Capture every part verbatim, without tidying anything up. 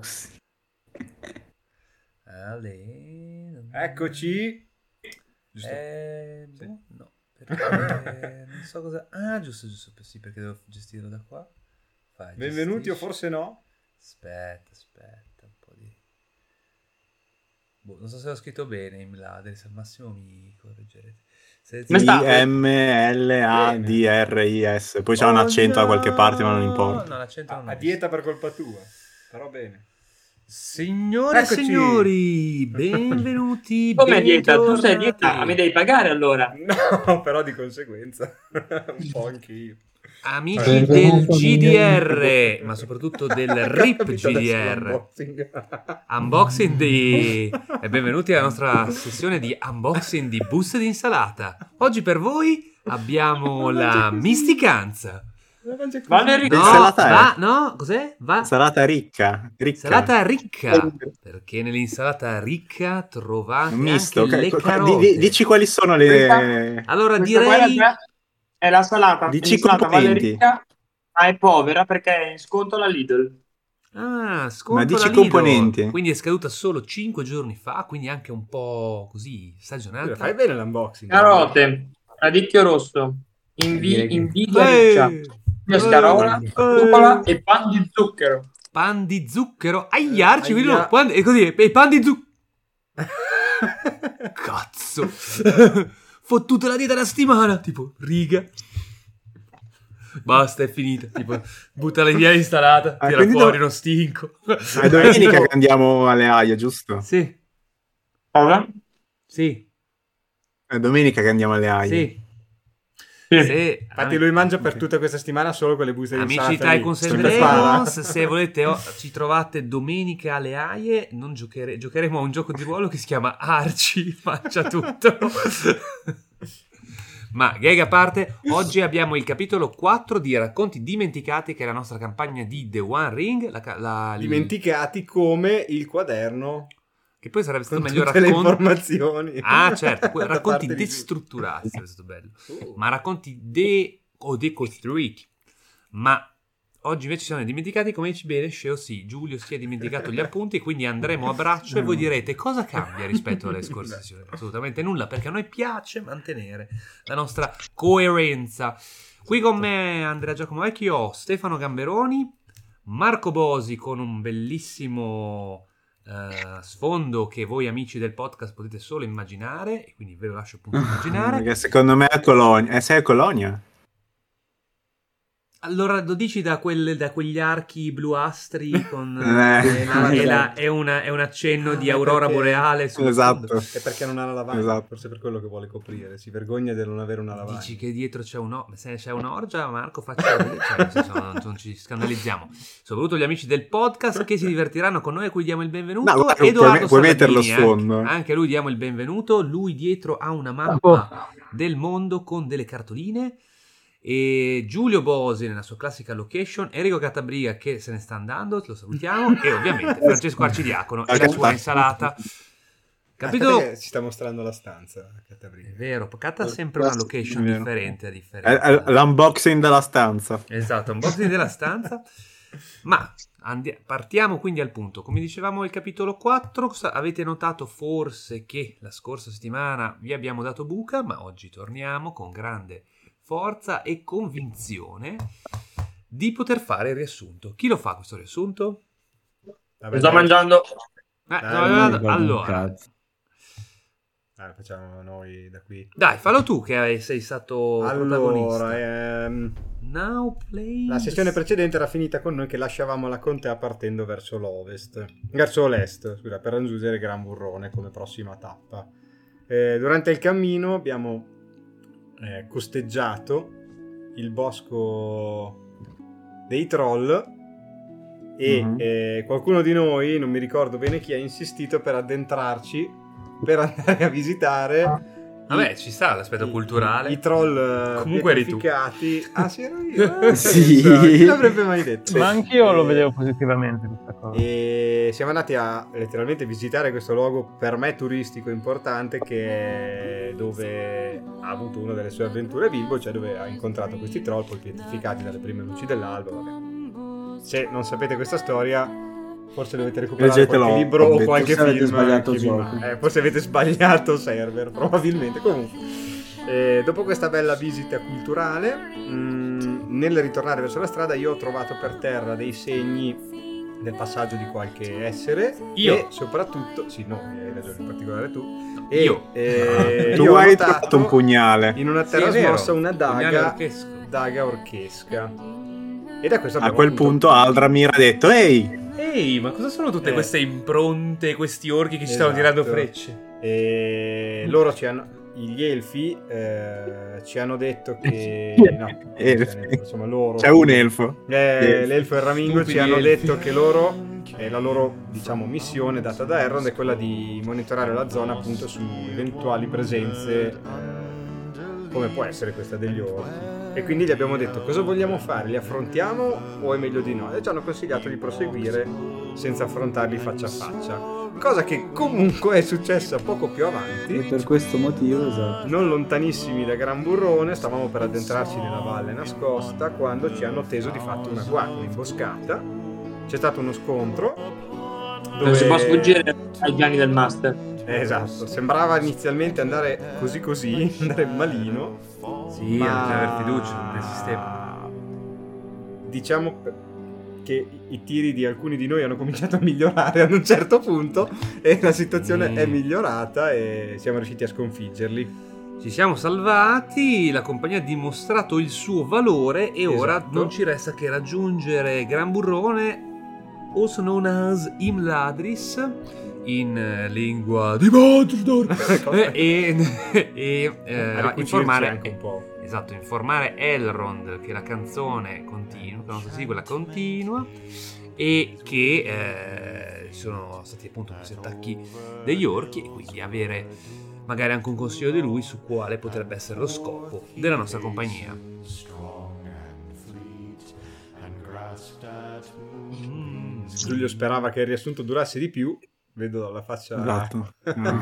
unboxing. Ale... Eccoci. Giusto? Eh, Sì. boh, no, perché non so cosa... Ah, giusto, giusto, sì, perché devo gestirlo da qua. Vai, Benvenuti gestisci. o forse no? Aspetta, aspetta, un po' di... Boh, non so se ho scritto bene in Mladri, se al massimo mi correggerete. I M L A D R I S. Poi c'è Oh, un accento no! da qualche parte, ma non importa. No, l'accento A, non a è. dieta per colpa tua. Però bene. Signore e Eccoci! signori, benvenuti. Come dieta? Tu sei bentornati. dieta? Mi devi pagare allora? No, però di conseguenza. Un po' anch'io. Amici del G D R, ma soprattutto del R I P G D R. Unboxing. Unboxing di... E benvenuti alla nostra sessione di unboxing di buste di insalata. Oggi per voi abbiamo la misticanza. Vale No, Insalata è- va, no, cos'è? Va... Salata ricca. Ricca. Insalata ricca, perché nell'insalata ricca trovate Un misto. anche ok. le Qu- qu- carote. di- di- dici quali sono le... Allora Questa qua direi... è- è la salata. Dici L'insalata vale componenti. ricca, ma è povera perché è in sconto la Lidl. Ah, Ma sconto dici la Lidl. componenti. Quindi è scaduta solo cinque giorni fa, quindi anche un po' così stagionata. Fai bene l'unboxing. Carote, radicchio rosso, invi- invidia Ehi! riccia, scarola, Ehi! rucola e pan di zucchero. Pan di zucchero. Aiarci, Aia. quindi no, pan, e così, e pan di zucchero. Cazzo. Fottuta la dieta da settimana. Tipo, riga. Basta, è finita. Tipo, buttala via l'insalata, Ah, tira quindi fuori do- uno stinco. È domenica che andiamo alle Aie, giusto? Sì, Cosa? sì, È domenica che andiamo alle Aie. sì. Sì. Se, Infatti lui mangia per tutta questa settimana solo quelle buste di Amici insalata di lì. Tycoon Si San prepara. Dragons, se volete o- ci trovate domenica alle Aie, non giochere- giocheremo a un gioco di ruolo che si chiama Arci, mangia tutto. Ma gag a parte, oggi abbiamo il capitolo quattro di Racconti Dimenticati, che è la nostra campagna di The One Ring, la, ca- la- Dimenticati come il quaderno che poi sarebbe stato con meglio tutte le racconti. informazioni. Ah, certo, que- Da racconti parte di- destrutturati, sarebbe stato bello. Uh. Ma racconti de o decostruiti. Ma oggi invece ci siamo dimenticati, come dici bene, Sceo, sì, Giulio si è dimenticato gli appunti, quindi andremo a braccio e voi direte cosa cambia rispetto alle scorse sessioni? Assolutamente nulla, perché a noi piace mantenere la nostra coerenza. Qui con me Andrea Giacomo Vecchio, ho Stefano Gamberoni, Marco Bosi con un bellissimo eh, sfondo che voi amici del podcast potete solo immaginare, e quindi ve lo lascio appunto immaginare. Perché secondo me è a Colonia. Eh, sei a Colonia? Allora, lo dici da, quelle, da quegli archi bluastri con Eh, eh, la- e la- esatto. è, una- è un accenno di Ah, aurora perché- boreale sul Esatto. fondo. È perché non ha la lavagna, Esatto. forse per quello che vuole coprire. Si vergogna di non avere una lavagna. Dici che dietro c'è, un, se c'è un'orgia, Marco, faccia vedere. Cioè, nel senso, non, non ci scandalizziamo. Soprattutto gli amici del podcast che si divertiranno con noi, a cui diamo il benvenuto. No, guarda, Edoardo puoi, puoi metterlo Salvini, sfondo. Anche, anche a lui diamo il benvenuto. Lui dietro ha una mappa del mondo con delle cartoline. E Giulio Bosi nella sua classica location, Enrico Cattabriga che se ne sta andando, lo salutiamo, e ovviamente Francesco Arcidiacono e la sua insalata. Capito? Aspetta che ci sta mostrando la stanza. È Catabrini. vero, Catta ha sempre una location Vero. differente a È- differenza. è l'unboxing della stanza. Esatto, unboxing della stanza. Ma andi- partiamo quindi al punto. Come dicevamo, il capitolo quattro. Cosa- avete notato forse che la scorsa settimana vi abbiamo dato buca, ma oggi torniamo con grande forza e convinzione di poter fare il riassunto. Chi lo fa questo riassunto? Vabbè, Sto dai. mangiando. Eh, Dai, no, non no, mi no, ricordo un allora, cazzo. Ah, facciamo noi da qui. dai, fallo tu che hai- sei stato protagonista. Allora, ehm, Now play la sessione precedente era finita con noi che lasciavamo la contea partendo verso l'ovest, verso l'est, scusa, per raggiungere Gran Burrone come prossima tappa. Eh, durante il cammino abbiamo eh, costeggiato il bosco dei troll e Mhm. eh, qualcuno di noi, non mi ricordo bene chi, ha insistito per addentrarci, per andare a visitare Vabbè, ci sta l'aspetto i- culturale. i, i troll eh, Comunque eri tu. pietrificati. Ah, sì, ero io. Ah, Sì. Chi l'avrebbe mai detto? Ma anch'io lo E- vedevo positivamente questa cosa. E siamo andati a letteralmente visitare questo luogo per me turistico importante, che è dove ha avuto una delle sue avventure Bilbo, cioè dove ha incontrato questi troll poi pietrificati dalle prime luci dell'alba. Vabbè. Se non sapete questa storia, Forse dovete recuperare Leggetelo, qualche libro o Hobbit. qualche Forse avete film. sbagliato chi vi gioco. ma- eh, forse avete sbagliato server, probabilmente. Comunque, eh, dopo questa bella visita culturale, mh, nel ritornare verso la strada, io ho trovato per terra dei segni del passaggio di qualche essere. Io? E soprattutto, sì, no, hai ragione, in particolare tu. E, Io. eh, Tu io ho hai notato trovato un pugnale. in una Sì, terra è vero, smossa una pugnale daga, orchesco. daga orchesca. E da questo A abbiamo quel appunto- punto Aldramir ha detto: ehi, Ehi, ma cosa sono tutte Eh. queste impronte, questi orchi che ci Esatto. stanno tirando frecce? E loro ci hanno, gli elfi eh, ci hanno detto che no, Elfi. insomma loro c'è un elfo. eh, l'elfo e il Ramingo Stupidi ci hanno elfi. detto che loro eh, la loro diciamo missione data da Elrond è quella di monitorare la zona appunto su eventuali presenze eh, come può essere questa degli orchi, e quindi gli abbiamo detto cosa vogliamo fare, li affrontiamo o è meglio di no, e ci hanno consigliato di proseguire senza affrontarli faccia a faccia, cosa che comunque è successa poco più E avanti. per questo motivo, esatto. Non lontanissimi da Gran Burrone, stavamo per addentrarci nella valle nascosta quando ci hanno teso di fatto una guardia, un'imboscata. C'è stato uno scontro dove... Non si può sfuggire ai piani del master. Eh, esatto, sembrava inizialmente andare così così, andare malino. Sì, ma... bisogna avere fiducia nel sistema. Diciamo che i tiri di alcuni di noi hanno cominciato a migliorare ad un certo punto e la situazione Mm. è migliorata e siamo riusciti a sconfiggerli. Ci siamo salvati, la compagnia ha dimostrato il suo valore e ora Esatto. non ci resta che raggiungere Gran Burrone, also known as Imladris, in eh, lingua di Mordor, eh, e, e eh, Arriccucirci informare anche un po'. esatto, informare Elrond che la canzone continua, che la nostra sigla continua e che eh, sono stati appunto questi attacchi degli orchi, e quindi avere magari anche un consiglio di lui su quale potrebbe essere lo scopo della nostra compagnia. Mm. Giulio sperava che il riassunto durasse di più, vedo dalla faccia. Esatto. No.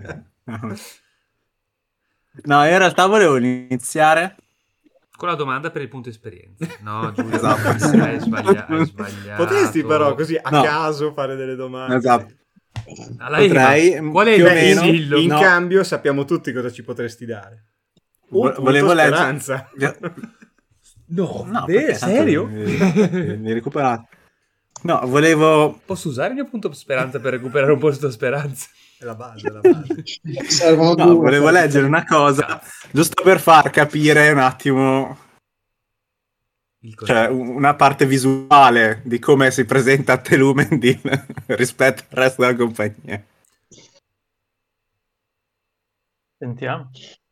No, io in realtà volevo iniziare. Con la domanda per il punto esperienza. No, Giulio, Esatto. hai, sbaglia- hai sbagliato. Potresti però così a No. caso fare delle domande. Esatto. Alla Eva, Potrei, qual è il più o Beh, meno. consiglio? in No. cambio sappiamo tutti cosa ci potresti dare. Un Vo- punto volevo leggere- speranza. No, No, beh, perché tanto serio? li- li recuperate. No, volevo. Posso usare il mio punto speranza per recuperare un posto speranza? È la base, è la base. Servono No, due. volevo leggere una cosa giusto per far capire un attimo, Il cioè un- una parte visuale di come si presenta Telumendin rispetto al resto della compagnia. Sentiamo.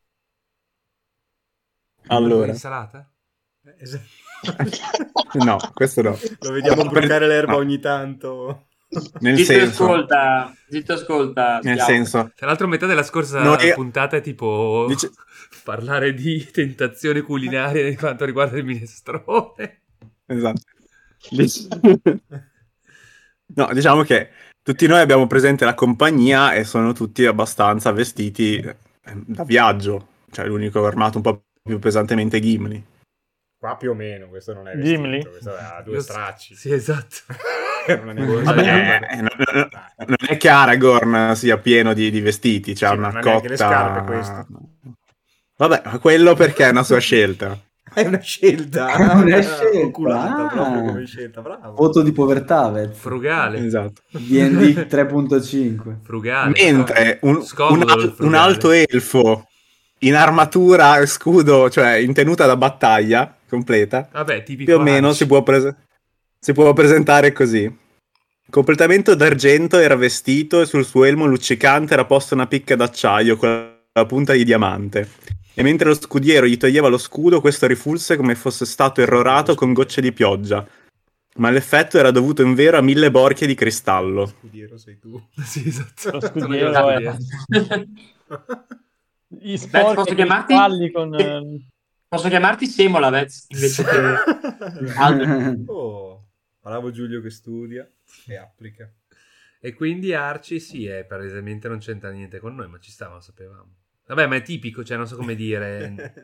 Allora, Insalata? Esatto. no, questo no. Lo vediamo No, per- brucare l'erba no. ogni tanto. Nel Zitto senso, ascolta, zitto ascolta. nel Schiavo. senso, Tra l'altro metà della scorsa Noi- puntata è tipo Dice- parlare di tentazione culinaria di quanto riguarda il minestrone. esatto. Dic- No, diciamo che tutti noi abbiamo presente la compagnia e sono tutti abbastanza vestiti eh, da viaggio. Cioè, l'unico armato un po' più pesantemente è Gimli. Qua più o meno, questo non è vestito, Gimli? questo ha due Io- stracci. Sì, esatto. Non è neanche- Vabbè, eh, non, non- non è che Aragorn sia pieno di, di vestiti, c'ha Sì, ma una non ha cotta. neanche le scarpe, questo. Vabbè, ma quello perché è una sua scelta. È una scelta. È una scelta, Oculata ah. proprio come scelta, bravo. Voto di povertà, Vez. Frugale. Esatto. D and D tre punto cinque. Frugale. Mentre un, Scomodo un al- il un frugale. alto elfo in armatura e scudo, cioè in tenuta da battaglia completa, Vabbè, tipico più o meno Arci. si può, prese- si può presentare così. Completamente d'argento era vestito e sul suo elmo luccicante era posta una picca d'acciaio con la punta di diamante. E mentre lo scudiero gli toglieva lo scudo, questo rifulse come fosse stato irrorato con gocce di pioggia. Ma l'effetto era dovuto invero a mille borchie di cristallo. Scudiero sei tu. Sì, esatto. Lo Sono scudiero io lo è- scudiero. Gli Vez, sporchi posso chiamarti? cristalli con... eh, Posso chiamarti Semola, Vez, invece che Aldo. Oh, bravo Giulio che studia e applica. E quindi Arci sì, è palesemente non c'entra niente con noi, ma ci stava, lo sapevamo. Vabbè, ma è tipico, cioè non so come dire.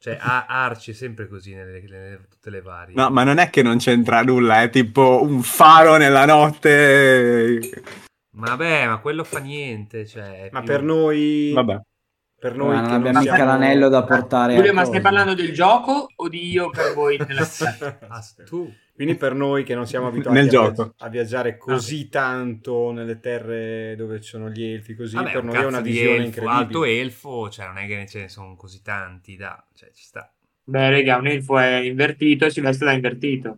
Cioè, a- Arci è sempre così nelle, nelle- tutte le varie. No, ma non è che non c'entra nulla, è tipo un faro nella notte. Ma vabbè, ma quello fa niente, cioè... è Ma più- per noi... Vabbè. Per noi Ma che non abbiamo mica siamo- l'anello da portare Giulio, a ma stai cosa. parlando del gioco o di io per voi nella Ah, tu... Quindi per noi che non siamo abituati Nel a, gioco. viaggi- a viaggiare così tanto nelle terre dove ci sono gli elfi, così Vabbè, per un noi è cazzo una di visione elfo, incredibile. alto elfo, cioè non è che ce ne sono così tanti, da, cioè ci sta. Beh, raga, un elfo è invertito e si veste da invertito.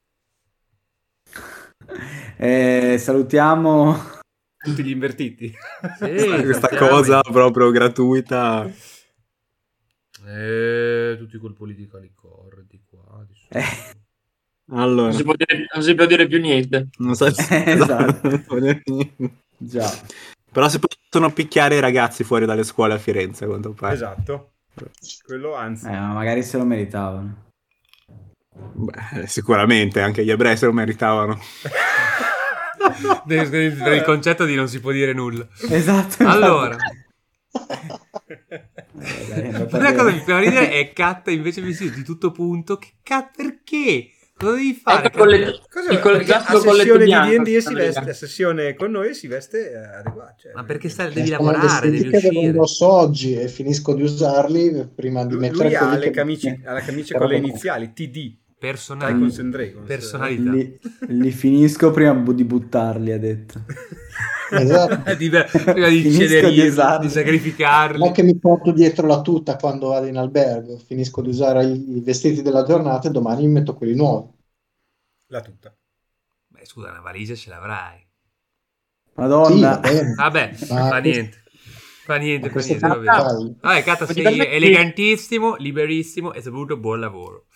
Eh, salutiamo. Tutti gli invertiti. Sì, Questa salutiamo cosa i- proprio gratuita. Eh, tutti col politically correct qua, di su. Eh. Allora, Non si può dire, non si può dire più niente. non so se... Esatto. esatto. Già. Però si possono picchiare i ragazzi fuori dalle scuole a Firenze, a quanto pare. Esatto. Quello anzi. Eh, ma magari se lo meritavano. Beh, sicuramente, anche gli ebrei se lo meritavano. Per per il concetto di non si può dire nulla. Esatto. Allora, Dai, andate una cosa bene. che mi fa ridere è Cat invece vestito di tutto punto. Che cat perché? Cosa devi fare? Ecco, con le- Cosa il col- perché a classico colletto sessione di bianco, D and D si stanno veste, lì. a sessione con noi si veste eh, adeguato. Cioè, Ma perché stai, devi Sono lavorare, vestiti devi che uscire. indosso oggi e finisco di usarli prima di Lui, mettere lui ha quelli le che- camicie, ha la camicia Però con le dopo- iniziali T D. Personali- Tycoons and Dragons. personalità. Li, li finisco prima bu- di buttarli, ha detto. Esatto. di, prima di Finisco di cederirli, usarli. di sacrificarli. Non che mi porto dietro la tuta quando vado in albergo, finisco di usare i i vestiti della giornata e domani mi metto quelli nuovi. La tuta. Beh, scusa, una valigia ce l'avrai. Sì, Madonna. va bene. Vabbè, Ma fa questo- niente. Fa niente, ma fa questo niente. Va fatto, bene. sai, Vabbè, Cata, Ma ti sei permetti- elegantissimo, liberissimo e soprattutto buon lavoro.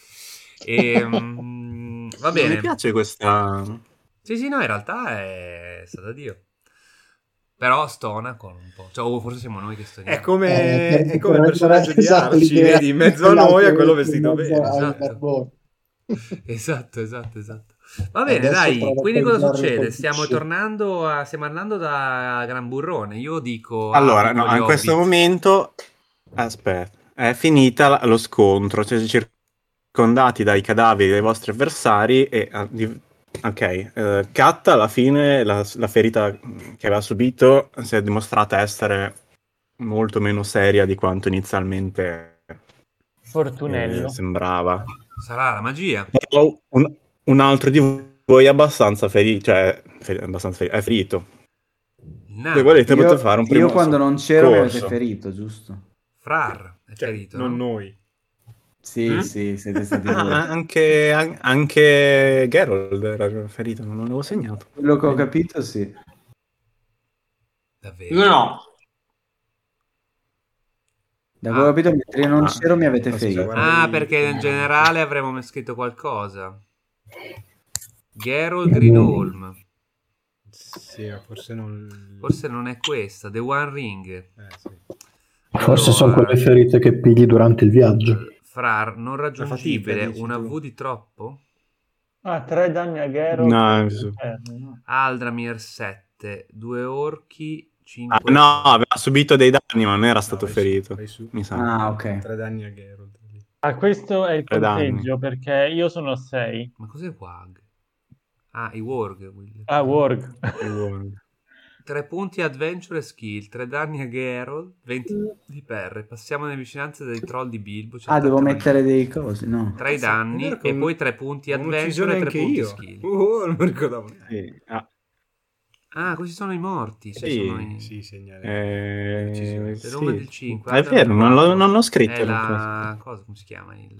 Ehm, va Mi bene. piace questa... Sì, sì, no, in realtà è stata Dio. Però stona con un po'. Cioè, o forse siamo noi che stoniamo. È come, Eh, è come il per- personaggio di esatto, Arci, l'idea- vedi, in mezzo a noi a quello in vestito mezzo bene. al Esatto. barbone. Esatto, esatto, esatto. Va bene, Adesso dai. provo a Quindi cosa guardarlo succede? col Stiamo P C. tornando a... Stiamo andando da Gran Burrone. Io dico... Allora, ah, no, piccoli in questo hobbit. momento... Aspetta, è finita la- lo scontro, cioè circondati dai cadaveri dei vostri avversari e... ah, di- Ok, eh, Kat alla fine la, la ferita che aveva subito si è dimostrata essere molto meno seria di quanto inizialmente Fortunello. eh, sembrava. Sarà la magia. Però un, un altro di voi è abbastanza ferito, cioè feri- abbastanza ferito, è ferito. Il nano. Se volete Io, potete fare un primo io quando non c'ero mi avete soccorso. ferito, giusto? Frar è Cioè, ferito, non no? noi. Sì, Mm? sì, siete stati Ah, voi. anche, an- anche Geralt era ferito, non l'avevo segnato. Quello che ho capito, sì. Davvero. Io no. Da quello che ho capito, mentre io non Ah. c'ero mi avete Aspetta, ferito. guarda. Ah, perché in generale avremmo scritto qualcosa. Geralt Greenholm. Sì, ma forse non... Forse non è questa. The One Ring. Eh, sì. Forse sono Allora, quelle ferite che pigli durante il viaggio. Frar non raggiungibile. fatica, dici Una tu. V di troppo? Ah, tre danni a Gero. No, sì. Eh, no. Aldramir sette. Due orchi. cinque Ah, no, aveva subito dei danni, ma non era stato vai su, ferito. vai su. Mi sa. Ah, ok. Tre danni a Geralt. Ah, questo è il Tre danni. conteggio perché io sono a sei. Ma cos'è Wag? Ah, i Warg. Will. Ah, Worg. tre punti adventure e skill. tre danni a Geralt. venti di perre. Passiamo nelle vicinanze dei troll di Bilbo. Ah, devo mettere dei cosi, no? tre Cazzo, è danni vero che e un- poi tre punti Ho adventure un'uccisione e tre anche punti io. skill. Uh, non mi ricordavo. Sì. Ah, Ah, questi sono i morti. Cioè Sì, sono i... Sì, segnale. eh, Uccisione. Il sì. nome del cinque. È vero, non l'ho, non l'ho scritto. È la... cosa, come si chiama? Il...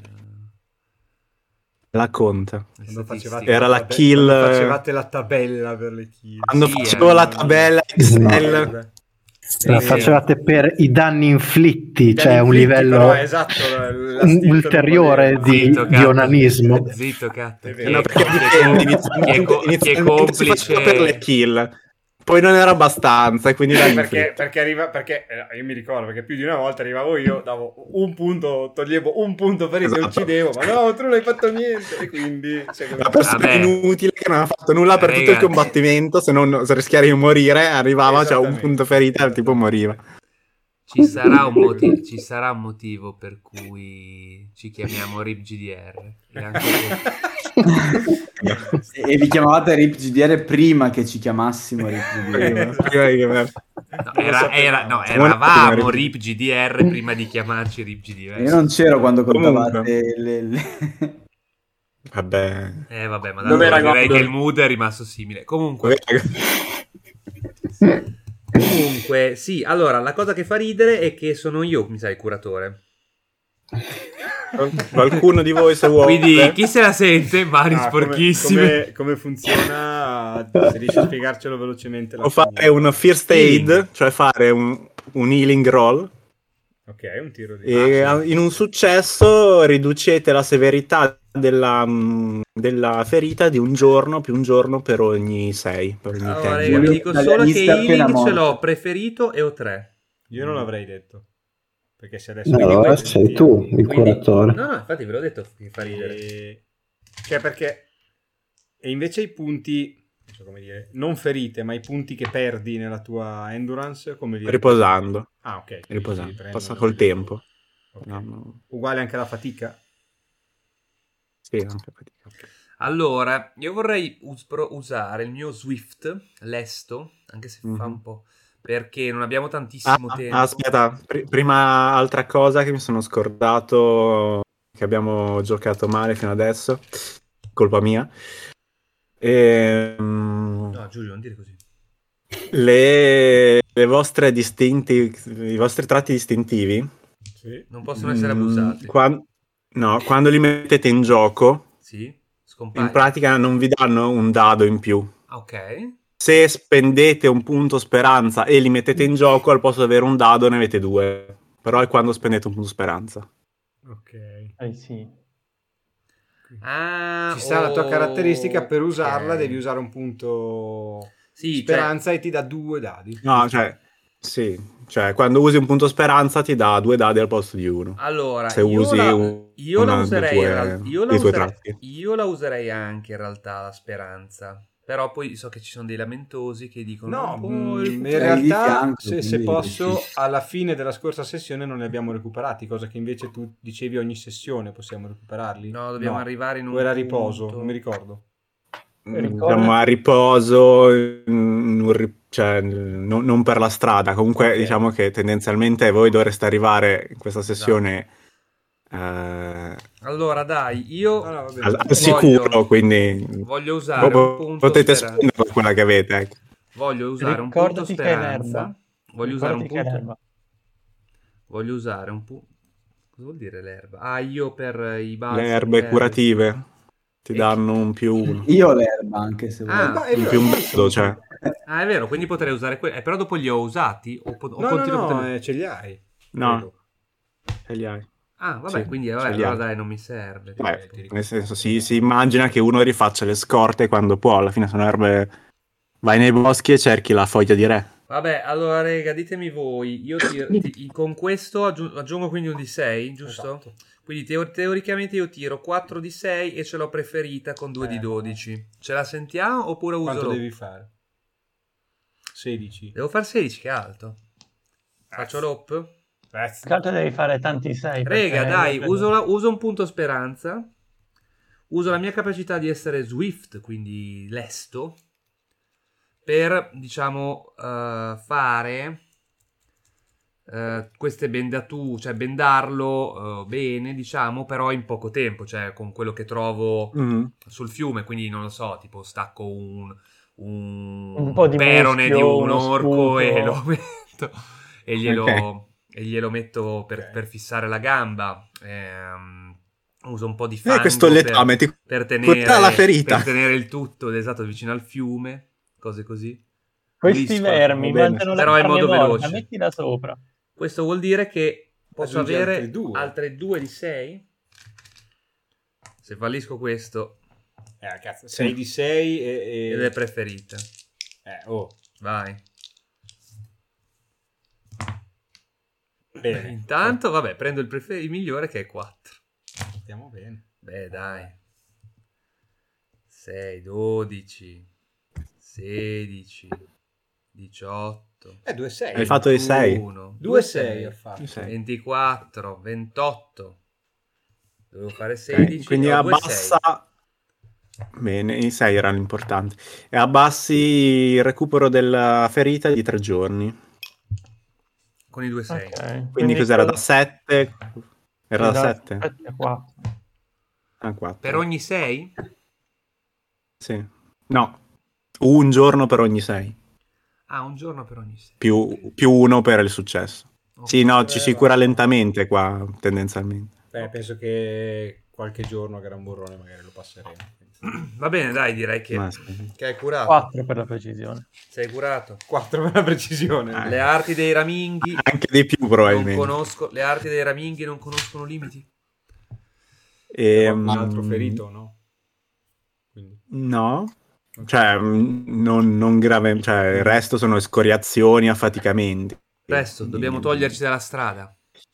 La conta. il Quando statistico. facevate Era la tabe- kill- quando facevate la tabella per le kill. Quando Sì, facevo eh, la no, tabella Eh, Excel, vabbè. La Sì. facevate per i danni inflitti, I danni cioè un inflitti, livello però, esatto, la- la un- stick ulteriore non di, Zitto, di cazzo. onanismo. Zitto, cazzo. È Chi vero. è, no, perché chi è dipende, com- inizialmente, chi è co- chi è inizialmente si faceva per le complice? kill, poi non era abbastanza, e quindi Eh, l'hai perché, inflitto. perché arriva perché eh, io mi ricordo perché più di una volta arrivavo io, davo un punto, toglievo un punto per il che Esatto. uccidevo, ma no, tu non hai fatto niente, e quindi cioè, come- La persona Vabbè. inutile che non ha fatto nulla per tutto il Ragazzi. combattimento, se non se rischiare di morire, arrivava, cioè un Esattamente. punto ferita e il tipo moriva. Ci sarà, un motivo, ci sarà un motivo per cui ci chiamiamo R I P G D R. E, anche E vi chiamavate R I P G D R prima che ci chiamassimo R I P G D R. Prima di chiamare- no, era, era- no, Siamo eravamo R I R I P G D R prima di chiamarci R I P G D R. Io non c'ero quando Comunque. contavate le... le- Vabbè. Eh vabbè, ma Dove tanto era direi Gondor? che il mood è rimasto simile. Comunque, comunque, sì, allora, la cosa che fa ridere è che sono io, mi sa, il curatore. Qualcuno di voi se vuole. Quindi, chi se la sente? Mani Ah, come- sporchissime. Come, come funziona? Se riesci a spiegarcelo velocemente. la Può fare fine. un first aid, cioè fare un, un healing roll. Ok, un tiro di... E Ah, sì. in un successo riducete la severità della, mm, della ferita di un giorno più un giorno per ogni sei. Per ogni Allora, ten. raga, vi Giulio, dico dagli solo che amici appena healing ce morti. l'ho preferito e ho tre. Io non l'avrei detto. Perché se adesso... No, Quindi allora questo- sei tu il Quindi- curatore. No, no, infatti ve l'ho detto che fa ridere. E... Cioè perché... E invece i punti... Non so come dire... Non ferite, ma i punti che perdi nella tua endurance, come li... Riposando. Ah, ok. quindi si Riposando. riprendono Passa col dopo. tempo. Ok. No, no. Uguale anche alla fatica? Sì, anche fatica. Allora, io vorrei us- pro- usare il mio Swift, lesto, anche se fa Mhm. un po', perché non abbiamo Ah, tantissimo tempo. aspetta, pri- prima altra cosa che mi sono scordato, che abbiamo giocato male fino adesso, colpa mia. Ehm, No, Giulio, non dire così. le, le vostre distinti, i vostri tratti distintivi, Sì. Non possono essere mm, abusati. quan- no, quando li mettete in gioco, Sì? Scompare. in pratica non vi danno un dado in più. Ok. Se spendete un punto speranza e li mettete in gioco, al posto di avere un dado ne avete due. Però è quando spendete un punto speranza. Ok. Eh sì. Ah, Ci sta la tua caratteristica, per ok. usarla devi usare un punto Sì, speranza e ti dà due dadi. No, cioè, sì, cioè quando usi un punto speranza ti dà due dadi al posto di uno. Allora, Se io usi la, un- io la una userei dei in tue- real- io la dei tuoi userei- tratti. io la userei anche in realtà la speranza. Però poi so che ci sono dei lamentosi che dicono No, "Non puoi mm, in recuperare". di realtà, fianco, se, se quindi posso, sì. alla fine della scorsa sessione non li abbiamo recuperati, cosa che invece tu dicevi ogni sessione possiamo recuperarli. No, dobbiamo arrivare in un O era riposo, punto. non mi ricordo. Ricorda- Diciamo a riposo, mm, un ri- cioè, non, non per la strada. Comunque Ok. diciamo che tendenzialmente voi dovreste arrivare in questa sessione eh, Allora, dai, io No, no, va bene. al, al voglio- sicuro, quindi voglio usare po- un punto potete speranza. spendere quella che avete. Ecco. Voglio usare un punto Ricordati che è speranza. l'erba. Voglio usare un Ricordati che è punto. l'erba. Voglio usare un punto. Cosa vuol dire l'erba? Ah, io per i balsami. Le erbe eh. curative ti E danno un più uno. Io ho l'erba anche se vuoi. Ah, Ma è Un vero, più un ammazza. dado, cioè. Ah, è vero, quindi potrei usare quello. Eh, però dopo li ho usati? O, po- o No, no, continuo a no, poter- eh, ce li hai. No. Credo. Ce li hai. Ah, vabbè, sì, quindi ce vabbè, li allora ha. dai, non mi serve. Beh, ti ricordo. nel senso, si, si immagina che uno rifaccia le scorte quando può. Alla fine sono erbe. Vai nei boschi e cerchi la foglia di re. Vabbè, allora, rega, ditemi voi. Io ti- ti- con questo aggiung- aggiungo quindi un di sei, giusto? Esatto. Quindi teo- teoricamente io tiro quattro di sei e ce l'ho preferita con due Eh, di dodici. Ce la sentiamo oppure uso Quanto lo- devi fare? sedici. Devo fare sedici, che è alto. Faccio l'op? Tanto devi fare tanti sei. Rega, perché- dai, uso, la- uso un punto speranza. Uso la mia capacità di essere Swift, quindi lesto, per, diciamo, eh, fare eh, queste bendature, cioè bendarlo eh, bene, diciamo, però in poco tempo, cioè con quello che trovo Mhm. sul fiume, quindi non lo so, tipo stacco un, un, Un po' di perone muschio, di un uno orco sputo. e lo metto e glielo, Ok. e glielo metto per, Ok. per fissare la gamba. Ehm, uso un po' di E fango questo letame ti per, per, curerà tenere, la ferita. per tenere il tutto esatto vicino al fiume, cose così. Questi Pulisco, vermi va bene. mangiano la Però è carne modo morta, veloce. mettila sopra. Questo vuol dire che posso Aggiungi avere altri due. altre due di sei? Se fallisco questo Eh, cazzo, sei di sei e... ed è e... preferita. Eh, oh, Vai. bene. Intanto, vabbè, prendo il, prefer- il migliore che è quattro. Stiamo bene. Beh, dai. sei, dodici, sedici, diciotto. Eh, due sei. Hai fatto i sei. due sei ho fatto. ventiquattro, ventotto. Dovevo fare Ok, sedici. quindi ho due abbassa... Bene, i sei erano importanti. E abbassi il recupero della ferita di tre giorni. con i due sei. Ok, Quindi cos'era? Da sette? Era da sette? sette, quattro. Ah, quattro. Per ogni sei? Sì. No, un giorno per ogni sei. Ah, un giorno per ogni sei. Più, più uno per il successo. Ok. Sì, no, ci si cura lentamente qua, tendenzialmente. Beh, penso che qualche giorno a Gran Burrone magari lo passeremo. Va bene, dai, direi che, Ma sì. che hai curato. quattro per la precisione. Sei curato. quattro per la precisione. Le arti dei raminghi Anche di più, non probabilmente. conosco, le arti dei raminghi non conoscono limiti. E, Un altro mm, ferito, no? Quindi. No, cioè mm, non, non grave, cioè il resto sono escoriazioni, affaticamenti. Presto, dobbiamo toglierci dalla strada.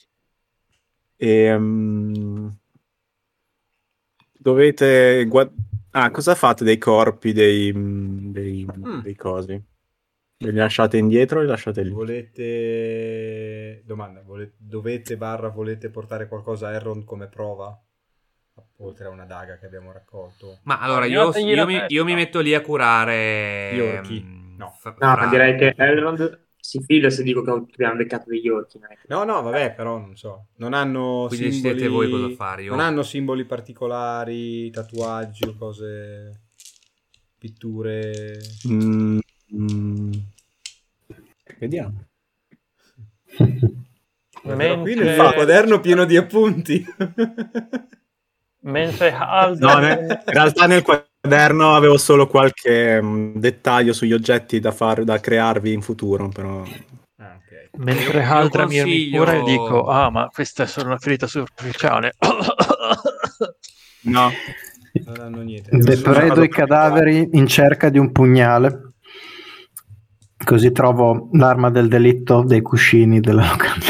E, mm, dovete gua- ah, cosa fate dei corpi dei, mm, dei, Mm. dei cosi? Li lasciate indietro o li lasciate lì? Volete... Domanda, volete... dovete barra volete portare qualcosa a Elrond come prova? Oltre a una daga che abbiamo raccolto. Ma allora io, Tagliategli io la mi, testa. io mi metto lì a curare Gli orchi. ehm, No. Fra- No, Fra. direi che Elrond si fila se dico che abbiamo beccato degli orchi. non è che- No, no, vabbè, però non so. Non hanno Quindi simboli... decidete voi cosa fare, io- Non hanno simboli particolari, tatuaggi o cose... Pitture... Mm, mm. Vediamo. Però qui Mentre- nel mio quaderno pieno di appunti. Mentre Hal No, ne- in realtà nel quaderno avevo solo qualche mm, dettaglio sugli oggetti da, far, da crearvi in futuro, però... Ah, ok. mentre Io Hal Tramir mi consiglio- cura e dico ah ma questa è solo una ferita superficiale. No, Non hanno niente. Depredo i cadaveri in cerca di un pugnale. Così trovo l'arma del delitto dei cuscini della locanda.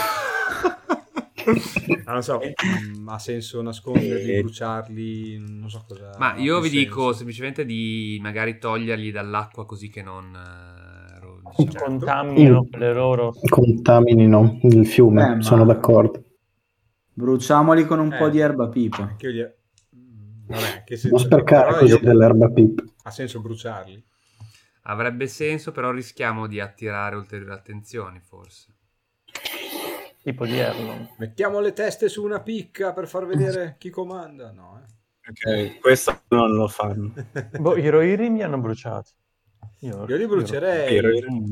Ah, non so, mm, ha senso nasconderli, bruciarli, non so cosa. Ma io ha vi più dico senso. semplicemente di magari toglierli dall'acqua così che non eh, ro- diciamo, Contaminano le loro. Contaminino il fiume, Eh, ma- sono d'accordo. Bruciamoli con un Eh. po' di erba pipa. Anche io gli- Mm, Vabbè, che Non senso sprecare però così io- dell'erba pip. Ha senso bruciarli. avrebbe senso, però rischiamo di attirare ulteriori attenzioni forse. Tipo di Erlon. Mettiamo le teste su una picca per far vedere chi comanda. No, eh. ok, questo non lo fanno. Boh, i Rohirrim mi hanno bruciati. Io li brucerei. Ero- ero-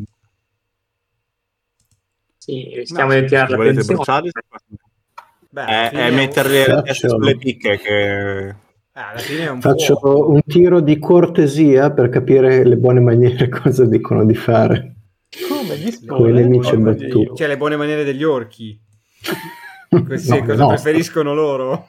Sì, rischiamo No, di tirare se volete l'attenzione. bruciarli, Beh, è, alla fine è è un- metterli le teste Faccio- sulle picche che... Ah, alla fine è un Faccio fuoco. un tiro di cortesia per capire le buone maniere cosa dicono di fare. Come gli Con i spori? nemici Oh, abbattuti. Cioè, le buone maniere degli orchi. Questi, No, cosa no. preferiscono loro?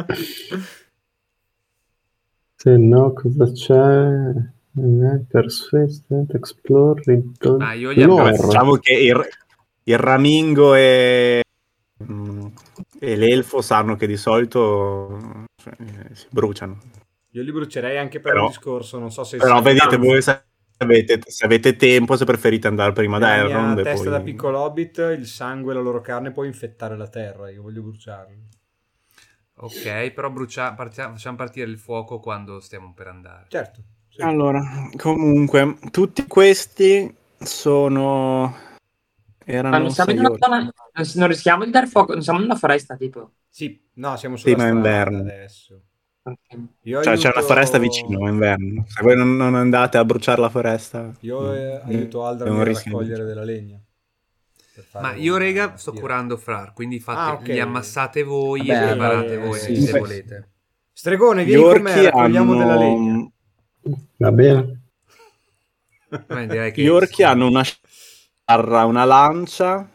Se no, cosa c'è? Eh, Persuade, Explore, Riddle. Ah, io gli Lore. abbassi- Diciamo che il, il ramingo e, mm, e l'elfo sanno che di solito cioè, si bruciano. Io li brucerei anche per Però- un discorso, non so se... Però se- vedete voi se avete, se avete tempo, se preferite andare prima da Nella mia Elrond e testa poi... da piccolo hobbit, il sangue e la loro carne può infettare la terra. Io voglio bruciarli. Ok, però brucia- partiamo- facciamo partire il fuoco quando stiamo per andare. Certo. sì. Allora, comunque, tutti questi sono... Ma erano non siamo in sei una orchi. zona. Non, non rischiamo di dar fuoco. Non siamo in una foresta, tipo. Sì, no, siamo Sì, sulla ma è strada inverno. adesso. Ok. Io Cioè, c'è aiuto- una foresta vicino, è inverno. Se voi non, non andate a bruciare la foresta... Io eh, mm, aiuto è Aldrin un a rischio. raccogliere della legna. Per fare Ma io, una rega, sto tira. curando Frar, quindi fate, Ah, ok. li ammassate voi Vabbè, e preparate eh, voi sì, se sì. volete. Stregone, Gli vieni con me, orchi raccogliamo hanno... della legna. Va bene. Beh, direi che Gli orchi hanno una sciarra, una lancia,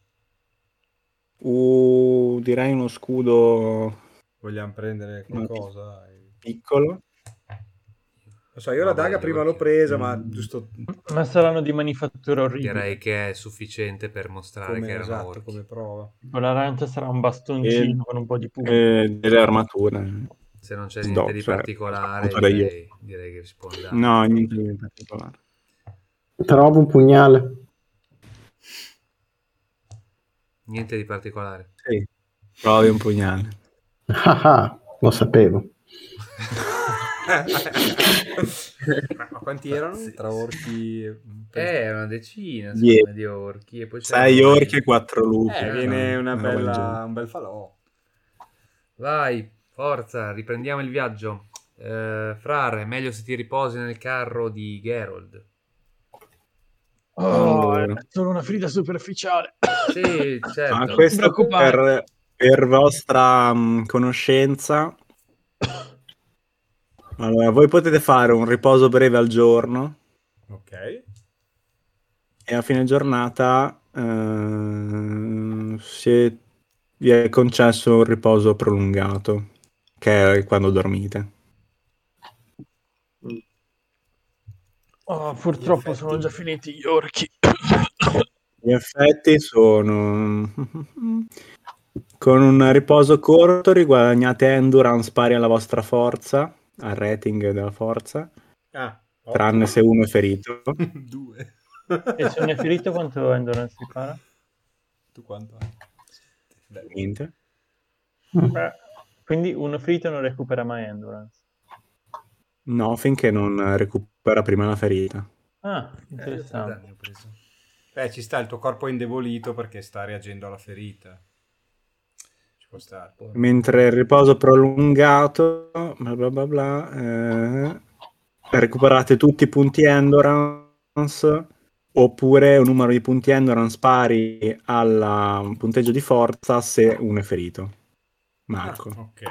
u- direi uno scudo Vogliamo prendere qualcosa? piccolo. Lo so, io la Vabbè, daga gli prima orchi. l'ho presa, ma giusto Ma saranno di manifattura orribile. direi che è sufficiente per mostrare come, che erano esatto, orchi. come prova. Tipo l'arancia sarà un bastoncino E- con un po' di punto. E delle armature. Se non c'è Sdo- niente di cioè, particolare, appunto degli- direi, direi che si può andare. No, niente di particolare. Trovo un pugnale. Niente di particolare. Sì, provi un pugnale. Ah, ah, lo sapevo. Ma quanti erano? Tra orchi e... Eh, una decina secondo Dieci. me, di orchi. E poi Sei c'erano orchi dei- e quattro lupi. Eh, viene una roba del bella, genere. un bel falò. Vai, forza, riprendiamo il viaggio. Eh, Frare, è meglio se ti riposi nel carro di Geralt. Oh, Allora. è solo una ferita superficiale. Sì, Ma certo. Non ti questo preoccupare. per, per vostra mh, conoscenza. Allora, voi potete fare un riposo breve al giorno Ok. e a fine giornata ehm, si- vi è concesso un riposo prolungato, che è quando dormite. Oh, purtroppo effetti. sono già finiti gli orchi. Gli effetti sono: con un riposo corto riguadagnate endurance pari alla vostra forza, al rating della forza, Ah, tranne se uno è ferito. Due. E se uno è ferito quanto endurance si para? Tu quanto hai? Beh, Niente. Beh, quindi uno ferito non recupera mai endurance. No, finché non recupera prima la ferita. Ah, Eh, io tre interessante. danni ho preso. Beh, ci sta, il tuo corpo è indebolito perché sta reagendo alla ferita. Ci può stare. Mentre il riposo prolungato, bla bla bla bla, eh, recuperate tutti i punti endurance, oppure un numero di punti endurance pari al punteggio di forza se uno è ferito. Marco. Ah, ok.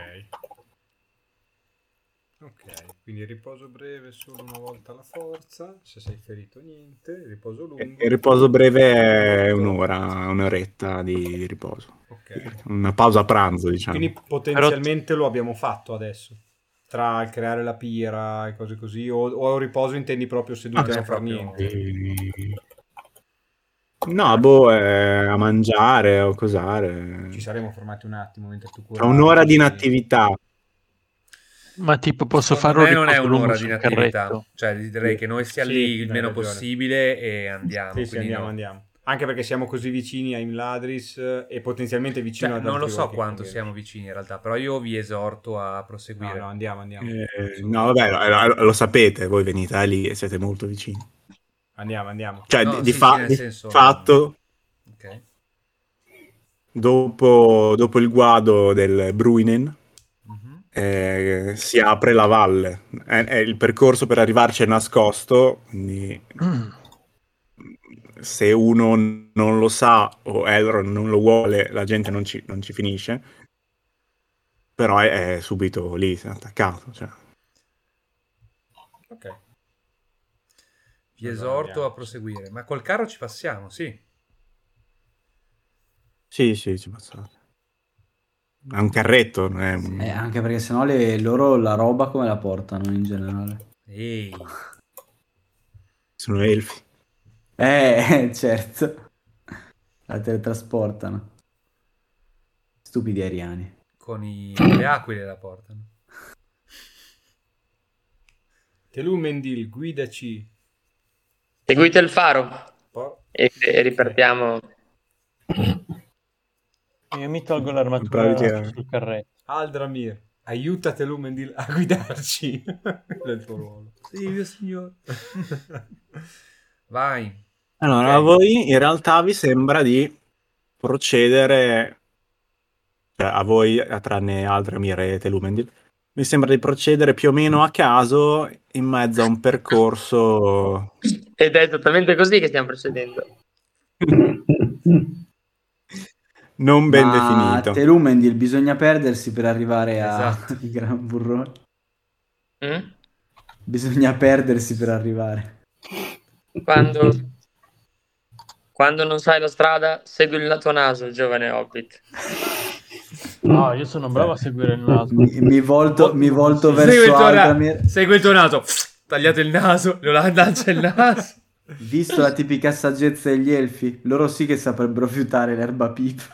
Ok, quindi riposo breve solo una volta la forza, se sei ferito niente, riposo lungo. Il riposo breve è un'ora, un'oretta di riposo. Ok. Una pausa pranzo, diciamo. Quindi potenzialmente lo abbiamo fatto adesso. Tra il creare la pira e cose così, o, o riposo intendi proprio seduti a non far proprio- niente. No, boh, eh, a mangiare o cosare. Ci saremo fermati un attimo mentre tu C'è curavi. un'ora di così. inattività. Ma tipo posso Secondo fare un me non è riposo lungo un'ora di sul inattività. carretto? Cioè, direi che noi stiamo Sì, lì il hai meno ragione. possibile e andiamo. Sì, sì, quindi andiamo, no. andiamo. Anche perché siamo così vicini a Imladris eh, e potenzialmente vicino Cioè, ad non lo altri so orchi, quanto quindi- siamo vicini in realtà, però io vi esorto a No, proseguire. no, andiamo, andiamo. Eh, Sono- no, vabbè, lo, lo sapete, voi venite da lì e siete molto vicini. Andiamo, andiamo. Cioè, No, di, di sì, fa- sì, nel di senso- fatto, Ok. dopo, dopo il guado del Bruinen, Mhm. eh, si apre la valle. È, è il percorso per arrivarci è nascosto, quindi se uno non lo sa o Elrond non lo vuole, la gente non ci, non ci finisce. Però è, è subito lì, si è attaccato. Cioè. Ok. Vi Allora esorto andiamo. a proseguire. Ma col carro ci passiamo, sì. Sì, sì, ci passate. È un carretto, non è un... Eh, anche perché sennò le, loro la roba come la portano in generale. Ehi. sono elfi. Eh, certo. La teletrasportano. Stupidi ariani. Con i... le aquile la portano. Telumendil, guidaci. Seguite il faro Po- e, e ripartiamo. Io mi tolgo l'armatura Bravi e la tirare. lascio sul carretto. Aldramir, aiuta Telumendil a guidarci. Quello è il tuo ruolo. Sì, mio signore. Vai. Allora, a Ok. voi in realtà vi sembra di procedere, cioè a voi, a tranne Aldramir e Telumendil, mi sembra di procedere più o meno a caso in mezzo a un percorso Ed è esattamente così che stiamo procedendo. non ben Ma definito. Telumendil bisogna perdersi per arrivare a Esatto. il Gran Burrone. Mm? Bisogna perdersi per arrivare. Quando, quando non sai la strada, segui il tuo naso, giovane Hobbit. No, io sono bravo a seguire il naso. Mi, mi volto, mi volto Segui il verso tuo na- Aldramir. Segui il tuo naso. Tagliate il naso. Lo lancia il naso. Visto la tipica saggezza degli elfi, loro sì che saprebbero fiutare l'erba pipa.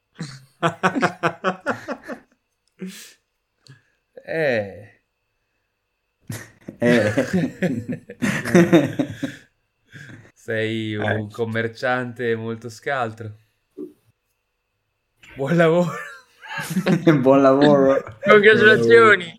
Eh. Eh. Sei un Eh. commerciante molto scaltro. Buon lavoro. Buon lavoro. Congratulazioni.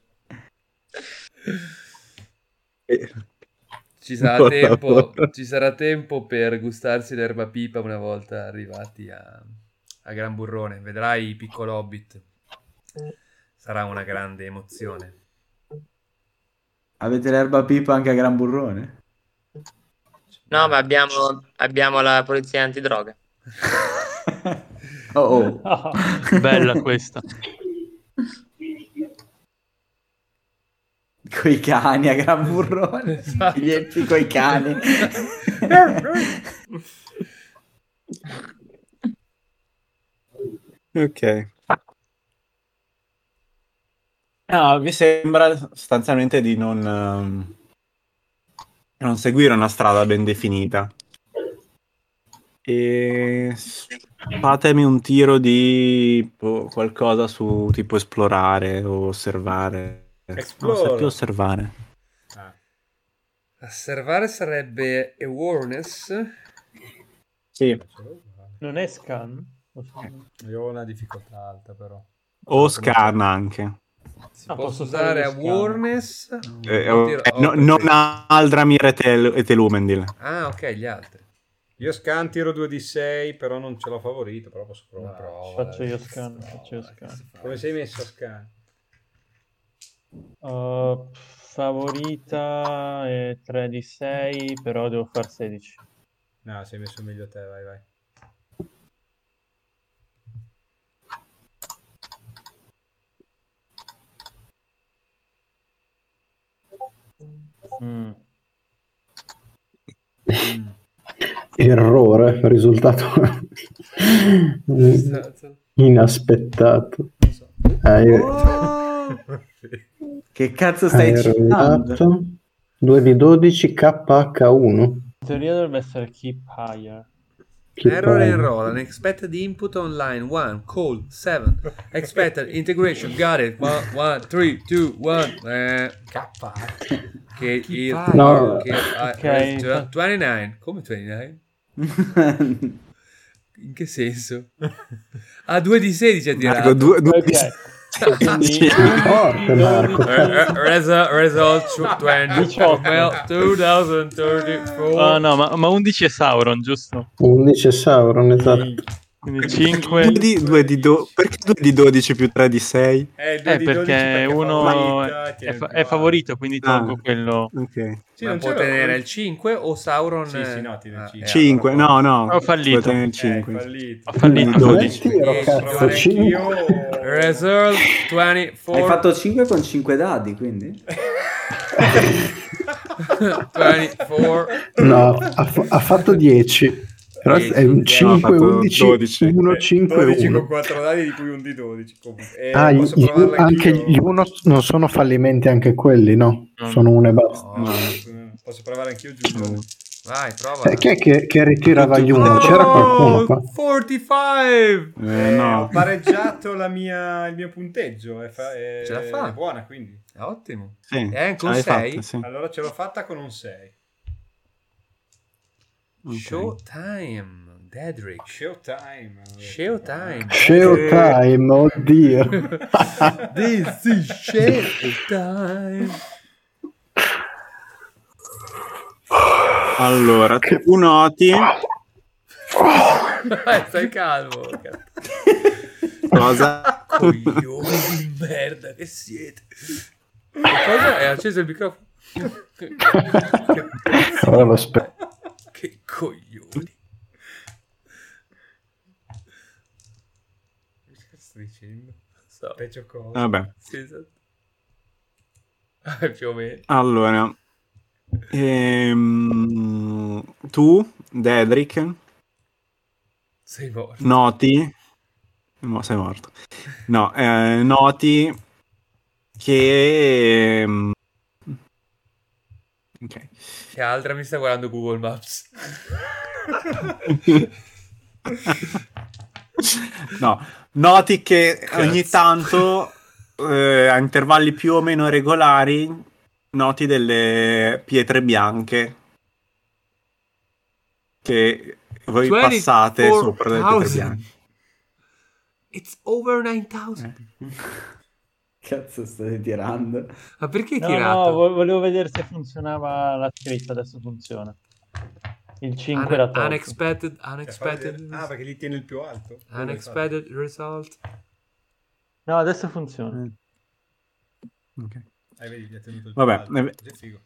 Eh, Ci sarà, Buon tempo, lavoro. ci sarà tempo per gustarsi l'erba pipa una volta arrivati a, a Gran Burrone. Vedrai, piccolo Hobbit. Sarà una grande emozione. Avete l'erba pipa anche a Gran Burrone? No, ma abbiamo, abbiamo la polizia antidroga. Oh, oh. Ah, bella questa. Coi cani a Gran Burrone. Esatto. Gli eppi coi cani. Ok. No, mi sembra sostanzialmente di non, ehm, non seguire una strada ben definita. E fatemi un tiro di boh, qualcosa su tipo esplorare o osservare. Explore. No, sa più osservare. Ah, Osservare sarebbe awareness. Sì. Non è scan? Lo so. io ho una difficoltà alta però. O scan anche. Si Ah, può posso usare usare lo scan. awareness. Eh, O o- tiro- eh, oh, no- perfetto. non Aldramir e, Tel- e Telumendil. Ah, ok, gli altri. Io scan tiro due di sei, però non ce l'ho favorito, però posso Una provare. prova, Faccio dai. io scan, Prova, faccio io che scan. si fa? Come sei messo a scan? Uh, favorita è tre di sei, però devo far sedici. No, sei messo meglio te, vai vai. Mm. Errore, risultato Esatto. inaspettato. Hai, Che cazzo stai hai citando? rollato due di dodici K H uno. In teoria dovrebbe essere keep higher. Che Error poi- enroll. Unexpected input online. One. Call. Seven. Expected integration. Got it. One. One. Three. Two. One. Eh, K. che il No. che, ah, Ok. res- ventinove. Come ventinove? In che senso? Ah, due di sedici ha tirato. Marco, due, due di- Ok. Quindi Forte, Marco. Eh, eh, resu- result venti. diciotto. Well, duemilatrentaquattro. Ah no, ma, ma undici è Sauron, giusto? undici Sauron, esatto. Quindi cinque. due di, due di do- perché due di dodici più tre di sei? Eh, due Eh, di dodici perché uno favorita, è, tiene fa- più è favorito, quindi tolgo Ah. quello. Ok. Sì, Ma non può c'era- tenere il cinque o Sauron? Sì, sì, no, tiene il Ah, cinque. eh, cinque, allora, no, no. Ho fallito. Puoi tenere il Eh, cinque. fallito. Ho fallito, ho Due fallito. tiro, Eh, cazzo, Provare cinque. anch'io. Result ventiquattro. Hai fatto cinque con cinque dadi, quindi? ventiquattro. No, ha, fa- ha fatto dieci. Però dieci. è un cinque, fatto undici, dodici. uno, Eh, cinque, dodici con uno. quattro dadi di cui un di dodici. Comunque. Eh, Ah, posso gli- provarla anche anch'io? gli uno non sono fallimenti anche quelli, no? No. Sono uno e basta. No. Eh, Posso provare anch'io, Giulio? Vai, prova. Eh, chi è che, che ritirava gli uno? C'era qualcuno qua? quarantacinque. Eh, Eh, no. Ho pareggiato la mia, il mio punteggio. È, fa- è- Ce la fa. è buona, quindi. Ottimo. Sì, E anche ce un l'hai sei? fatta, sì. Allora ce l'ho fatta con un sei. Ok. Showtime. Dedrick. Showtime. Showtime. Showtime, oddio. This is showtime. Allora, tu noti Vai, stai calmo. cazzo. cosa? Coglioni di merda che siete. Che cosa? È acceso il microfono? Che, Ora lo spe- che coglioni. Che sto dicendo? So. Peggio cosa? Vabbè, Sì, esatto. Ah, più o meno. allora, ehm, tu, Dedrick, Sei morto. noti, no, sei morto. No, eh, noti che ehm, ok. Che altra mi sta guardando Google Maps. No, noti che Cazzo. ogni tanto eh, a intervalli più o meno regolari noti delle pietre bianche che voi passate sopra le pietre bianche. It's over nine-thousand. Cazzo stai tirando? Ma perché hai No, tirato? no, vo- volevo vedere se funzionava la scritta, adesso funziona. Il cinque era Un- tolto. unexpected, Cioè, unexpected, Ah, perché li tiene il più alto. unexpected result. No, adesso funziona. Ok. Eh, vedi, gli ha tenuto il Vabbè, più alto. eh, Che figo.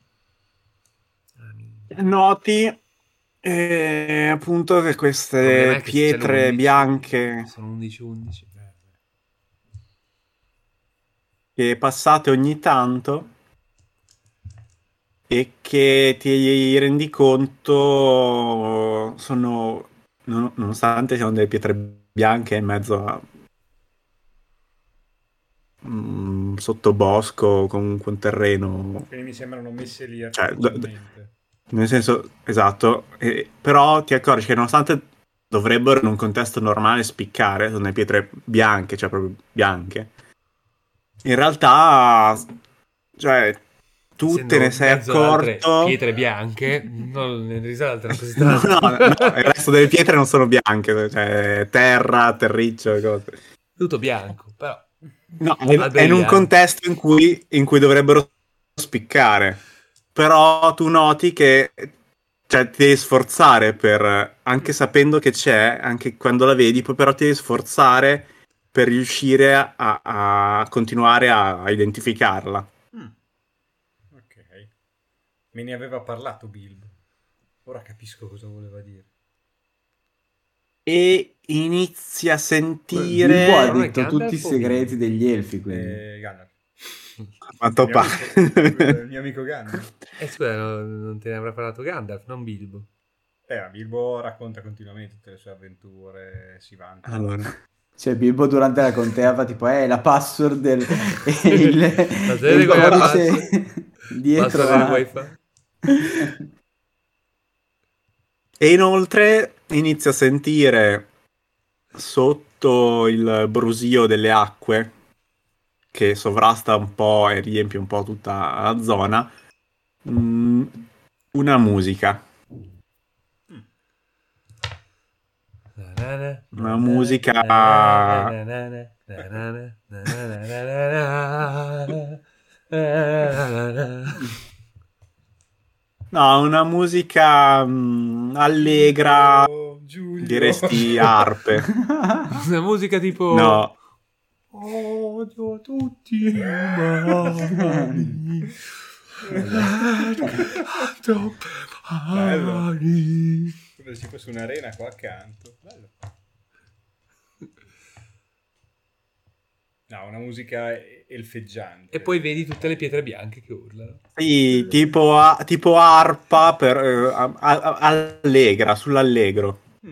noti eh, appunto che Il problema queste è che c'è pietre l'undici, bianche sono undici undici. che passate ogni tanto e che ti rendi conto sono, non- nonostante siano delle pietre bianche in mezzo a mm, sottobosco, comunque un terreno, Quindi mi sembrano messe lì Cioè, d- artificialmente. nel senso, esatto, e- però ti accorgi che nonostante dovrebbero in un contesto normale spiccare, sono delle pietre bianche, cioè proprio bianche, in realtà, cioè, tu Essendo te ne sei mezzo ad altre accorto. pietre bianche, non ne risaltano così No, tanto. no, no, il resto delle pietre non sono bianche, cioè terra, terriccio, cose. Tutto bianco, però. No, è, è in un Brilliante. contesto in cui, in cui dovrebbero spiccare. Però tu noti che cioè, ti devi sforzare per, anche sapendo che c'è, anche quando la vedi, poi però ti devi sforzare per riuscire a, a continuare a, a identificarla. Mm. Ok. Me ne aveva parlato Bilbo. Ora capisco cosa voleva dire. E inizi a Bilbo sentire ha non è detto Gandalf tutti i o segreti degli elfi, quindi. Eh, Gandalf. quanto Il mio pare. amico- il mio amico Gandalf. Eh, scusa, no- non te ne avrà parlato Gandalf, non Bilbo. Eh, ma Bilbo racconta continuamente tutte le sue avventure, si vanta. Allora, Cioè, Bilbo durante la contea fa tipo, eh, la password del... e il, sapete e il come codice dietro Password del la- wifi. e inoltre inizi a sentire sotto il brusio delle acque che sovrasta un po' e riempie un po' tutta la zona mm, una musica. Una musica no, una musica mm, allegra, Oh, Giulio. diresti arpe. Una musica tipo No, odio a tutti i umani. Troppe Bello. mani. Come se ci fosse un'arena qua accanto. Bello. No, una musica elfeggiante. E poi vedi tutte le pietre bianche che urlano. sì, tipo, a- tipo arpa per, eh, a- a- allegra, sull'allegro. Mm.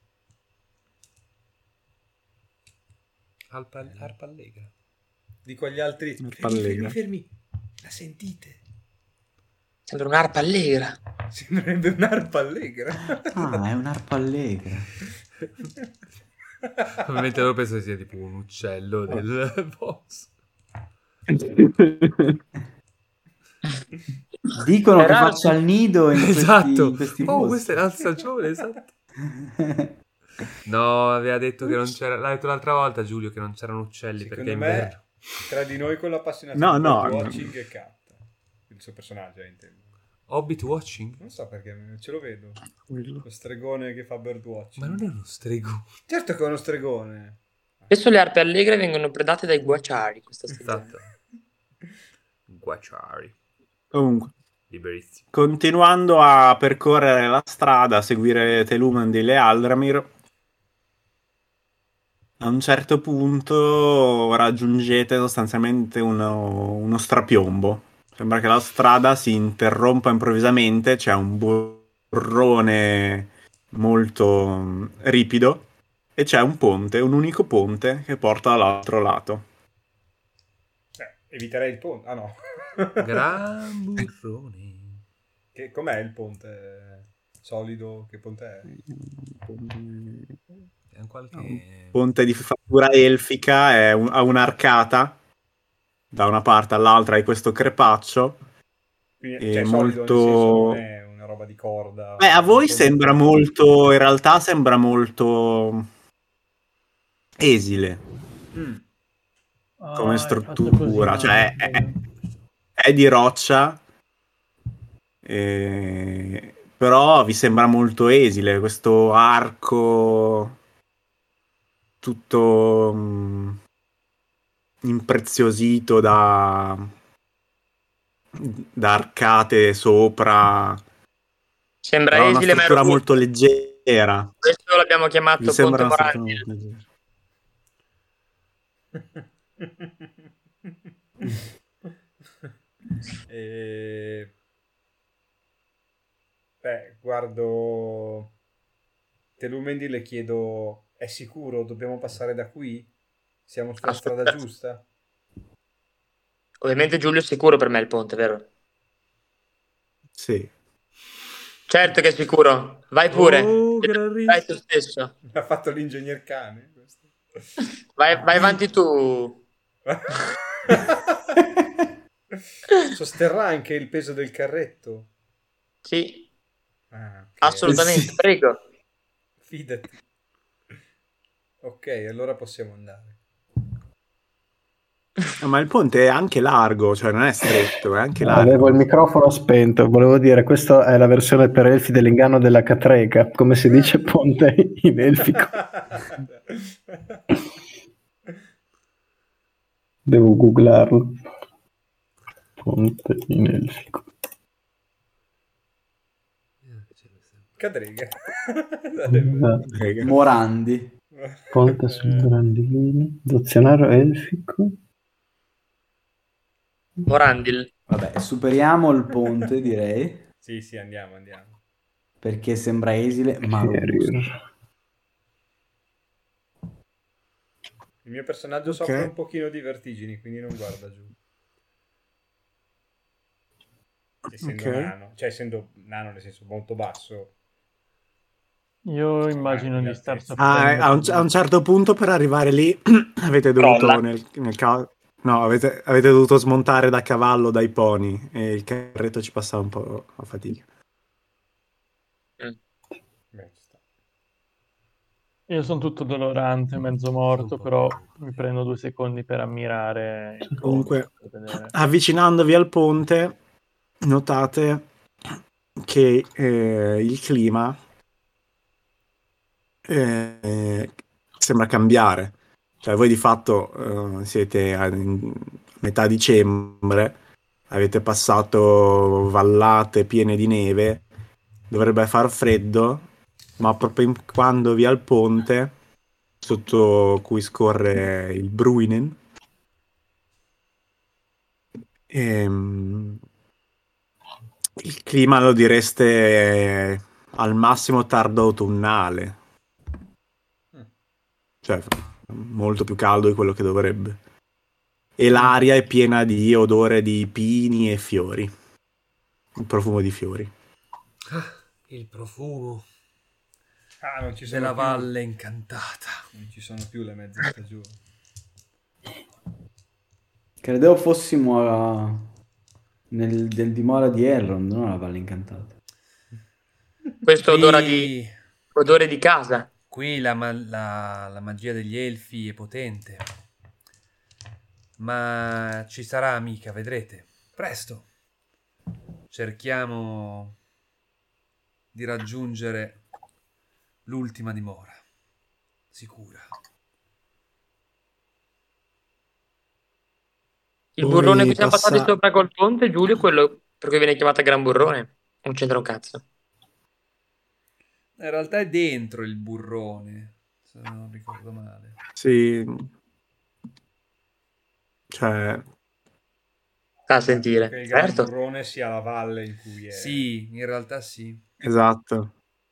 Arpa, arpa allegra. Dico agli altri, Arpa fermi, allegra. fermi, fermi. La sentite? Sembra un'arpa allegra. Sembrerebbe un'arpa allegra. Ah, è un'arpa allegra. Ovviamente loro penso che sia tipo un uccello del boss. Dicono che Però- faccia il nido in questi, Esatto. in questi Oh, posti. questa è l'alzagione, esatto. No, aveva detto che non c'era. L'ha detto l'altra volta Giulio che non c'erano uccelli Secondo perché è me, inverno. tra di noi con l'appassionato No, di no, birdwatching e Cat. Il suo personaggio, eh, intendo. Hobbit watching? Non so perché, ce lo vedo. Lo stregone che fa birdwatching. Ma non è uno stregone. Certo che è uno stregone. Spesso le arpe allegre vengono predate dai guaciari questa stagione. Esatto. Guacciari. Comunque, Liberissimo. continuando a percorrere la strada, a seguire Telumandil e Aldramir, a un certo punto raggiungete sostanzialmente uno, uno strapiombo. Sembra che la strada si interrompa improvvisamente, c'è un burrone molto mm, ripido e c'è un ponte, un unico ponte che porta dall'altro lato. Eh, eviterei il ponte. Ah no. Gran burrone. Che, com'è il ponte? Solido? Che ponte è? È un qualche... Ponte di fattura elfica, è un- ha un'arcata da una parte all'altra, hai questo crepaccio Quindi, è cioè, solido nel molto- senso non è una roba roba di corda. Beh, a voi Con- sembra molto, in realtà sembra molto esile Mm. come Ah, è fatto così struttura, cioè è, male. è di roccia, eh, però vi sembra molto esile questo arco tutto mm, impreziosito da, da arcate sopra, Sembra però è una esile, ma è struttura robusto. molto leggera. Questo l'abbiamo Vi chiamato sembra Ponte una struttura Morandi. molto leggera. E... Beh, guardo Telumendi, le chiedo: è sicuro? Dobbiamo passare da qui? Siamo sulla strada Aspetta. giusta? Ovviamente Giulio è sicuro per me il ponte, vero? Sì. Certo che è sicuro. Vai pure. Oh, gran Vai rischio. tu stesso. Ha fatto l'ingegner cane questo. Vai, vai avanti tu. Sosterrà anche il peso del carretto? Sì, Ah, ok. assolutamente. Sì. Prego. Fidati. Ok, allora possiamo andare. No, ma il ponte è anche largo, cioè non è stretto, è anche largo. Avevo il microfono spento, volevo dire, questa è la versione per elfi dell'inganno della catrega, come si dice ponte in elfico. Devo googlarlo. Ponte in elfico. Cadrega. Esatto. Morandi. Ponte sul Grandivino. Dizionario elfico. Morandil. Vabbè, superiamo il ponte, direi, Sì, sì, andiamo, andiamo. perché sembra esile, ma robusto. Carrier. Il mio personaggio Ok. soffre un pochino di vertigini, quindi non guarda giù. Essendo Ok. nano, cioè essendo nano nel senso molto basso. Io immagino Guardi di star l'altezza. Ah, eh, a, un, soffrendo. a un certo punto per arrivare lì avete dovuto Crolla. nel, nel ca- no, avete, avete dovuto smontare da cavallo dai pony e il carretto ci passava un po' a fatica. Mm. Beh, ci sta. Io sono tutto dolorante, mezzo morto, però mi prendo due secondi per ammirare il Comunque, ponte, per vedere. avvicinandovi al ponte, notate che eh, il clima eh, sembra cambiare. Cioè, voi di fatto eh, siete a in metà dicembre, avete passato vallate piene di neve, dovrebbe far freddo, ma proprio in- quando vi al ponte, sotto cui scorre il Bruinen, ehm, il clima lo direste eh, al massimo tardo autunnale, cioè molto più caldo di quello che dovrebbe. E l'aria è piena di odore di pini e fiori, un profumo di fiori. Il profumo Ah, non ci sono della più, valle incantata. non ci sono più le mezze stagioni. Credevo fossimo a- nel, del dimora di Elrond, non alla Valle Incantata. Questo odore di, Qui, odore di casa. qui la, ma- la- la magia degli elfi è potente. Ma ci sarà, amica, vedrete. Presto. Cerchiamo di raggiungere l'ultima dimora. Sicura. Il Poi burrone che siamo passa- passati sopra col ponte, Giulio, quello per cui viene chiamata Gran Burrone. Non c'entra un cazzo. In realtà è dentro il burrone, se non ricordo male. Sì, cioè, Sta a sentire. Che il Gran Certo. Burrone sia la valle in cui è. Sì, in realtà sì. esatto.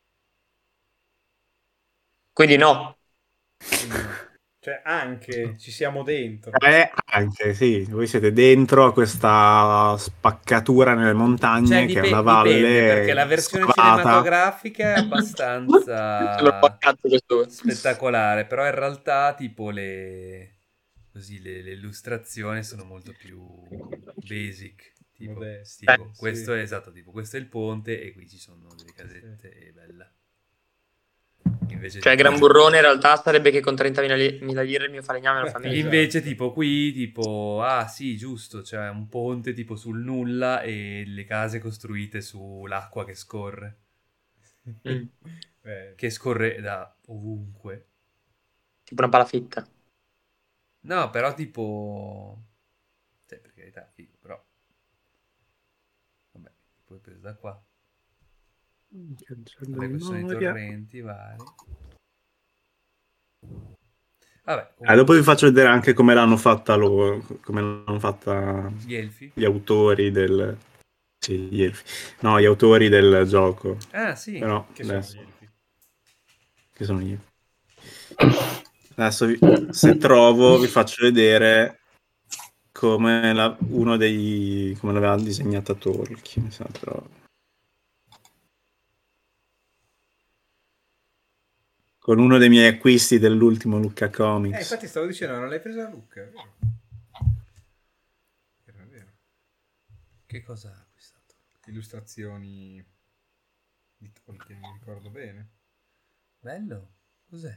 Quindi no. Quindi no. Cioè, anche ci siamo dentro. Eh, anche, sì, voi siete dentro a questa spaccatura nelle montagne Cioè, che è dipe- una valle dipende, perché la versione scavata. cinematografica è Ce l'ho abbastanza paccato questo. spettacolare, però in realtà tipo le così le, le illustrazioni sono molto più basic, tipo, modesti. tipo, Sì. questo è esatto, tipo, questo è il ponte e qui ci sono delle casette e bella. Invece Cioè, tipo- Gran Burrone in realtà sarebbe che con trentamila li- mila lire il mio falegname è una famiglia. Invece tipo qui, tipo, ah sì, giusto, c'è un ponte tipo sul nulla e le case costruite sull'acqua che scorre. Mm. Beh, Che scorre da ovunque. Tipo una palafitta. No, però tipo... Cioè, per carità, figo, però... Vabbè, poi preso da qua. Vabbè, questi sono i torrenti vari. Vabbè, Eh, comunque, dopo vi faccio vedere anche come l'hanno fatta loro, come l'hanno fatta gli elfi. gli autori del... Sì, gli elfi. No, gli autori del gioco. Ah, sì. Però che sono adesso... gli elfi? Che sono io. Adesso vi- se trovo vi faccio vedere come la- uno dei come l'aveva disegnata Tolkien, mi sa, però. Con uno dei miei acquisti dell'ultimo Lucca Eh, Comics. infatti stavo dicendo, non l'hai presa Luca, è vero? Era vero. Che cosa ha acquistato? Illustrazioni di Tolkien, mi ricordo bene. Bello. Cos'è?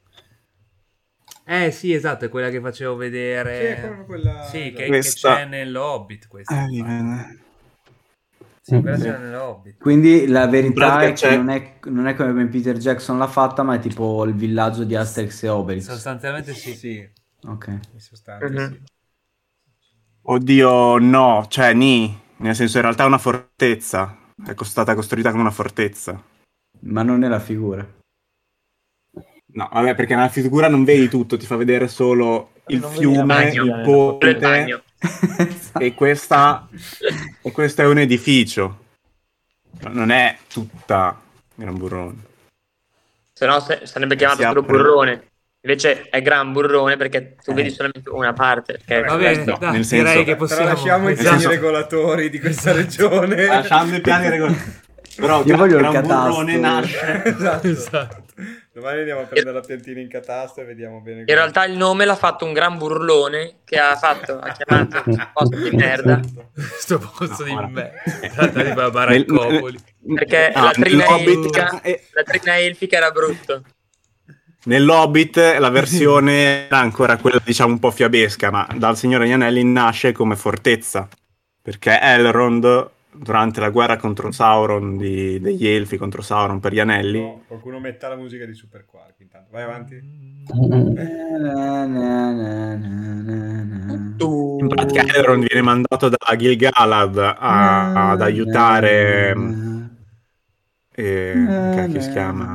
Eh sì, esatto, è quella che facevo vedere. Sì, è proprio quella- Sì, che, che Questa- c'è nell'Hobbit questa. Eh, mi infatti. viene- Sì, quella Sì. c'era nell'Hobbit. Quindi la In verità pratica è che c'è- non è, non è come ben Peter Jackson l'ha fatta, ma è tipo il villaggio di Asterix e Obelix. Sostanzialmente sì. Sì, Ok. in sostanza Mhm. sì. Oddio, no, cioè ni, nel senso in realtà è una fortezza. È stata costruita come una fortezza. Ma non è la figura. No, vabbè, perché nella figura non vedi tutto, ti fa vedere solo il Non vedi la fiume, bagno, il il ponte bagno. e questa e questo è un edificio. Non è tutta Gran Burrone. Se no se- sarebbe chiamato Si solo apre. burrone. Invece è Gran Burrone perché tu Eh. vedi solamente una parte. Che è Va bene, questo. no, dai, nel direi senso- che possiamo... Tralasciamo i Esatto. piani regolatori di questa regione. Lasciando i piani regolari. Però Io voglio il Gran catastro. Burrone nasce. Esatto. Esatto. Domani andiamo a prendere la piantina in catastro e vediamo bene. In realtà il nome l'ha fatto un gran burlone che ha fatto, ha chiamato un posto di merda Sto posto di No, me. Tratta di Baraccopoli. perché Ah, la trina nell'Hobbit- elfica, eh, la trina elfica era brutto. Nell'Hobbit la versione era ancora quella, diciamo, un po' fiabesca, ma dal Signore degli Anelli nasce come fortezza, perché Elrond, durante la guerra contro Sauron, di- degli Elfi contro Sauron per gli Anelli, No, qualcuno metta la musica di Super Quark intanto. Vai avanti. Na, na, na, na, na. in pratica Elrond viene mandato da Gil-galad a- ad aiutare eh, che che si chiama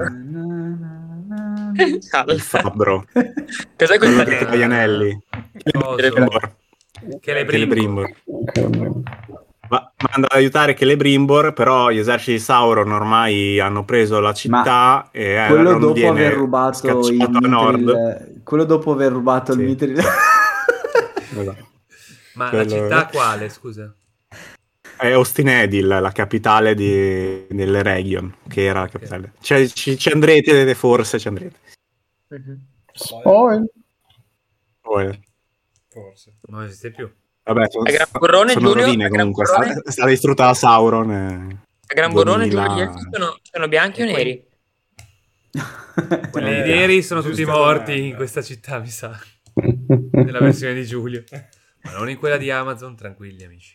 il fabbro, Cos'è quello questa? che trova gli anelli, Coso. Celebrimbor. Celebrimbor. Celebrimbor. Va- manda ad aiutare Celebrimbor, però gli eserciti di Sauron ormai hanno preso la città e Quello Elrond dopo viene aver rubato il scacciato a nord. Mithril, quello dopo aver rubato Sì. il Mithril. Esatto. Ma Quello- la città quale, scusa? È Austin Edil, la capitale di, delle Region, che era la capitale. Cioè, ci, ci andrete, forse ci andrete. Spoil. Poi, Forse. Non esiste più. vabbè, sono, A Gran Burrone, sono Giulio? rovine A Gran comunque. Burrone? Sta, sta distrutta da Sauron. eh. A Gran Burrone duemila. Giulio, gli elfi sono, sono bianchi o E poi- neri? Quelli Eh, neri sono tutti giusta morti domanda. in questa città, mi sa. Nella versione di Giulio. Ma non in quella di Amazon, tranquilli amici.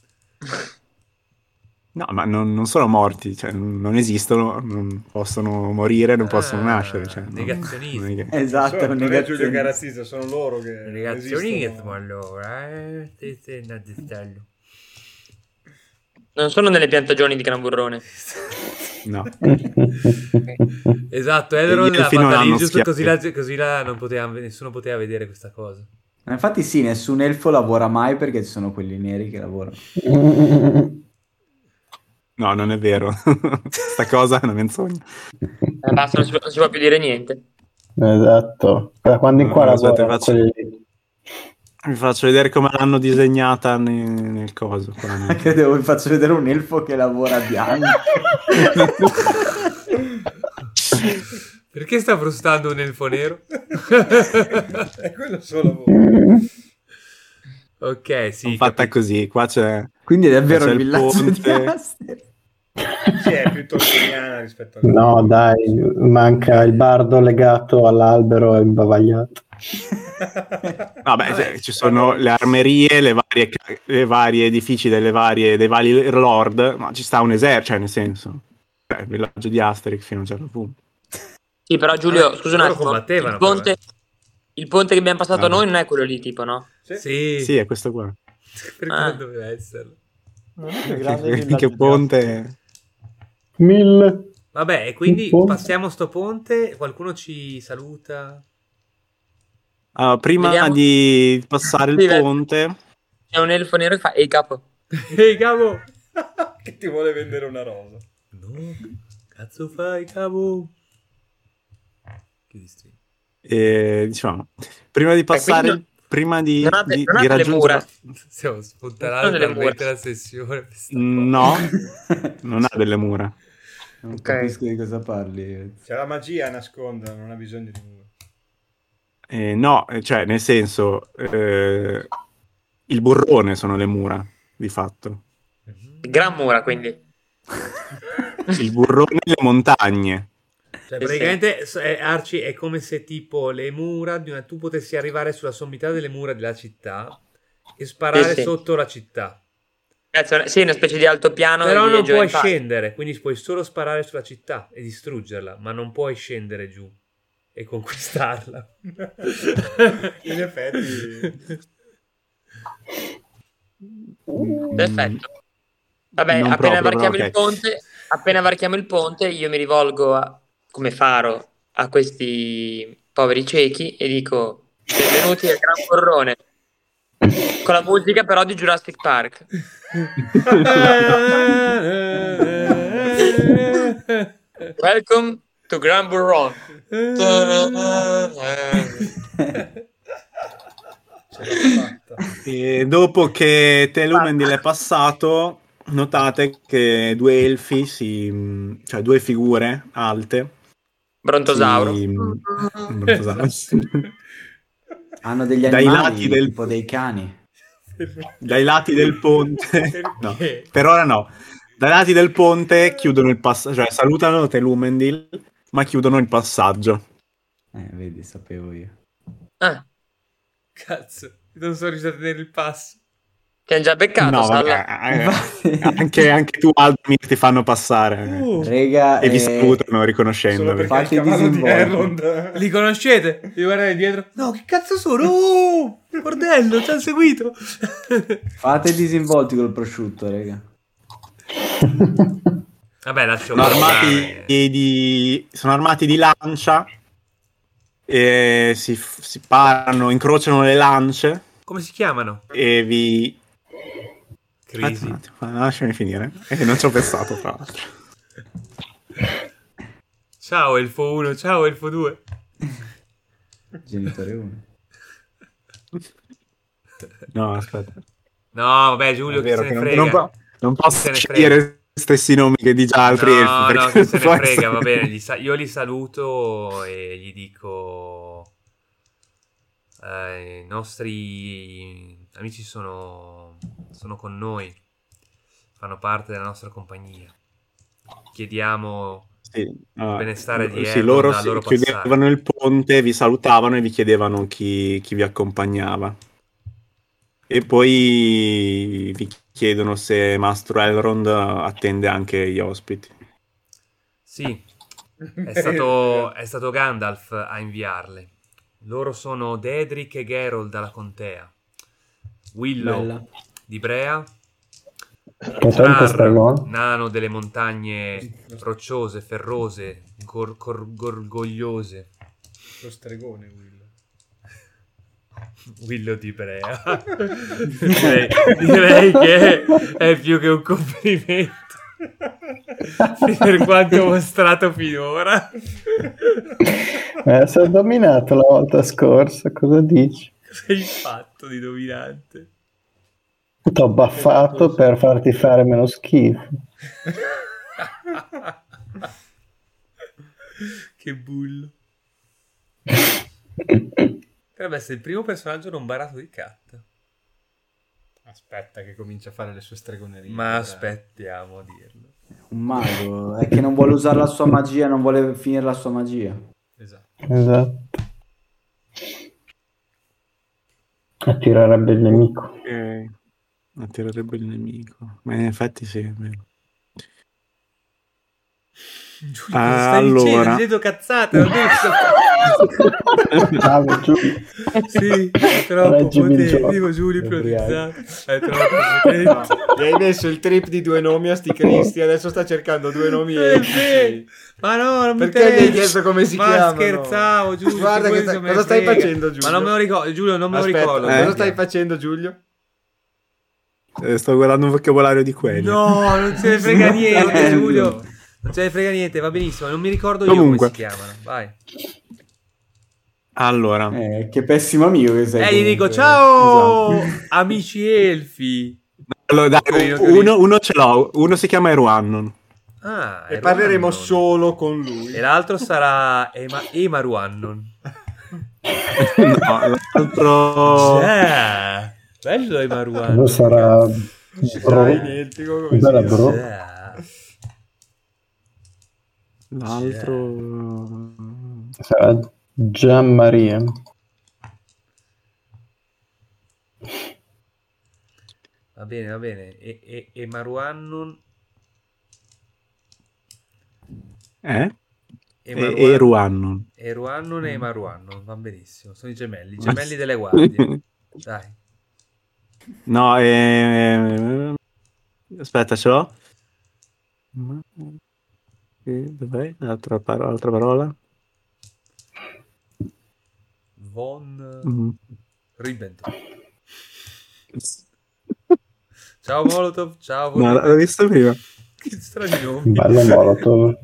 No, ma non, non sono morti, cioè, non esistono, non possono morire, non possono Ah, nascere. Cioè, non- negazionismo. non è che- Esatto, è non un è Giulio negazionismo. Carazzisa, sono loro che Negazionismo esistono. allora, eh? Sì, sì, no, destello. Non sono nelle piantagioni di Gran Burrone. No. Esatto, E Elrond gli l'ha elfi non fatta lì hanno giusto schiaffi. così là, così là non poteva, nessuno poteva vedere questa cosa. Ma infatti sì, nessun elfo lavora mai perché ci sono quelli neri che lavorano. No, non è vero. Sta cosa è una menzogna. Eh, basta, non si, può- non si può più dire niente. Esatto. Da quando in No, qua no, aspetta, lavorano faccio- quelli- Vi faccio vedere come l'hanno disegnata ne- nel coso. qua nel- Credevo vi faccio vedere un elfo che lavora bianco. Perché sta frustando un elfo nero? È quello solo lavoro. Ok, sì. Sono fatta capito. così. Qua c'è Quindi è davvero C'è il il villaggio di ponte. Aster. Sì, è più tolkieniana rispetto a... No, dai, manca il bardo legato all'albero e imbavagliato. Vabbè, se- ci sono le armerie, le varie, ca- le varie edifici delle varie, dei vari lord, ma ci sta un esercito, cioè nel senso, cioè, il villaggio di Asterix fino a un certo punto. Sì, però Giulio, Vabbè, scusa un loro attimo, combattevano, il ponte, però, il ponte che abbiamo passato Vabbè. noi non è quello lì, tipo, no? Sì, Sì, è questo qua. perché Ah. non doveva esserlo? Non è il più grande Che, villaggio che di ponte... Mille. Vabbè, e quindi Il ponte. passiamo sto ponte, qualcuno ci saluta? Allora, prima Vediamo. di passare il Sì, beh. ponte, C'è un elfo nero che fa, ehi capo. Ehi, cavo! che ti vuole vendere una rosa. No, cazzo fai, cavo? Chiudi stream. eh, diciamo, prima di passare, quindi il- prima di, non ha de- di- non ha di delle raggiungere... mura. Stiamo Non spuntando sono delle totalmente mura. la sessione. per sta cosa. No, non ha delle mura. Non Ok. capisco di cosa parli. C'è la magia a nascondere, non ha bisogno di mura. Eh, no, eh, cioè, nel senso, eh, il burrone sono le mura, di fatto. Gran mura, quindi. Il burrone e le montagne. Cioè, Sì, praticamente s- è- Arci è come se tipo le mura di una... tu potessi arrivare sulla sommità delle mura della città e sparare Sì, sì. sotto la città. Cazzo, sì, una specie di altopiano. Però di non Age puoi of Empires. scendere, quindi puoi solo sparare sulla città e distruggerla, ma non puoi scendere giù e conquistarla. In effetti... Perfetto. Vabbè, Non appena proprio, varchiamo però, il ok. ponte, appena varchiamo il ponte, io mi rivolgo a- come faro a questi poveri ciechi e dico: benvenuti al Gran Borrone. Con la musica però di Jurassic Park. Welcome to Gran Borrone. Ce l'ho fatta. E dopo che Telumendil è passato, notate che due elfi, si, cioè due figure alte, Brontosauro. si- Brontosauro. Hanno degli Dai animali lati del- tipo dei cani. dai lati del ponte, no, Perché? per ora no, dai lati del ponte chiudono il passaggio, cioè salutano Telumendil, ma chiudono il passaggio. Eh, vedi, sapevo io. Ah, Cazzo, non sono riuscito a tenere il passo. ti hanno già beccato, No, Salla. vabbè, eh, anche, anche tu, Aldemir, ti fanno passare Uh, Rega, e vi eh, salutano Solo riconoscendovi. perché Fate il cavallo di disinvolti. Elrond... li conoscete? Li guardate dietro? No, che cazzo sono? Oh, bordello, ci hanno seguito. fate disinvolti col prosciutto, rega. Vabbè, lascio Sono armati parlare. di, sono armati di lancia e si, si parano, incrociano le lance Come si chiamano? e vi... Aspetta Crisi. un attimo, lasciami finire. Eh, non ci ho pensato, tra l'altro. Ciao Elfo uno, ciao Elfo due. Genitore uno. No, aspetta. No, vabbè, Giulio, È che vero se che ne non, frega. non po- non Chi posso se ne scegliere stessi nomi che di già altri elfi. No, perché no, che se ne può frega, essere- va bene. Gli sa- io li saluto e gli dico... eh, I nostri amici sono, sono con noi, fanno parte della nostra compagnia. Chiediamo Sì, ah, benestare di sì, Elrond loro al si loro chiudevano passare. il ponte, vi salutavano e vi chiedevano chi, chi vi accompagnava. E poi vi chiedono se Mastro Elrond attende anche gli ospiti. Sì, è stato, è stato Gandalf a inviarle. Loro sono Dedric e Geralt dalla contea, Willow Bella. di Brea, Potente Trar, stregone. nano delle montagne rocciose, ferrose, gor- gor- gorgogliose. Lo stregone, Will. Willow di Brea. direi, direi che è più che un complimento per quanto mostrato finora. Eh, si è dominato la volta scorsa, cosa dici? Cosa hai fatto di dominante? Ti ho baffato per farti fare meno schifo. Che bullo. Potrebbe essere il primo personaggio non barato di Cat. Aspetta che comincia a fare le sue stregonerie. Ma aspettiamo a dirlo. Un mago, è che non vuole usare la sua magia, non vuole finire la sua magia. Esatto. Esatto. Attirerebbe il nemico. Ok. Attirerebbe il nemico. Ma in effetti sì, è vero. Giulio, cosa stai Allora. dicendo? Dicendo cazzate, non devi Bravo, Giulio. Sì, è troppo Reggimi il potente. gioco. Vivo Giulio È improvvisato. È troppo No, potente. gli hai messo il trip di due nomi a sti cristi, adesso sta cercando due nomi Eh, elfici. Ma no, non mi Perché gli hai interessa. chiesto come si Ma chiamano? scherzavo, Giulio. Guarda che figurati sta- se me cosa ne stai frega. facendo, Giulio? Ma non me lo ricordo, Giulio, non me lo Aspetta, ricordo. cosa Eh. stai facendo, Giulio? Eh, sto guardando un vocabolario di quelli. No, non se ne frega niente, Bello. Giulio. Non se ne frega niente, va benissimo. Non mi ricordo io Comunque. come si chiamano. Vai. Allora, Eh, che pessimo amico che sei. Eh, gli dico comunque. ciao, Esatto. amici elfi. allora, dai, Carino, uno, uno ce l'ho, uno si chiama Eruannon. Ah, E è parleremo Ruannon. solo con lui. E l'altro sarà Ema- Emaruannon. No, l'altro... Già. Bello Emaruannon. Quello sarà Bro. Dai, identico come Bella si Bro. Già. L'altro... Sarà Gian Maria. Va bene, va bene. E, e, Emaruannon. Eh? Emaruan- E- Eruannon. Eruannon e Emaruannon. Va benissimo. Sono i gemelli. I gemelli delle guardie. Dai. No, eh... aspetta, ce l'ho. Eh, Dov'è l'altra parola? L'altra parola? Von Mm. Ribbentrop. Ciao Molotov. Ciao. No, Von- l'ho visto prima. Che strani nomi. Bello Molotov.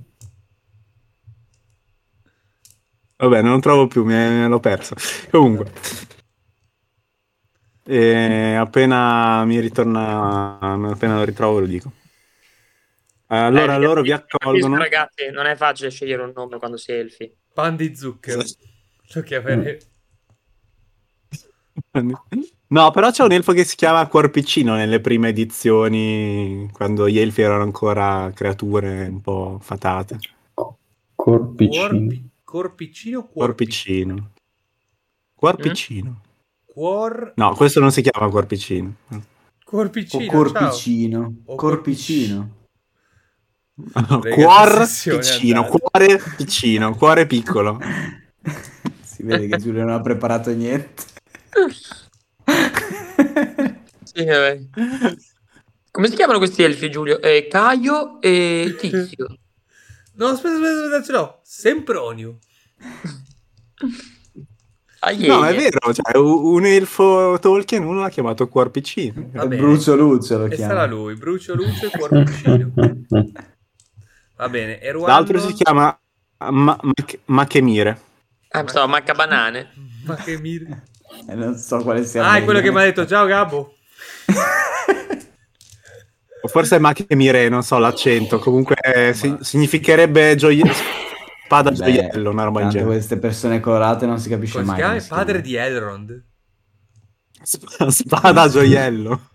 Vabbè, non lo trovo più, me, me l'ho perso. Comunque, e appena mi ritorna, appena lo ritrovo, lo dico. Allora, Eh, loro vi capisco, accolgono. ragazzi, non è facile scegliere un nome quando si è elfi. Pan di zucchero. Lo chiamerei. No, però c'è un elfo che si chiama Corpicino nelle prime edizioni, quando gli elfi erano ancora creature un po' fatate. Corpicino. Corpi- corpicino o cuorpi? Corpicino. Corpicino. Cuor... No, questo non si chiama Corpicino. O Corpicino, corpicino. O Corpicino. Raga, Cuor sessione piccino, andata. cuore piccino, cuore piccolo. Si vede che Giulio non ha preparato niente. Sì, vabbè. Come si chiamano questi elfi, Giulio? Eh, Caio e Tizio. No, aspetta, aspetta, aspetta, ce l'ho. Sempronio. Ah, No, yeah, è yeah. vero, cioè, u- un elfo Tolkien, uno l'ha chiamato Cuorpicino. Va È bene. Brucio Lucio lo E chiama. sarà lui, Brucio Lucio e Cuorpicino. Va bene, e Ruannon... L'altro si chiama Ma- Ma- Makemire. Ah, pensavo manca banane. Ma che mir... Eh, non so quale sia. Ah, è meglio. quello che mi ha detto, ciao Gabbo. O forse è Makemire, non so l'accento. Comunque eh, si- significherebbe gioie- spada Beh, gioiello, una roba in tanto genere. queste persone colorate non si capisce Come si mai. chiama? come Il si padre chiamano. di Elrond. Sp- Spada gioiello.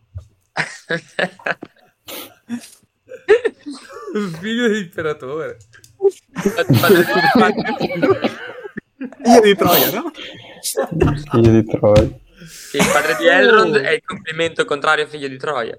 Figlio dell'imperatore. Io di Troia, no? Figlio di Troia. Il padre di Elrond è il complimento contrario a figlio di Troia.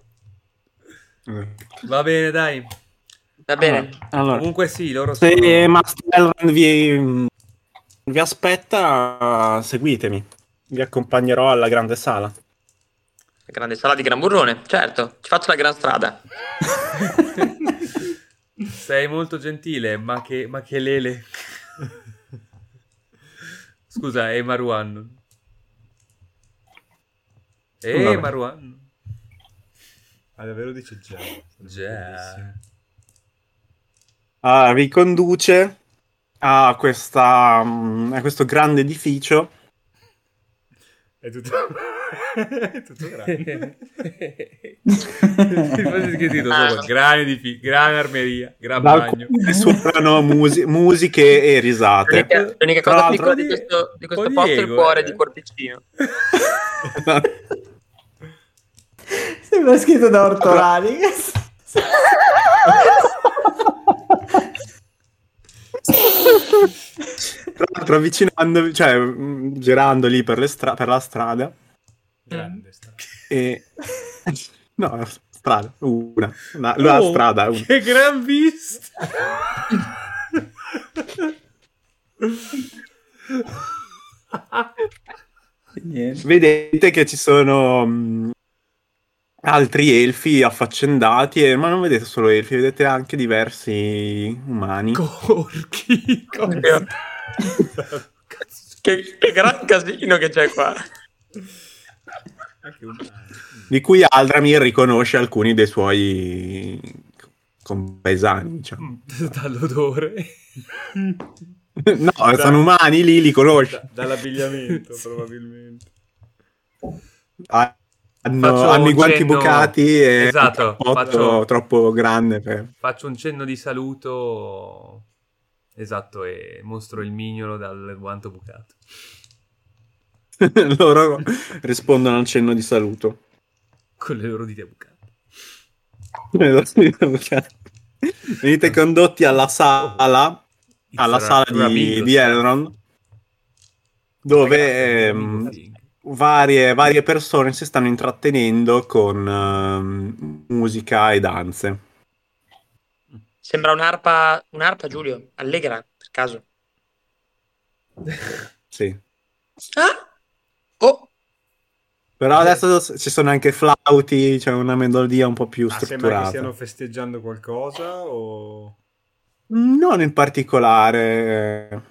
Va bene, dai. Va bene. Allora, Comunque sì, loro sono... se Master Elrond vi, vi aspetta, seguitemi. Vi accompagnerò alla grande sala. La grande sala di Gran Burrone, certo. Ci faccio la gran strada. Sei molto gentile, ma che, ma che lele. Scusa, è Maruan. Eh, Vabbè. Maruan. Ah, davvero dice già. Già. Ah, vi conduce a, questa, mm, a questo grande edificio. È tutto, è tutto grande. Infatti è scritto sopra, gran edificio, gran armeria, gran Dal bagno. quale suonano musi- musiche e risate. L'unica, l'unica Tra cosa l'altro- piccola di questo, di questo Poi posto è il Diego, cuore eh. di Corpicino. Sembra scritto da Ortolani. Tra l'altro avvicinandovi, cioè mh, girando lì per, le stra- per la strada Grande strada. e... no, strada, una, una la Oh, strada, una. Che gran vista! Niente. Vedete che ci sono mh, altri elfi affaccendati, e- ma non vedete solo elfi, vedete anche diversi umani. Corchi! Oddio. che, che gran casino che c'è qua. Anche un... Di cui Aldramir riconosce alcuni dei suoi compaesani, diciamo. Dall'odore. No, sono umani lì, li conosce. Da- dall'abbigliamento, probabilmente. Ha- Hanno, Faccio hanno i un guanti cenno- bucati e Esatto, un cappotto faccio- troppo grande per... Faccio un cenno di saluto. Esatto, e mostro il mignolo dal guanto bucato. Loro rispondono al cenno di saluto. Con le loro dita bucate. Venite condotti alla sala, alla It's sala a- a di, bingo, di sì. Elrond, dove ehm, Bingo. varie, varie persone si stanno intrattenendo con ehm, musica e danze. Sembra un'arpa, un'arpa, Giulio. Allegra, per caso. Sì. Ah! Oh! Però adesso ci sono anche flauti, c'è una melodia un po' più Ah, sembra che strutturata. stiano festeggiando qualcosa o... Non in particolare.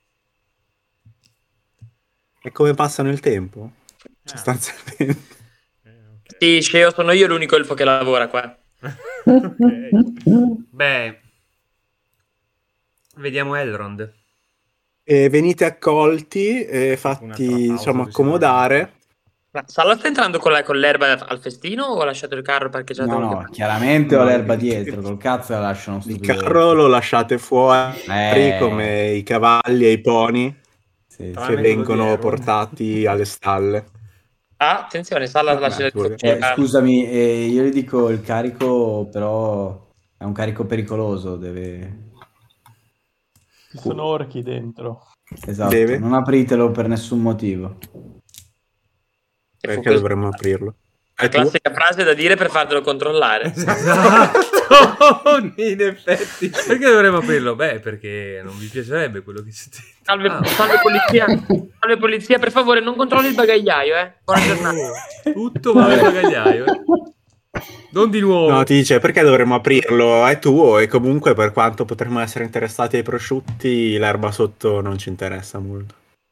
È come passano il tempo, sostanzialmente. Eh, ok. Sì, Sceo, sono io l'unico elfo che lavora qua. Ok. Beh, vediamo Elrond. E venite accolti e fatti, Un'altra pausa diciamo, di accomodare. Ma Salla sta entrando con, la- con l'erba al festino o ha lasciato il carro parcheggiato? No, da no, qualche parte? chiaramente ho No, l'erba il- dietro, col cazzo la lasciano Il stupido. carro lo lasciate fuori Eh. come i cavalli e i pony Sì, Tranne che quello di vengono Elrond. portati alle stalle. Ah, attenzione, Salla Vabbè, lascia il tu- suo Eh, carro. scusami, eh, io gli dico il carico, però è un carico pericoloso, deve... Ci sono orchi dentro. Esatto, Deve? non apritelo per nessun motivo. E fu Perché questa dovremmo aprirlo? la È tuo? classica frase da dire per fartelo controllare. Esatto, In effetti. Perché dovremmo aprirlo? Beh, perché non vi piacerebbe quello che siete. Salve, Ah. salve polizia, salve polizia, per favore non controlli il bagagliaio, eh. Buona giornata. Tutto va al bagagliaio. eh. Non di nuovo. No, ti dice perché dovremmo aprirlo? È tuo e comunque per quanto potremmo essere interessati ai prosciutti, l'erba sotto non ci interessa molto.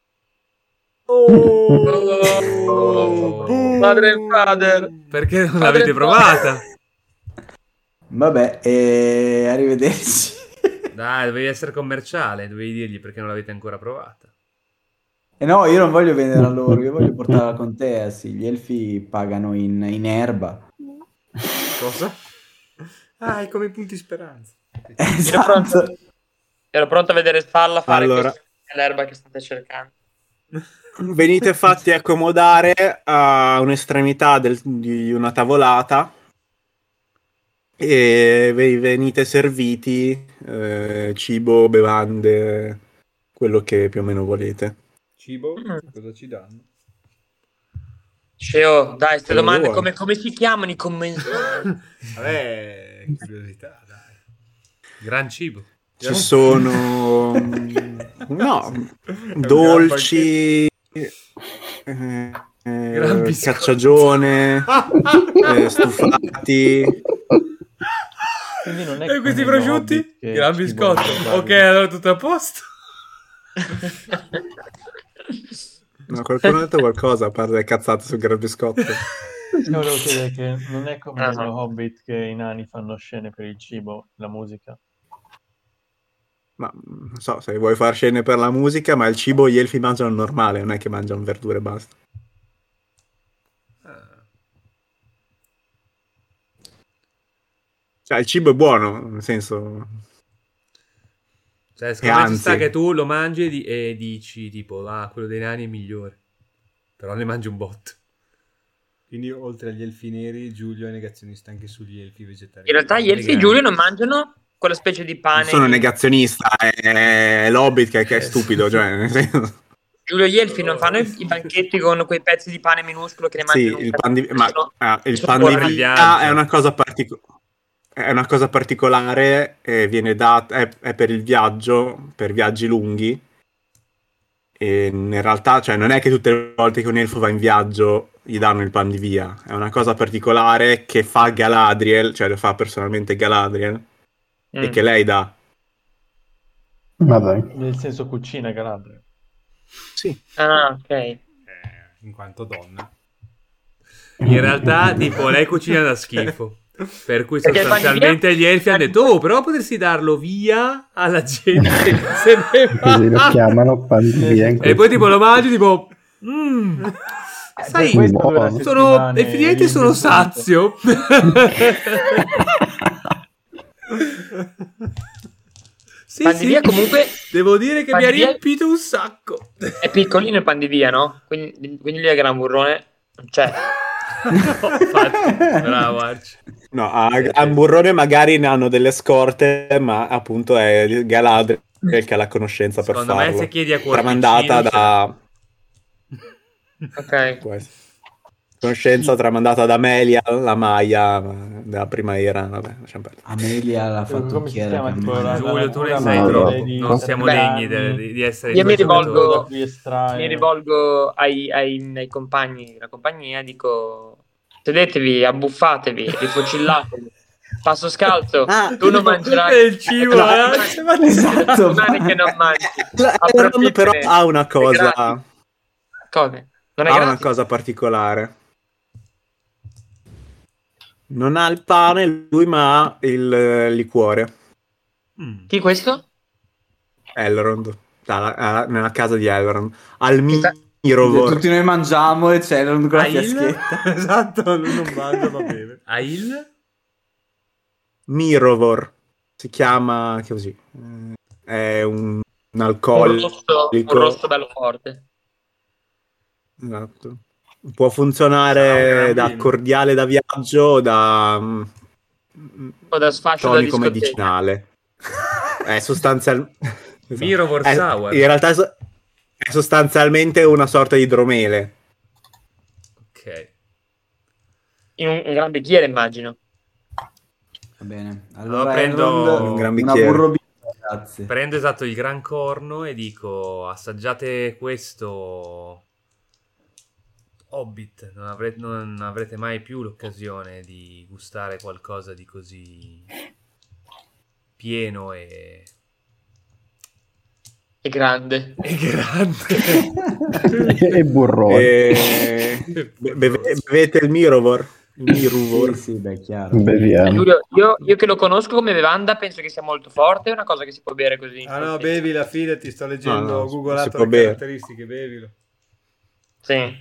Oh, padre e father. Perché non Padre l'avete e provata? Vabbè, eh, arrivederci. Dai, dovevi essere commerciale, dovevi dirgli perché non l'avete ancora provata. E no, io non voglio vendere a loro, io voglio portarla con te, sì, gli elfi pagano in, in erba. Cosa? Ah, è come i punti speranza. Ero pronto, Esatto. ero pronto a vedere Spalla fare Allora. questa è l'erba che state cercando. Venite fatti accomodare a un'estremità del- di una tavolata e vi venite serviti eh, cibo, bevande, quello che più o meno volete. Cibo? Mm. Cosa ci danno? Sceo, dai, queste Quello domande vuoi. come, come si chiamano i commensali? Vabbè, curiosità, dai. Gran cibo. Ci sono no, dolci, eh, eh, Gran biscotto. cacciagione, eh, stufati. Quindi non è E questi come prosciutti? Hobbit che Gran ci biscotto. vogliono Ok, fare. allora tutto a posto. No, qualcuno ha detto qualcosa a parte le cazzate sul gran biscotto. Io volevo chiedere che non è come Ah, nello no. Hobbit che i nani fanno scene per il cibo, la musica. Ma non so se vuoi far scene per la musica, ma il cibo gli elfi mangiano normale, non è che mangiano verdure e basta. Cioè, il cibo è buono, nel senso. Cioè, secondo me ci anzi- sta che tu lo mangi e, di- e dici tipo, ah, quello dei nani è migliore. Però ne mangi un botto. Quindi oltre agli elfi neri, Giulio è negazionista anche sugli elfi vegetariani. In realtà gli elfi Vegani. Giulio non mangiano quella specie di pane. Non sono negazionista, è l'Hobbit che, che è stupido, cioè nel senso... Giulio, gli elfi non fanno i, i banchetti con quei pezzi di pane minuscolo che ne Sì, mangiano un il cazzo, pan di, ma sono- ah, il sono pan di buoni. via è una cosa particolare. È una cosa particolare, e viene data, è, è per il viaggio, per viaggi lunghi. E in realtà, cioè, non è che tutte le volte che un elfo va in viaggio gli danno il pan di via. È una cosa particolare che fa Galadriel, cioè lo fa personalmente Galadriel, e Mm. che lei dà. Vabbè. Nel senso cucina Galadriel. Sì. Ah, ok. Eh, in quanto donna. In realtà, tipo, lei cucina da schifo. Per cui Perché il pan di sostanzialmente via- gli elfi hanno detto: oh, però potresti darlo via alla gente che se ne Così lo va. chiamano pan di via in E poi tipo lo mangi tipo mm, sai, Per questo dura buono. sono settimane effettivamente sono l'investimento. sazio. Sì, Pan di sì, via comunque devo dire che pan mi ha di via- riempito un sacco. è piccolino il pan di via, no? Quindi, quindi lì è gran burrone non c'è. No, infatti, bravo Arci. No, a, a Burrone magari ne hanno delle scorte, ma appunto è Galadriel che ha la conoscenza per Secondo farlo. me se chiedi a Cuorticino Tramandata ce da... Ok. può essere. Conoscenza tramandata da Amelia, la Maia della prima era, vabbè, lasciamo perdere. Amelia la Come si fattucchiera chiama, che tipo, mangia. la- Giulio, tu ne la sai natura troppo. di- Non siamo Beh, degni de- di, di essere io i mi tuoi rivolgo- giocatori. da cui estrae- Mi rivolgo ai, ai, ai compagni della compagnia, dico sedetevi, abbuffatevi, rifocillatevi. Passo scalzo, Ah, tu non tipo, mangerai è il cibo, No, eh, ma- Esatto, settimane ma- che non mangi. Elrond però Approfittane. ha una È gratis. cosa, Come? Non è ha una gratis? cosa particolare. Non ha il pane lui, ma ha il eh, liquore. Mm. Chi questo? Elrond, Alla- alla- nella casa di Elrond. Al Chissà- Mirovor. Tutti noi mangiamo e c'è con la Ah, il- fiaschetta. Esatto, lui non mangia, va bene. A il? Mirovor. Si chiama così. Eh, È un, un Un alcolico. rosso, un rosso bello forte. Esatto. Può Sarà un funzionare gran da vino. cordiale da viaggio o da mm, O da sfascio da tonico discoteca. medicinale. È sostanzialmente Mirovor è, Sour. in realtà è so- è sostanzialmente una sorta di idromele. Ok. In un, un gran bicchiere, immagino. Va bene. Allora Allora prendo Elrond, un gran una bicchiere. burrobina, grazie. Prendo esatto il gran corno e dico: assaggiate questo Hobbit, non avrete, non avrete mai più l'occasione di gustare qualcosa di così pieno e, È grande. e grande. e burrone. E... be- beve- bevete il Mirovor. Il Mirovor. Sì, sì, beh, chiaro. Beviamo. Giulio, io, io che lo conosco come bevanda penso che sia molto forte, è una cosa che si può bere così. Ah no, bevila, fidati, sto leggendo, No, no, ho si googolato può le bere. caratteristiche, bevilo. Sì.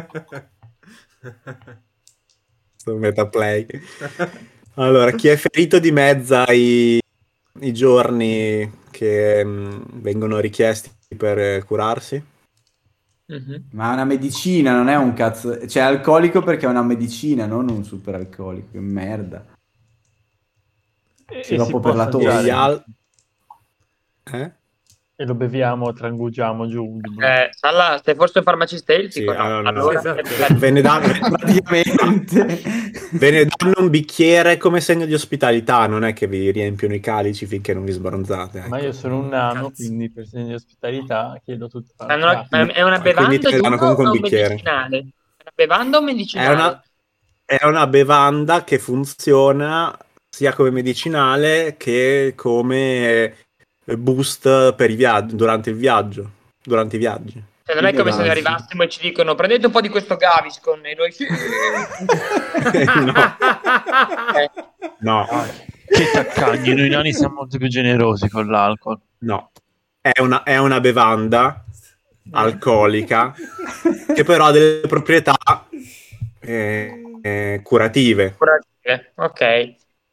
Sto metaplay. Allora, chi è ferito di mezza i, i giorni che mh, vengono richiesti per eh, curarsi? Mhm. Ma è una medicina, non è un cazzo. Cioè, è alcolico perché è una medicina, non un super alcolico. Che merda. E, Sì, e dopo si per può la E, tosse. gli assaggiare. al- eh? E lo beviamo, trangugiamo giù. Eh, Salla, sei forse un farmacista elfico? Sì, no? allora, no. Allora, Esatto. Ve ne danno, Praticamente. ve ne danno un bicchiere come segno di ospitalità, non è che vi riempiono i calici finché non vi sbronzate. ecco. Ma io sono un nano, Cazzo. quindi per segno di ospitalità chiedo tutto. Ma non- ma è una E quindi bevanda te ne danno Giulio, comunque un o un bicchiere. medicinale? È una bevanda o un È medicinale? una, è una bevanda che funziona sia come medicinale che come boost per i viaggi, durante il viaggio, durante i viaggi. Cioè, non è come se noi Quindi- arrivassimo e ci dicono prendete un po' di questo Gaviscon e noi sì. no, Eh, no, Che taccagni, noi nani siamo molto più generosi con l'alcol. no. È una, è una bevanda alcolica che però ha delle proprietà eh, eh, curative. curative. Ok.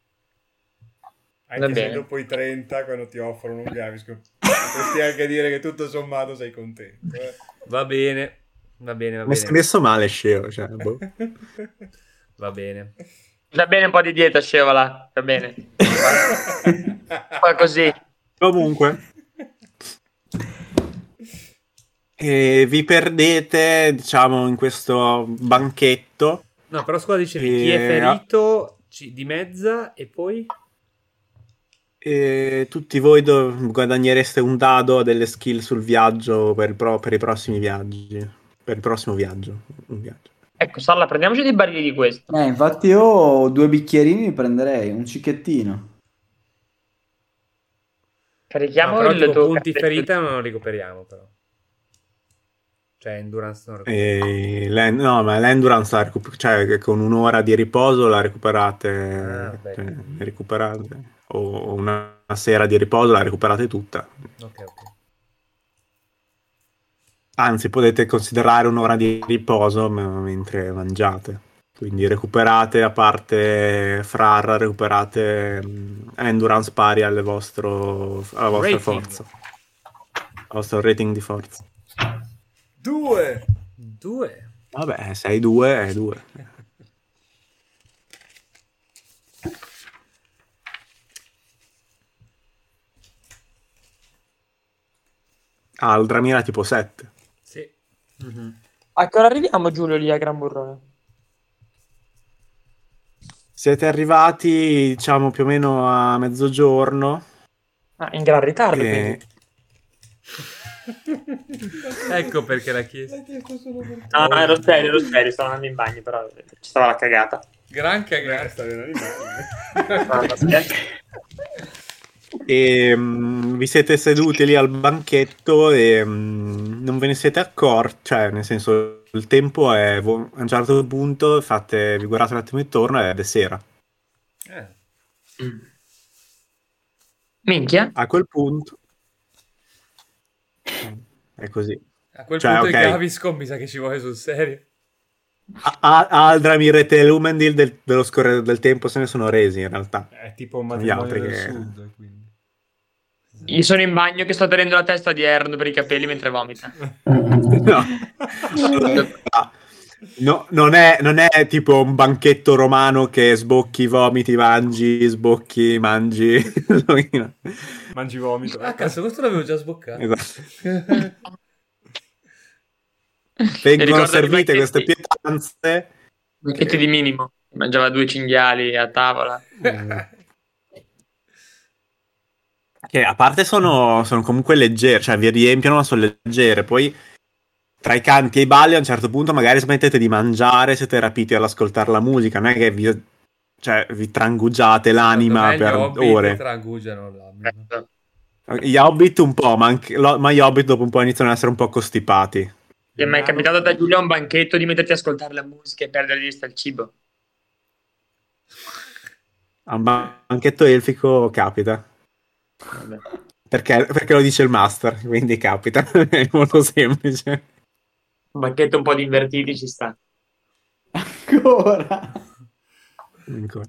Va Anche se bene. dopo i trenta, quando ti offrono un Gaviscon, potresti anche dire che tutto sommato sei contento. eh. Va bene. Va bene, va Mi si è bene. messo male Sceo, cioè, boh. Va bene. Va bene un po' di dieta, scevola. Va bene. Poi così. Comunque, e vi perdete, diciamo, in questo banchetto. No, però scusa, dicevi chi è E- ferito, ci dimezza e poi... E tutti voi do- guadagnereste un dado delle skill sul viaggio per, il pro- per i prossimi viaggi. Per il prossimo viaggio. Un viaggio. Ecco, Salla, prendiamoci dei barili di questo. Eh, infatti io due bicchierini mi prenderei, un cicchettino. Carichiamo No, però il tipo tuo punti cartello. ferita non lo recuperiamo, però. Cioè, endurance non lo recuperiamo. E l'en- no, ma l'endurance la recu- cioè che con un'ora di riposo la recuperate, Ah, beh. cioè, recuperate o una, una sera di riposo la recuperate tutta. Ok, ok. Anzi, potete considerare un'ora di riposo m- mentre mangiate. Quindi recuperate, a parte Frarra, recuperate mh, endurance pari alle vostro, alla vostra Rating. forza. Al vostro rating di forza. Due! Due? Vabbè, sei due, è due. Ah, Aldramira tipo sette. Sì. A che ora arriviamo, Giulio, lì a Gran Burrone? Siete arrivati, diciamo, più o meno a mezzogiorno. Ah, in gran ritardo, E... quindi. Ecco perché l'ha chiesto. No, no, ero serio, ero serio, stavo andando in bagno, però ci stava la cagata. Gran cagata. No, no, scherzo. e mh, vi siete seduti lì al banchetto e mh, non ve ne siete accorti, cioè, nel senso, il tempo è... vo- A un certo punto fate, vi guardate un attimo intorno ed è sera. Eh. Minchia. A quel punto... È così. A quel Cioè, punto ok. il Gaviscon mi sa che ci vuole sul serio. A- A- Aldramir e Telumendil del, dello scorrere del tempo se ne sono resi, in realtà. È tipo un Sono gli matrimonio altri del che- sud, quindi. Io sono in bagno che sto tenendo la testa di Erno per i capelli mentre vomita. No. No, non è, non è tipo un banchetto romano che sbocchi, vomiti, mangi, sbocchi, mangi. Mangi vomito. Ah, cazzo, questo l'avevo già sboccato. Esatto. E Vengono ricordati servite i queste banchetti- pietanze. banchetti di minimo. Mangiava due cinghiali a tavola. Che a parte sono, sono comunque leggere, cioè vi riempiono, ma sono leggere. Poi tra i canti e i balli a un certo punto magari smettete di mangiare, siete rapiti all'ascoltare la musica, non è che vi, cioè, vi trangugiate l'anima Secondo me per gli Hobbit ore. trangugiano l'anima. Ti Gli Hobbit un po', ma, anche, lo- ma gli Hobbit dopo un po' iniziano ad essere un po' costipati. è mai capitato da Giulio a un banchetto di metterti a ascoltare la musica e perdere di vista il cibo? A un banchetto elfico capita. Vabbè. Perché, perché lo dice il master, quindi capita. È molto semplice. Un banchetto un po' di invertiti ci sta. Ancora. Ancora.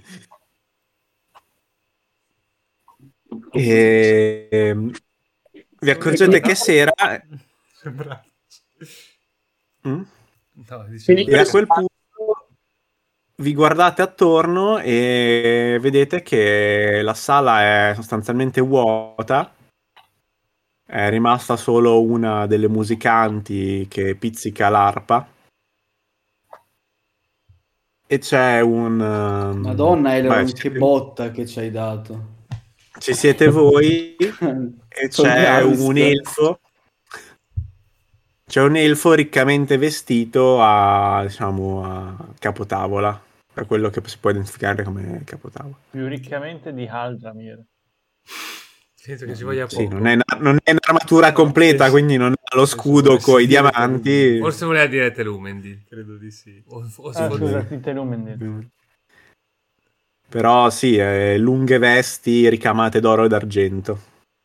E ehm, vi accorgete che sera Sembra... Mm? No, dicevo- e a quel punto vi guardate attorno e vedete che la sala è sostanzialmente vuota. È rimasta solo una delle musicanti che pizzica l'arpa. E c'è un... um, Madonna, Elon, vabbè, ci che siete- botta che ci hai dato. Ci siete voi e Sono c'è Ghost. un elfo. C'è un elfo riccamente vestito a, diciamo, a capotavola. Per quello che si può identificare come capotavola. Più riccamente di Aldramir. Penso che ci voglia Sì, poco. non è, non è un'armatura completa, quindi non ha lo scudo volessi con i dire diamanti. Forse voleva dire Telumendil. Credo di sì. O, o Ah, secondo- scusa, ti Telumendil. Però sì, eh, lunghe vesti ricamate d'oro e d'argento.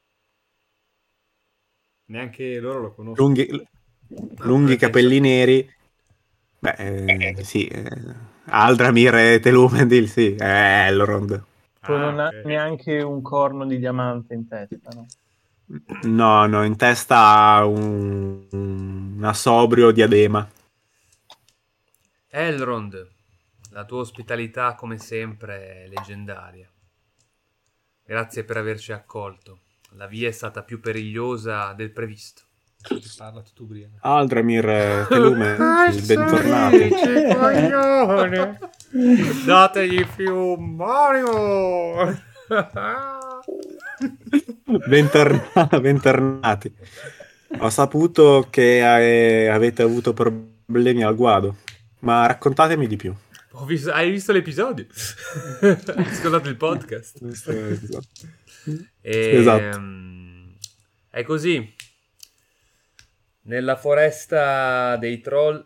Neanche loro lo conoscono. Lunghi, lunghi perché capelli neri. Beh, eh, sì. eh, Aldramir e Telumendil, sì. È Elrond. Poi Ah, non ha ok. neanche un corno di diamante in testa, no? No, no, in testa ha un, una sobrio diadema. Elrond, la tua ospitalità come sempre è leggendaria. Grazie per averci accolto. La via è stata più perigliosa del previsto. Parla tutto ubriaco. Aldramir, Telume, bentornati. Dategli più Mario. Bentornati, bentornati. Ho saputo che eh, avete avuto problemi al guado, ma raccontatemi di più. Ho visto, hai visto l'episodio? Hai ascoltato il podcast? Esatto. E, Esatto. um, è così. Nella foresta dei troll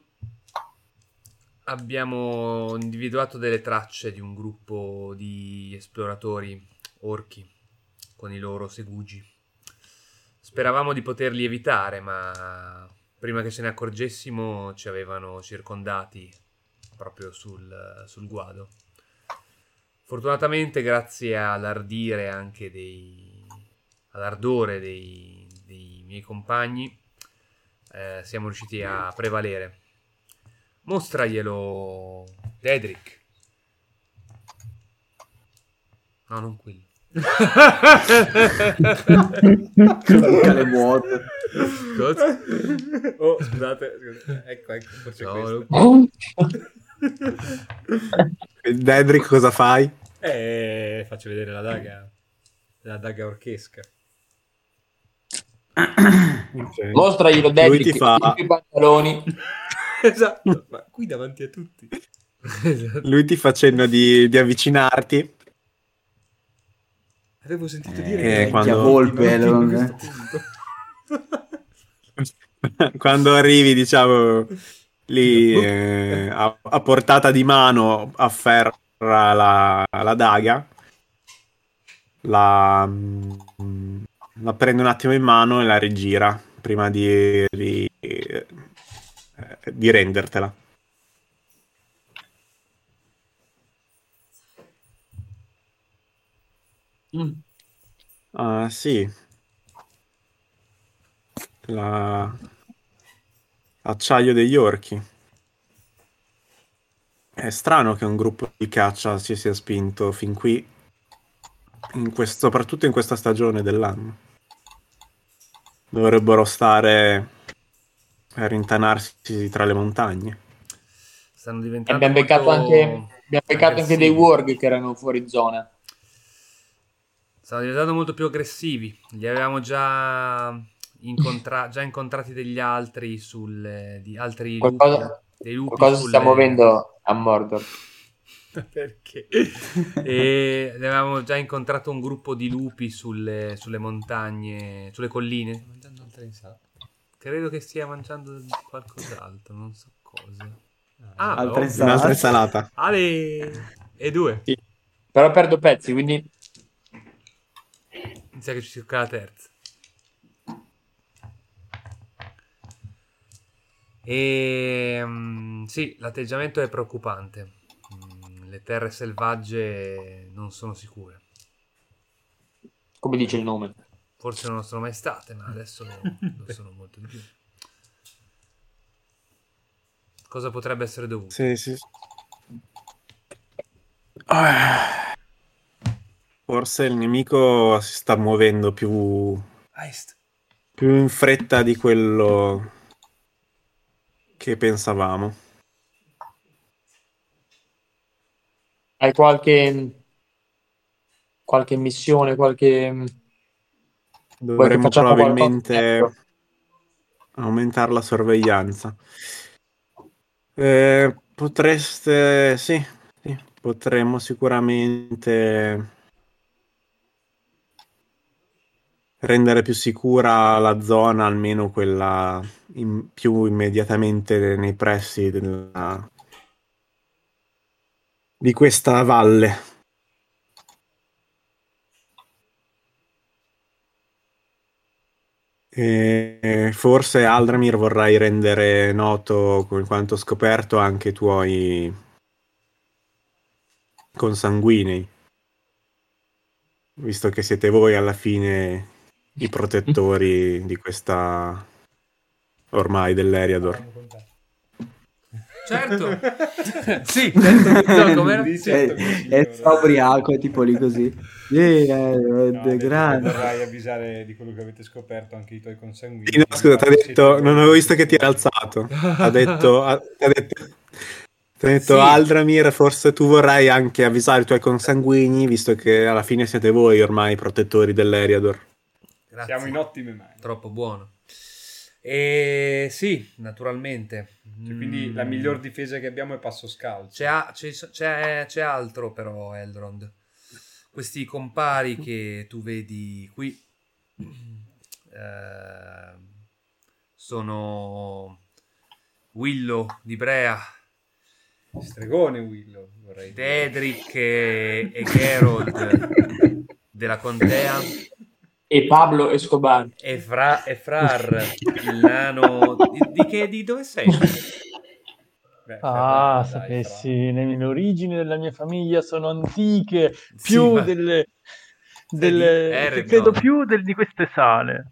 abbiamo individuato delle tracce di un gruppo di esploratori orchi con i loro segugi. Speravamo di poterli evitare, ma prima che ce ne accorgessimo ci avevano circondati proprio sul, sul guado. Fortunatamente, grazie all'ardire anche dei all'ardore dei, dei miei compagni, eh, siamo riusciti a prevalere. Mostraglielo, Dedrick. No, non quello. Le vuote. Cosa? Oh, scusate, scusate. Ecco, ecco, forse No, questo. Dedrick, cosa fai? Eh, faccio vedere la daga. La daga orchesca. Mostraglielo, Lui Dedrick, ti fa- i pantaloni. Esatto, ma qui davanti a tutti. Lui ti fa cenno di, di avvicinarti. Avevo sentito Eh, dire eh, che quando- era volpe, in allora. questo punto. Quando arrivi, diciamo, lì eh, a, a portata di mano afferra la, la daga, la, mm, la prende un attimo in mano e la rigira prima di, di, eh, di rendertela. Mm. Ah, sì. La... Acciaio degli orchi. È strano che un gruppo di caccia si sia spinto fin qui, in questo, soprattutto in questa stagione dell'anno. Dovrebbero stare a rintanarsi tra le montagne. Stanno E diventando abbiamo beccato molto anche, abbiamo beccato anche dei aggressivi. warg che erano fuori zona. Stanno diventando molto più aggressivi. Li avevamo già, incontra- già incontrati degli altri sulle, di altri lupi, Qualcosa, dei lupi qualcosa si sulle- sta muovendo a Mordor. Perché? E avevamo già incontrato un gruppo di lupi sulle, sulle montagne, sulle colline. Mangiando altre insalate. Credo che stia mangiando qualcos'altro, non so cosa. Ah, Altre oh, insalate. Un'altra insalata. Ale! E due. Sì. Però perdo pezzi, quindi Mi sa che ci circa la terza. E mm, sì, l'atteggiamento è preoccupante. Mm, le terre selvagge non sono sicure. come dice il nome. Forse non lo sono mai state, ma adesso lo sono molto di più. Cosa potrebbe essere dovuto? Sì, sì. Ah. Forse il nemico si sta muovendo più, più in fretta di quello che pensavamo. Hai qualche qualche missione, qualche vuoi che Dovremmo facciamo probabilmente qualcosa? aumentare la sorveglianza. Eh, potreste, sì, sì, potremmo sicuramente rendere più sicura la zona, almeno quella in- più immediatamente nei pressi della- di questa valle. E forse Aldramir vorrai rendere noto, con quanto ho scoperto, anche i tuoi consanguinei, visto che siete voi alla fine i protettori di questa ormai dell'Eriador. Certo. Sì, certo. No, com'era? È, è ubriaco, è tipo lì così. Eh, eh, No, è grande. vorrai avvisare di quello che avete scoperto anche i tuoi consanguini. Sì, no, scusa, ti ha detto, non avevo visto che ti era alzato. Ha detto, ha, ti ha detto, ti ha detto Sì. Aldramir, forse tu vorrai anche avvisare i tuoi consanguini, visto che alla fine siete voi ormai i protettori dell'Eriador. Grazie. Siamo in ottime mani. Troppo buono. E sì, naturalmente. Cioè, quindi Mm. la miglior difesa che abbiamo è passo scalzo. C'è, a- c'è, c'è- c'è altro però, Eldrond. Questi compari che tu vedi qui eh, sono Willow di Brea, Stregone Willow, vorrei dire. Dedric e, e Geralt della contea E Pablo Escobar. e, Fra, e Frar, il nano... Di, di che, di dove sei? Beh, Ah, Ferrara, dai, sapessi, le, le origini della mia famiglia sono antiche, più Sì, ma- delle... Sei delle di Erebor. credo più del- di queste sale.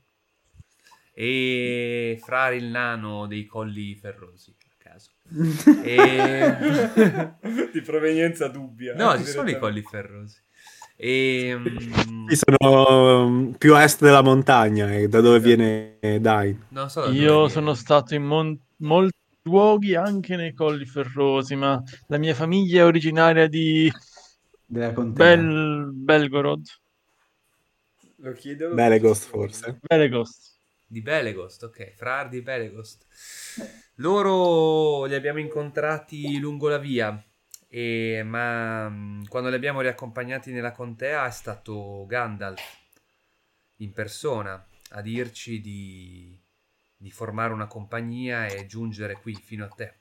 E Frar, il nano dei Colli Ferrosi, a caso. E... fra. Di provenienza dubbia. No, eh, ci sono i direttamente. Colli Ferrosi. E... mm, Sì, sono um, più a est della montagna, e da dove viene Dai. non so da dove Io viene. sono stato in mon- molti luoghi, anche nei Colli Ferrosi, ma la mia famiglia è originaria di Della contea. Bel- Belgorod, Lo chiedo. lo Belegost, rispondo. forse. Belegost. Di Belegost, ok, Frar di Belegost. Loro li abbiamo incontrati lungo la via, e, ma mh, quando li abbiamo riaccompagnati nella contea è stato Gandalf in persona a dirci di, di formare una compagnia e giungere qui fino a te.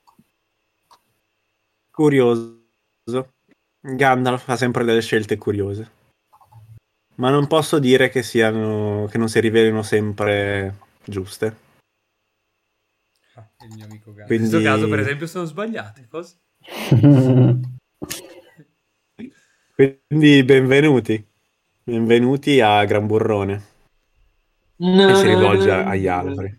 Curioso. Gandalf fa sempre delle scelte curiose. Ma non posso dire che siano che non si rivelino sempre giuste. Ah, il mio amico Gandalf. In Quindi questo caso, per esempio, sono sbagliate. Cosa? Quindi benvenuti. Benvenuti a Gran Burrone. E si rivolge a- agli altri.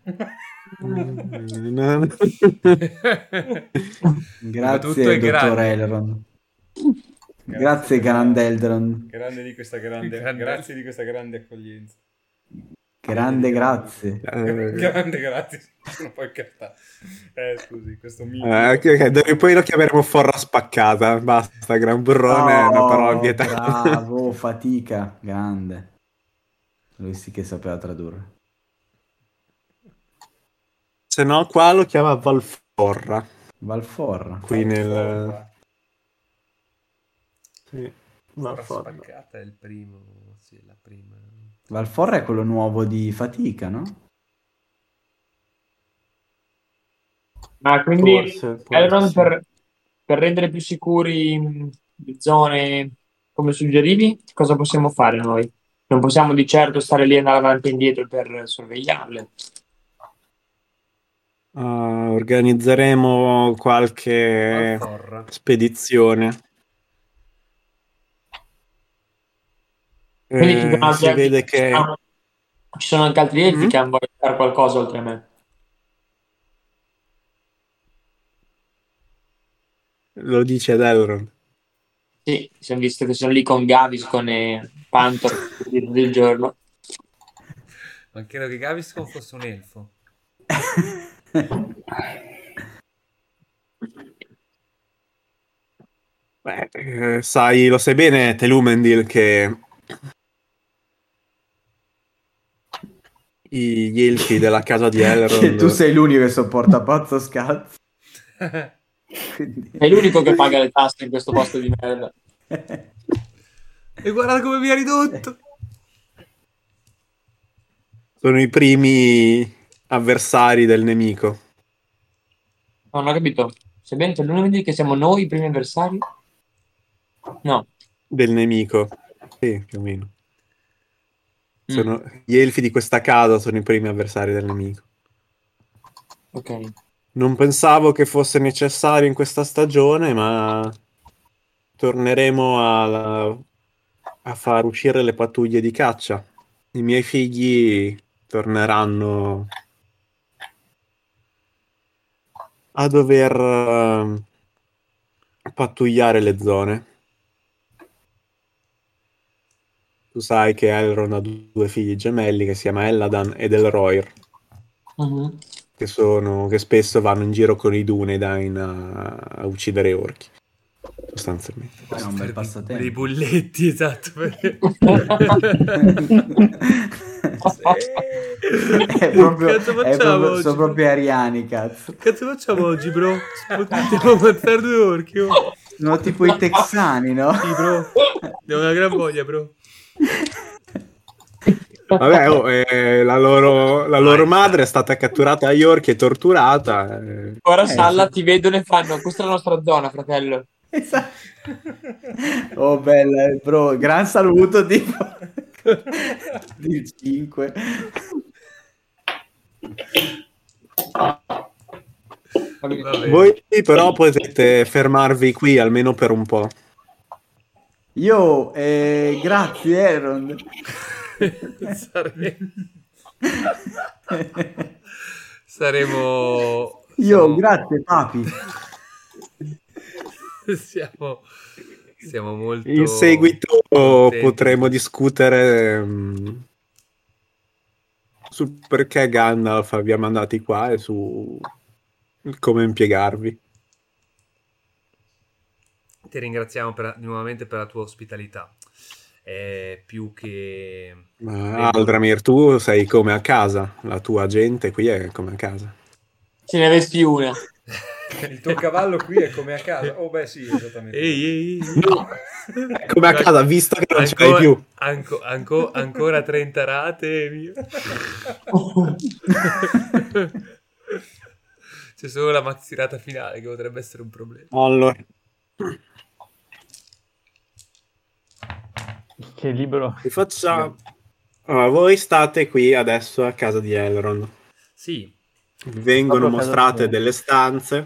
Grazie, Tutto è dottor grande. Elrond. Grazie, grande Elrond. Grande di questa grande, Grande. grazie di questa grande accoglienza. Grande grazie. Eh, Grande grazie. Non puoi cattare. Eh, scusi, questo mito. eh, ok, ok, dove poi lo chiameremo forra spaccata. Basta, Gran Burrone è una parola Oh, vietata. bravo, fatica, grande. Lui sì che sapeva tradurre. Se no, qua lo chiama Valforra. Valforra. Qui nel... Forra. Sì, Forra Valforra. spaccata è il primo, sì, la prima. Valforra è quello nuovo di fatica, no? Ma quindi Forse, può Elrond, essere. per, per rendere più sicuri mh, le zone come suggerivi, cosa possiamo fare noi? Non possiamo di certo stare lì e andare avanti e indietro per sorvegliarle. Uh, organizzeremo qualche Valforra. spedizione. Quindi ci Eh, sono, altri si elfi- vede che ci sono anche altri elfi Mm? che hanno voglia di fare qualcosa oltre a me. lo dice ad Elrond. Sì, si è visto che sono lì con Gaviscon e Pantor del giorno. Ma credo che Gaviscon fosse un elfo. Beh, eh, sai, lo sai bene, Telumendil, che i- gli elfi della casa di Che Elrond tu sei l'unico che sopporta pazzo scazzo. Quindi... È l'unico che paga le tasse in questo posto di merda. E guarda come mi ha ridotto. sono i primi avversari del nemico. Non ho capito. Sebbene c'è l'uno che siamo noi i primi avversari? No. Del nemico. Sì, più o meno. Mm, Sono, gli elfi di questa casa sono i primi avversari del nemico. ok. Non pensavo che fosse necessario in questa stagione, ma torneremo a, a far uscire le pattuglie di caccia. i miei figli torneranno a dover uh, pattugliare le zone. Tu sai che Elrond ha due figli gemelli che si chiama Elladan ed Elrohir, Mhm. che sono che spesso vanno in giro con i Dúnedain a, a uccidere orchi, sostanzialmente. È un bel passatempo. Dei bulletti, esatto. perché- È proprio, Cazzo è facciamo proprio- oggi? sono proprio ariani, cazzo. Cazzo facciamo oggi, bro? Andiamo a ammazzare due orchi, oh. No, tipo i texani, no? Sì, bro. Abbiamo una gran voglia, bro. Vabbè, oh, eh, la loro, la loro madre è stata catturata dagli orchi e torturata. eh. Ora Eh, Salla sì. ti vedono e fanno: questa è la nostra zona, fratello. Esatto. Oh, bella, eh, bro, gran saluto, tipo il cinque. Vabbè. Voi però potete fermarvi qui almeno per un po'. Io, eh, grazie, Aaron. Sare- Saremo... Io, siamo- grazie, papi. Siamo... Siamo molto... In seguito contenti. potremo discutere mm, sul perché Gandalf vi ha mandati qua e su come impiegarvi. Ti ringraziamo per- nuovamente per la tua ospitalità. È più che... Ma Aldramir, tu sei come a casa, la tua gente qui è come a casa. Ce ne avessi una. Il tuo cavallo qui è come a casa. Oh beh sì, esattamente. Ehi, ehi, ehi. No, è come a casa, visto che non ce l'hai Ancora- più. anco- anco- ancora trenta rate. mio. C'è solo la mazzirata finale che potrebbe essere un problema. Allora, Che libro. vi facciamo... Allora, voi state qui adesso a casa di Elrond. Sì, Vi vengono Proprio a casa mostrate sua. delle stanze.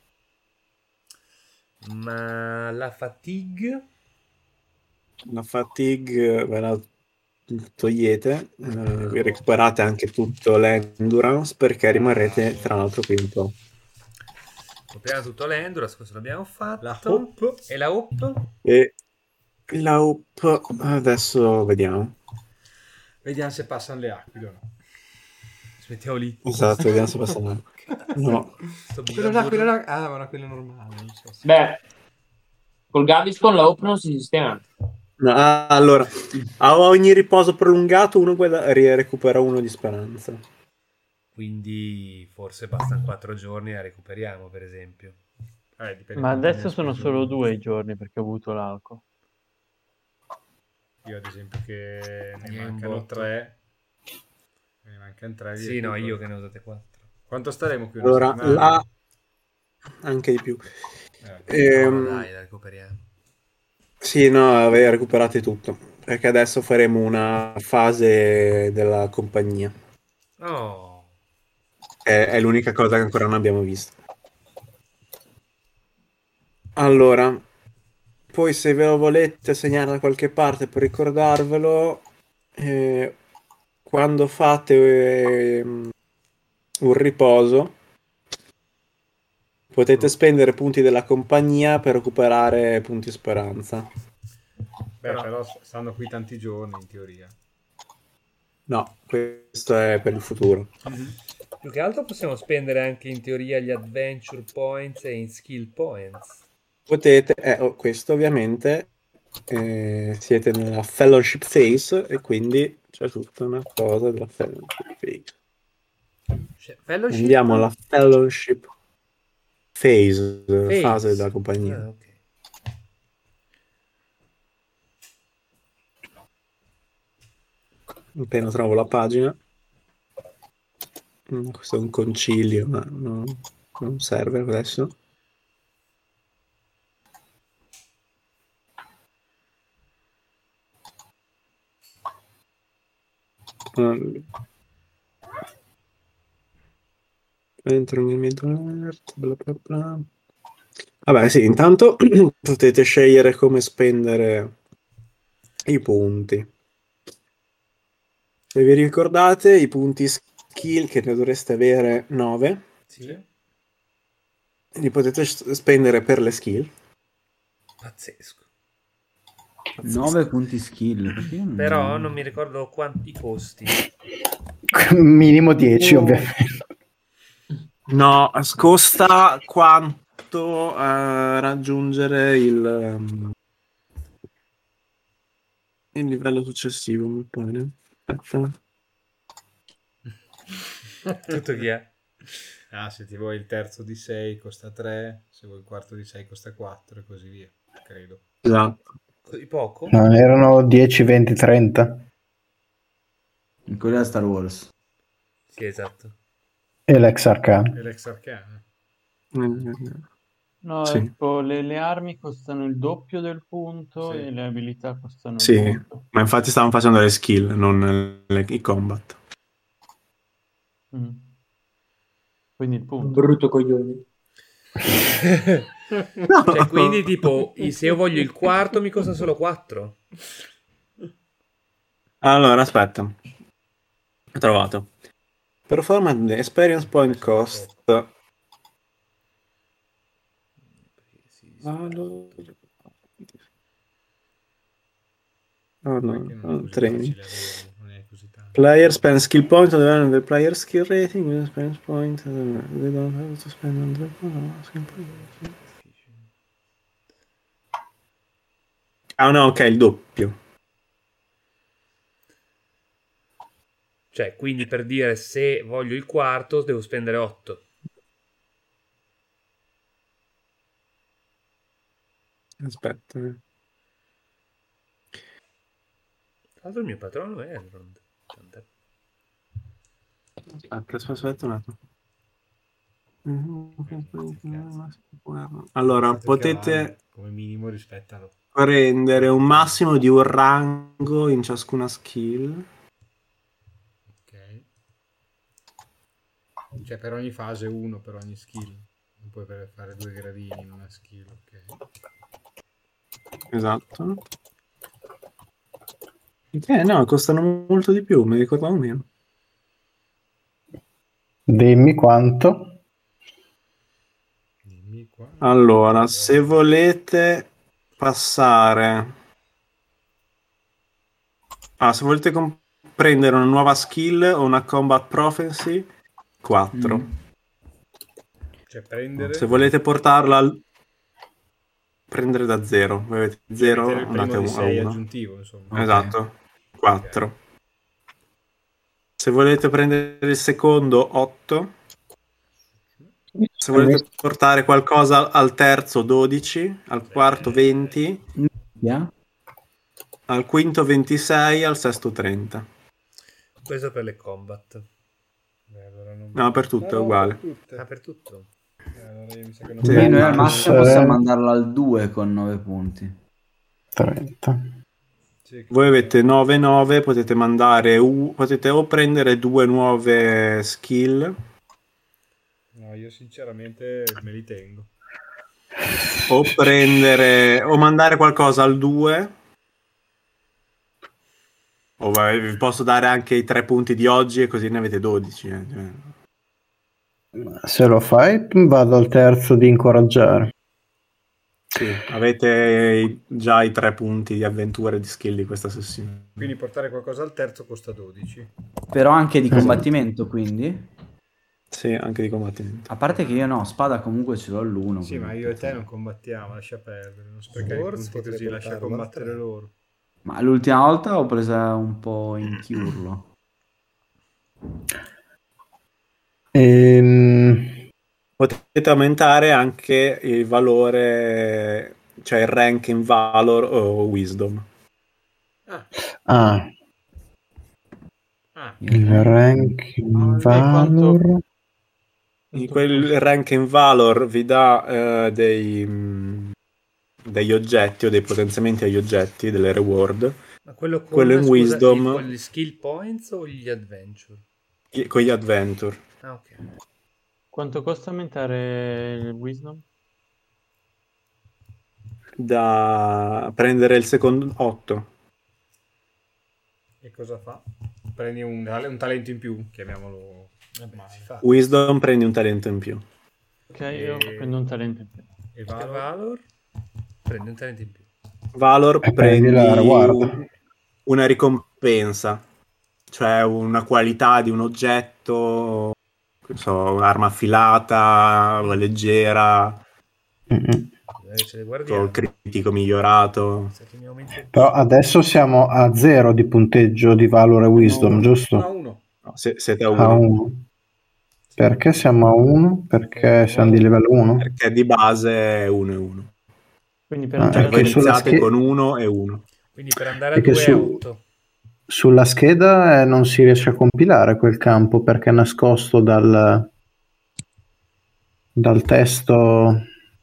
ma la fatigue... La fatigue ve la togliete, eh, vi recuperate anche tutto l'endurance perché rimarrete tra l'altro qui un po'. Copriamo tutto l'endurance, questo l'abbiamo fatto. La hop. E la hop? E la up adesso vediamo. Vediamo se passano le aquile o no. Ci mettiamo lì. Esatto, vediamo se passa là. No. Sto Quello là, quello là. Ah, ma era quello normale. Non so se... Beh, col Gaviscon la Hope non si sistema. No, ah, allora, a ogni riposo prolungato uno guarda, ri- recupera uno di speranza. Quindi forse bastano quattro giorni e recuperiamo, per esempio. Eh, dipende Ma quanto ne adesso hai sono speso. solo due i giorni perché ho avuto l'alcol. Io ad esempio che ne Ne hai un mancano botto. tre. Ne mancano tre. Sì, via, no, quindi- io che ne ho usate quattro. Quanto staremo qui? Una Allora, settimana? là anche di più. Eh, Ehm, No, dai, la recuperiamo. Sì, no, avete recuperate tutto. Perché adesso faremo una fase della compagnia. Oh, È, è l'unica cosa che ancora non abbiamo visto. Allora, poi se ve lo volete segnare da qualche parte per ricordarvelo, eh, quando fate ehm, un riposo, potete spendere punti della compagnia per recuperare punti speranza. Beh, però stanno qui tanti giorni in teoria. No, questo è per il futuro. più che altro possiamo spendere anche in teoria gli adventure points e in skill points. Potete, eh, oh, questo ovviamente eh, siete nella fellowship phase e quindi c'è tutta una cosa della fellowship phase. Cioè, fellowship? Andiamo alla fellowship phase, Phase. fase della compagnia. Ah, ok. Appena trovo la pagina. Mm, questo è un concilio, ma no- non serve adesso. Mm. Entro nel Middle Earth, bla bla bla. Vabbè, sì, intanto potete scegliere come spendere i punti. Se vi ricordate i punti skill, che ne dovreste avere nove, Sì. li potete s- spendere per le skill. Pazzesco. nove punti skill. Perché io non- Però non mi ricordo quanti costi. Minimo dieci, Oh. ovviamente. No, costa quanto eh, raggiungere il, ehm, il livello successivo, mi pare. Aspetta. Tutto chi è? Ah, se ti vuoi il terzo di sei costa tre, se vuoi il quarto di sei costa quattro e così via, credo. Esatto. Così poco? Non erano dieci, venti, trenta. Quella è Star Wars. Sì, esatto. E l'ex arcano. E l'ex arcana. No, Sì. è tipo le, le armi costano il doppio del punto Sì. e le abilità costano il Sì, doppio. ma infatti stavano facendo le skill, non le- i combat. Mm. Quindi il punto. Brutto coglione. Cioè, quindi tipo, i- se io voglio il quarto mi costa solo quattro. Allora, aspetta. Ho trovato. Performance experience point cost. Valor- Oh, no, Che non è oh, così training. facile averlo, non è così tanto. Player spend skill point on the, the player skill rating. With experience point. uh, They don't have to spend on the oh, skill point. Ah no, ok, il doppio. Cioè, quindi per dire, se voglio il quarto devo spendere otto. Aspetta. eh. Tra l'altro il mio patrono è Elrond. Tant'è. Aspetta, aspetta un attimo. Cazzo. Allora, Alzate il potete cavallo, come minimo rispettalo. prendere un massimo di un rango in ciascuna skill. Ok. Cioè per ogni fase uno, per ogni skill. Non puoi per- fare due gradini in una skill, ok. Esatto. Eh no, costano molto di più, mi ricordavo meno. Dimmi quanto. Dimmi qua. Allora, se volete passare... Ah, se volete com- prendere una nuova skill o una combat prophecy, quattro. Mm. Cioè prendere... Se volete portarla al... prendere da zero, voi avete cioè, zero, mettere il andate primo di a sei uno. aggiuntivo, insomma. Ok. Esatto, quattro. Se volete prendere il secondo, otto. Se volete portare qualcosa al terzo, dodici. Al quarto, venti. Yeah. Al quinto, ventisei. Al sesto, trenta. Questo per le combat. Beh, allora non... No, per tutto Ah, è no, uguale. per tutte. Ah, per tutto. Eh, allora io mi sa che non Sì. Quindi noi al Ventisei. massimo possiamo mandarlo al due con nove punti. trenta. Sì, Voi avete nove nove, potete mandare u- potete o prendere due nuove skill no, io sinceramente me li tengo. o prendere o mandare qualcosa al due. O vai- vi posso dare anche i tre punti di oggi e così ne avete dodici. eh, cioè. Se lo fai, vado al terzo di incoraggiare. Sì, avete i- già i tre punti di avventura e di skill di questa sessione. Quindi portare qualcosa al terzo costa dodici. Però anche di Esatto. combattimento, quindi. Sì, anche di combattimento. A parte che io no, spada comunque ce l'ho all'uno. Sì, ma io e te non combattiamo, lascia perdere. Non sprecare i Forse punti potrei così, lascia portarlo al combattere tre. loro. Ma l'ultima volta ho presa un po' in chiurlo. Ehm, Potete aumentare anche il valore, cioè il rank in Valor o Wisdom. Ah, ah, ah. il rank in E quanto- Valor. In quel rank in Valor vi dà eh, dei, mh, degli oggetti o dei potenziamenti agli oggetti, delle reward, Ma quello con, Quello in scusa, Wisdom. i- con gli skill points o gli adventure? i- con gli adventure. Ah, ok. Quanto costa aumentare il Wisdom? Da prendere il secondo otto. E cosa fa? prendi un, un talento in più, chiamiamolo. Vabbè, si fa. Wisdom prendi un talento in più. Ok, io E- prendo un talento in più. E Valor. Valor? Valor prendi un talento in più. Valor E prendi prendi la reward. un- una ricompensa, cioè una qualità di un oggetto, non so, un'arma affilata, leggera, Mm-mm. Eh, ce le o guardiamo. il critico migliorato. Se che mi aumento- Però adesso siamo a zero di punteggio di Valor e Wisdom, No, giusto? no, uno. No, se- siete a A uno. uno. Perché siamo a uno? Perché siamo di livello uno? Perché di base è uno e uno. Quindi per Ah, andare Cioè perché voi a sulla iniziate schi- con uno e uno. Quindi per andare a Perché due su- è otto. Sulla scheda eh, non si riesce a compilare quel campo perché è nascosto dal, dal testo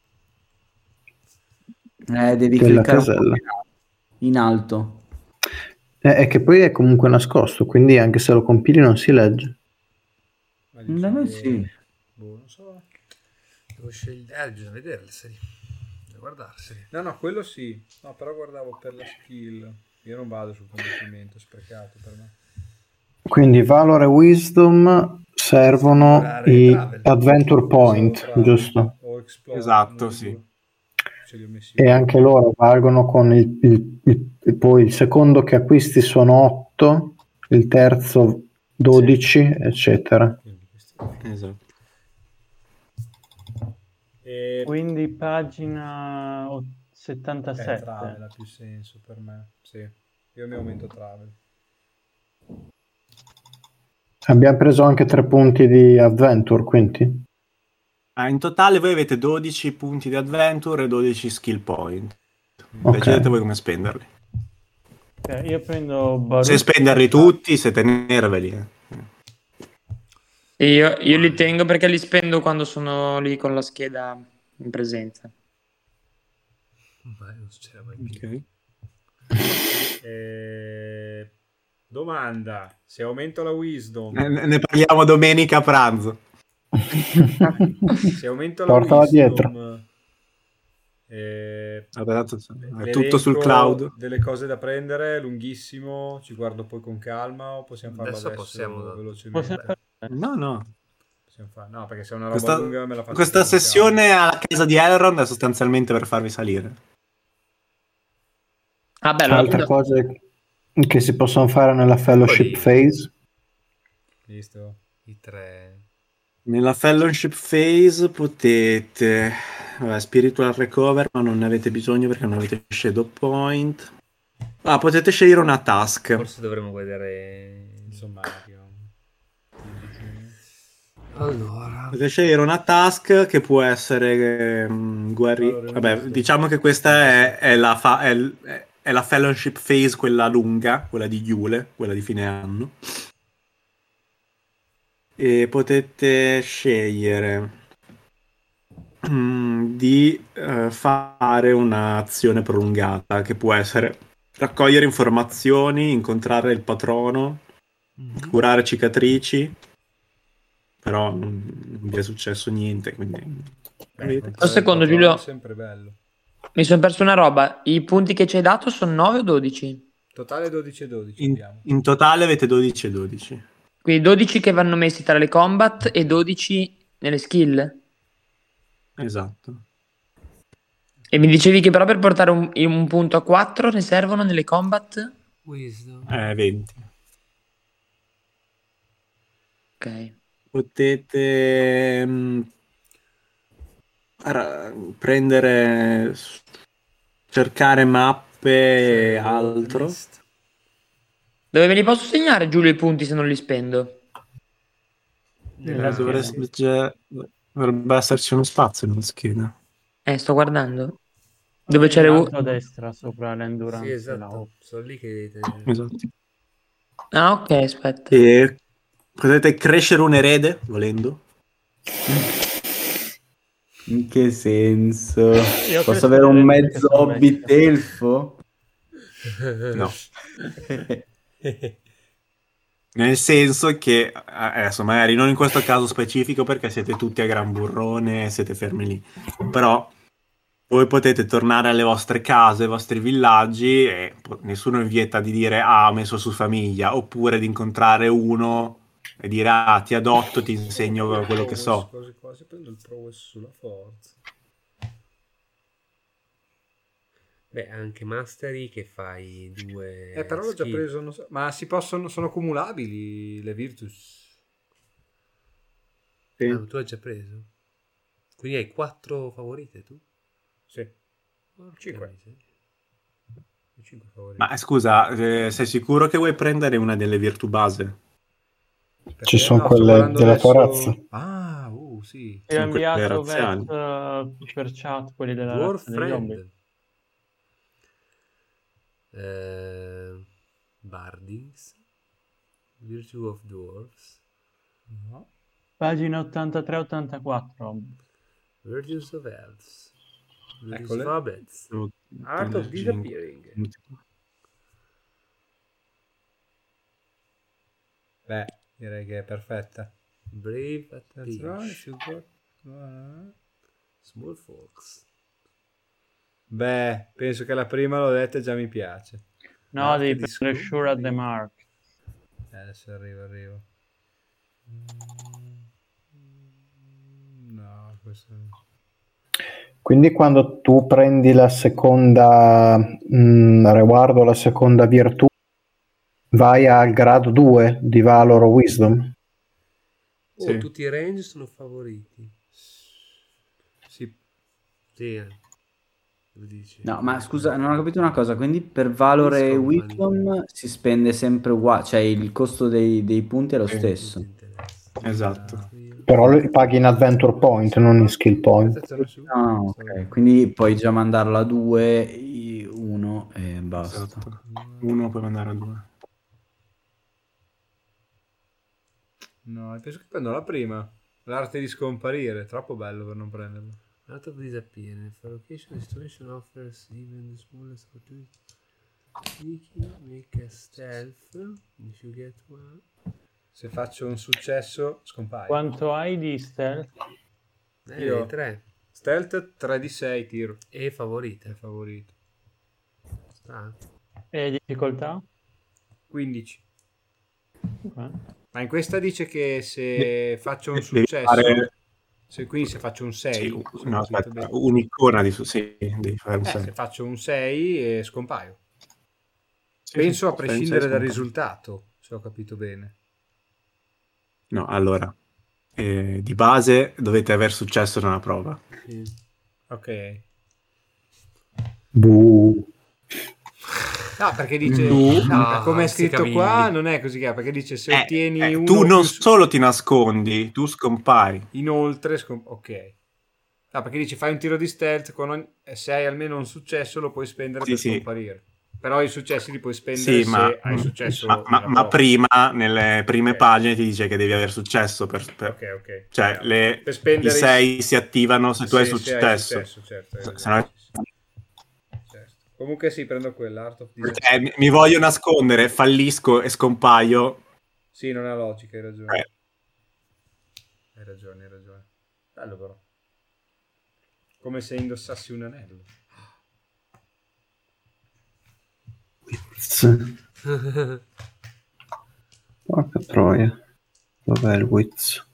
Eh, devi della cliccare un po' casella. in alto. Eh, È che poi è comunque nascosto, quindi anche se lo compili non si legge. Ma dici Da me che- sì. Boh, non so. Devo scegliere. Eh, bisogna vederseli. Bisogna guardarseli. No, no, quello sì. No, però guardavo per la skill. Io non vado sul combattimento, è sprecato per me. Quindi Valor e Wisdom servono Esplorare i travel. Adventure Point, Pensavo tra- giusto? O Explore, Esatto, uno dei sì. due. Ce li ho messi. E anche loro valgono con il, il- il- poi il secondo che acquisti sono otto, il terzo dodici, eccetera. Quindi questi- Esatto. E... Quindi pagina o- Eh, settantasette. travel ha più senso per me. Sì, io mi aumento travel. Abbiamo preso anche tre punti di Adventure, quindi. Ah, in totale voi avete dodici punti di adventure e dodici skill point. Ok. Decidete voi come spenderli. Ok, io prendo Baruch. Se spenderli tutti, siete nerveli. eh. E io, io li tengo perché li spendo quando sono lì con la scheda in presenza. Ma non succede mai più. Ok. E... Domanda: se aumento la wisdom, Ne, ne parliamo domenica a pranzo. se aumento la Portala wisdom, dietro. eh, Vabbè, tanto è l'elenco tutto sul cloud. delle cose da prendere è lunghissimo. Ci guardo poi con calma o possiamo farlo Adesso adesso, possiamo- velocemente? Possiamo fare- No, no. Possiamo fare- No, perché se è una roba Questa, lunga me la faccio questa con calma. sessione alla casa di Elrond è sostanzialmente per farvi salire. Ah, bello. Altre cose che si possono fare nella fellowship Piccoli. phase. Visto? I tre. Nella fellowship phase potete vabbè, spiritual recover, ma non ne avete bisogno perché non avete shadow point. Ah, potete scegliere una task. Forse dovremmo vedere. Il sommario. Allora. Potete scegliere una task che può essere ehm, guerri. Allora, Vabbè, giusto. diciamo che questa è, è la fa- è, il- è la fellowship phase, quella lunga, quella di Yule, quella di fine anno. E potete scegliere mm, di eh, fare un'azione prolungata che può essere raccogliere informazioni, incontrare il patrono, curare cicatrici, però non, non vi è successo niente, quindi Beh, Un secondo, il patrono Giulio. è sempre bello. Mi sono perso una roba. I punti che ci hai dato sono nove o dodici? Totale dodici e dodici in, abbiamo. in totale avete dodici e dodici. Quindi dodici che vanno messi tra le combat e dodici nelle skill? Esatto. E mi dicevi che però per portare un, un punto a quattro ne servono nelle combat? Wisdom. Eh, venti. Ok. Potete mm, ra- prendere, cercare mappe e altro. Dove me li posso segnare, Giulio, i punti se non li spendo? Nella Eh, scheda. dovreste- già- dovrebbe esserci uno spazio nella scheda. Eh, sto guardando. Dove c'è le In U? alto a destra sopra l'endurance. Sì, la esatto. O. Sono lì che. Esatto. Ah, ok, aspetta. E potete crescere un erede, volendo. In che senso? Io Posso credo avere un che mezzo sono hobbit vecchio. elfo? No. Nel senso che, eh, adesso magari non in questo caso specifico perché siete tutti a gran burrone e siete fermi lì, però voi potete tornare alle vostre case, ai vostri villaggi e po- nessuno vi vieta di dire ah, ho messo su famiglia, oppure di incontrare uno e dire ah, ti adotto, ti insegno quello che so. Quasi quasi prendo il prowess sulla forza. Beh, anche Mastery che fai due... Eh, però l'ho già skill. preso, non so- ma si possono, sono cumulabili le Virtus? Sì. Ah, tu hai già preso? Quindi hai quattro favorite tu? Sì. Porca Cinque. miseria. cinque favoriti. Ma eh, scusa, eh, sei sicuro che vuoi prendere una delle virtù base? Perché? Ci sono No, sto quelle guardando della adesso- tua razza. Ah, uh, sì. Ti ho Sono quelle inviato razziali. Vet, eh, per chat quelli della Dwarf razza degli zombie. Friend. Eh, Bardings. Virtue of Dwarfs. No. Pagina ottantatré ottantaquattro. Virtues of Elves. Virtues Eccole. of Hobbits. Art of Disappearing. Beh, direi che è perfetta. Brave at That's right, Pinch. you got- uh, Small Fox. Beh, penso che la prima l'ho detta e già mi piace. No, Arte devi di prendere Scoop. Sure at the Mark. Eh, adesso arrivo, arrivo. Mm, No, questo... Quindi quando tu prendi la seconda mh, riguardo la seconda virtù, vai al grado due di Valor o Wisdom? Oh, Sì. tutti i range sono favoriti. Sì. Sì, eh. Lo dici. No, ma scusa, non ho capito una cosa, quindi per valore e Wisdom, wisdom si spende sempre uguale, cioè il costo dei, dei punti è lo Sì. stesso. Non ti interessa. Esatto. Però li paghi in Adventure Point, non in Skill Point. Attenzione su. No, ok, quindi puoi già mandarlo a due, uno e basta. Esatto. Uno puoi mandare a due. No, penso che prendo la prima. L'arte di scomparire, troppo bello per non prenderlo. Art of Disappearing. For location, restoration offers even the smallest opportunity. Sneaky, make a stealth. If you get one. Se faccio un successo, scompaio. Quanto hai di stealth? Eh, Io- tre. Stealth tre di sei tiro. E favorite. È favorito. Ah. E difficoltà? quindici. Ok. Ma in questa dice che se faccio un Devi successo, fare- se, quindi se faccio un sei, Sì, se ho no, capito aspetta, bene. un'icona di su, sì, devi fare un Eh, sei. se faccio un sei e scompaio. Sì, Penso sì, a fai un prescindere sei, dal scompare. risultato, se ho capito bene. No, allora, eh, di base dovete aver successo nella prova. Sì. Ok. Buh. No, perché dice, Tu- no, come è sti scritto cavilli. qua, non è così, perché dice se Eh, ottieni eh, uno tu non più su- solo ti nascondi, tu scompari. inoltre, scom- ok. No, perché dice fai un tiro di stealth, con ogni- eh, se hai almeno un successo lo puoi spendere Sì, per sì. scomparire. Però i successi li puoi spendere Sì, ma, se hai successo. ma, ma- nella ma prova. prima, nelle prime Ok. pagine, ti dice che devi aver successo. Per, per- Ok, ok. Cioè, Eh, le- per spendere i sei si attivano se tu hai se- se successo. successo, certo, hai Se- ragione, se no- sì, sì. Certo. Comunque sì, prendo quella, Art of Eh, Disappearing. mi, mi voglio nascondere, fallisco e scompaio. Sì, non ha logica, hai ragione. Eh. Hai ragione, hai ragione. Bello però. Come se indossassi un anello. Sì. Porca troia. Dov'è il Wiz?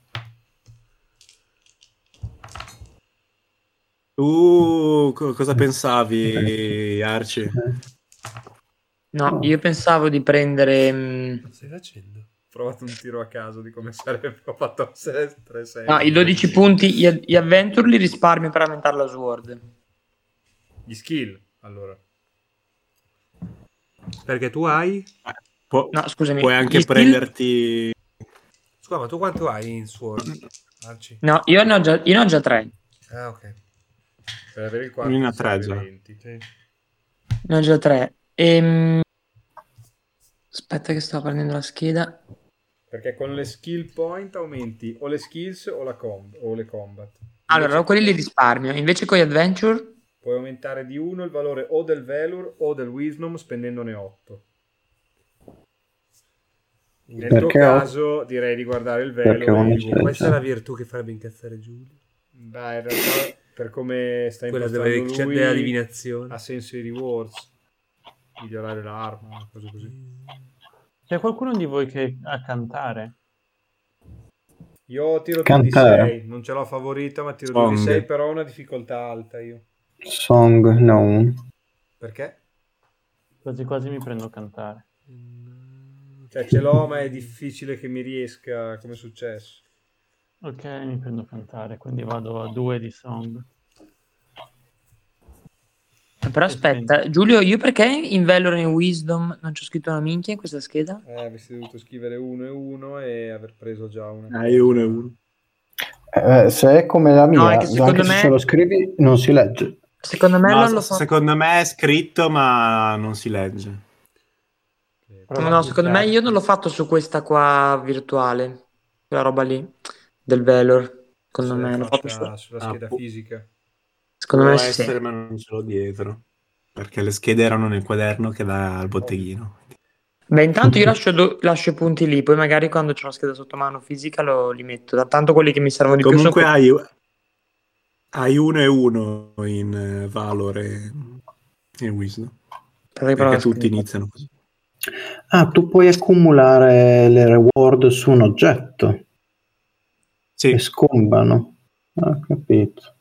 Tu co- cosa pensavi, Arci? Eh, No, Oh. io pensavo di prendere... mm, Cosa stai facendo? Ho provato un tiro a caso di come sarebbe. Ho fatto tre sei. No, i dodici punti, gli, gli Adventure li risparmio per aumentare la Sword. Gli skill, allora. Perché tu hai... Pu- No, scusami. puoi anche gli skill- prenderti... Scusa, ma tu quanto hai in Sword? Arci? No, io ne ho già, io ne ho già tre. Ah, ok. Per avere il quarto Lui ne ha ti serve tre già. venti. Sì. Ne ho già tre. Ehm, Aspetta che sto prendendo la scheda. Perché con le skill point aumenti o le skills o, la com- o le combat. Allora, Invece no, quelli li risparmio. Invece con gli Adventure... puoi aumentare di uno il valore o del Valor o del Wisdom spendendone otto. Nel tuo Perché caso direi di guardare il Perché Valor uno e il c'è- Wisdom. Questa è la virtù che farebbe incazzare Giulio. Beh, in realtà per come sta Quella impostando dove c'è lui, dell'adivinazione. ha senso i rewards, migliorare l'arma, cose così. C'è qualcuno di voi che a cantare? Io tiro più di Cantare. sei, non ce l'ho favorita, ma tiro Song. più di sei, però ho una difficoltà alta io. Song, no. Perché? Quasi quasi mi prendo a cantare. Cioè ce l'ho, ma è difficile che mi riesca, come è successo. Ok, mi prendo a cantare, quindi vado a due di song. Però aspetta, Giulio, io perché in Valor e in Wisdom non c'ho scritto una minchia in questa scheda? Eh, avresti dovuto scrivere uno e uno e aver preso già una Hai cosa. uno e uno. Eh, se è come la No, è mia, che secondo anche se me- ce lo scrivi, non si legge. Secondo me No, non lo s- fa. secondo me è scritto ma non si legge. Prova No, a secondo me cliccarci. io non l'ho fatto su questa qua virtuale, quella roba lì del Valor. Secondo Se me l'hai l'ho fatto su... fatta sulla Ah, scheda pu- fisica. Secondo Può me sì. essere, ma non ce l'ho dietro. Perché le schede erano nel quaderno che dà al botteghino. Beh, intanto io lascio, do- lascio i punti lì, poi magari quando c'è una scheda sotto mano fisica lo, li metto. Da- Tanto quelli che mi servono di Comunque più sono... hai, hai uno e uno in eh, Valor e in Wisdom. Perché Perché tutti iniziano così. Ah, tu puoi accumulare le reward su un oggetto Sì, e scombano. Ah, capito.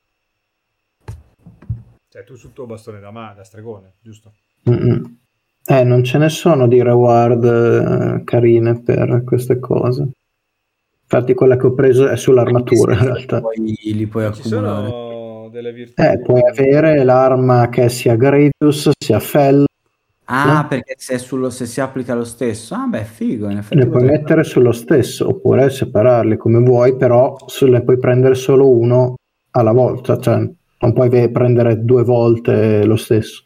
Cioè tu sul tuo bastone da, ma- da stregone, giusto? Mm-mm. Eh, non ce ne sono di reward eh, carine per queste cose. Infatti quella che ho preso è sull'armatura in realtà. Poi li puoi Ci accumulare. sono delle virtù... Eh, puoi avere l'arma che sia Gradius, sia Fell, Ah, no? perché se, è sullo, se si applica lo stesso. Ah, beh, figo, in effetti Le puoi potrebbe- mettere sullo stesso oppure separarli come vuoi, però se ne puoi prendere solo uno alla volta, cioè non puoi ve- prendere due volte lo stesso.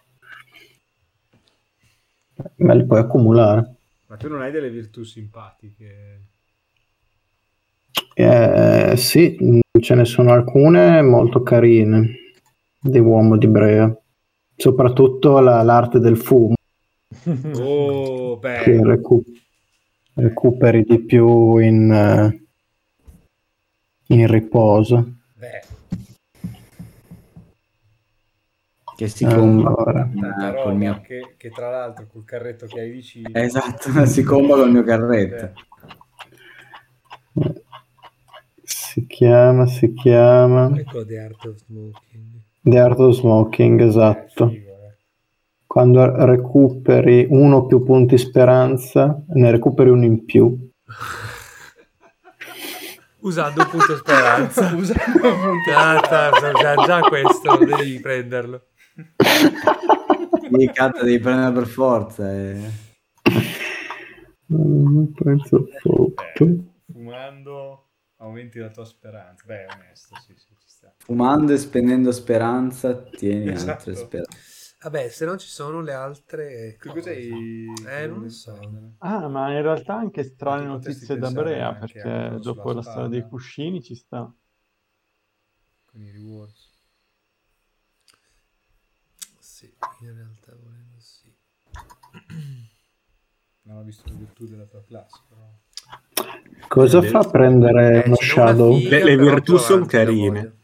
Ma li puoi accumulare. Ma tu non hai delle virtù simpatiche? Eh, sì, ce ne sono alcune molto carine di Uomo di Brea, soprattutto la- l'arte del fumo, Oh, che beh, recu- recuperi di più in, eh, in riposo. beh. che si comba Allora, Tanta eh, roba col mio... che, che tra l'altro col carretto che hai vicino... Esatto, si comba col mio carretto. si chiama, si chiama Ecco The Art of Smoking. The Art of Smoking, Eh, esatto. figo, eh. Quando recuperi uno più punti speranza, ne recuperi uno in più. Usando un punto speranza. Usando un punto Ah, ta- già, già questo, devi prenderlo. Sì, cazzo, devi prendere per forza. eh. Mm, penso fatto. Eh, fumando aumenti la tua speranza. Beh, è onesto, sì, sì, ci sta. Fumando e spendendo speranza, tieni Esatto. altre speranze. Vabbè, se non ci sono le altre Tu cose. cos'hai? Eh, non lo so. Ah, ma in realtà anche strane Ma tu potresti notizie da pensare Brea, anche a perché quello dopo sulla la storia dei spada. cuscini ci sta. Con i rewards. Sì, in realtà volendo sì. Non ho visto le virtù della tua classe, però. Cosa Eh, fa prendere Eh, uno ce n'è una shadow? figa, Le- le però virtù più son avanti la carine. voglio.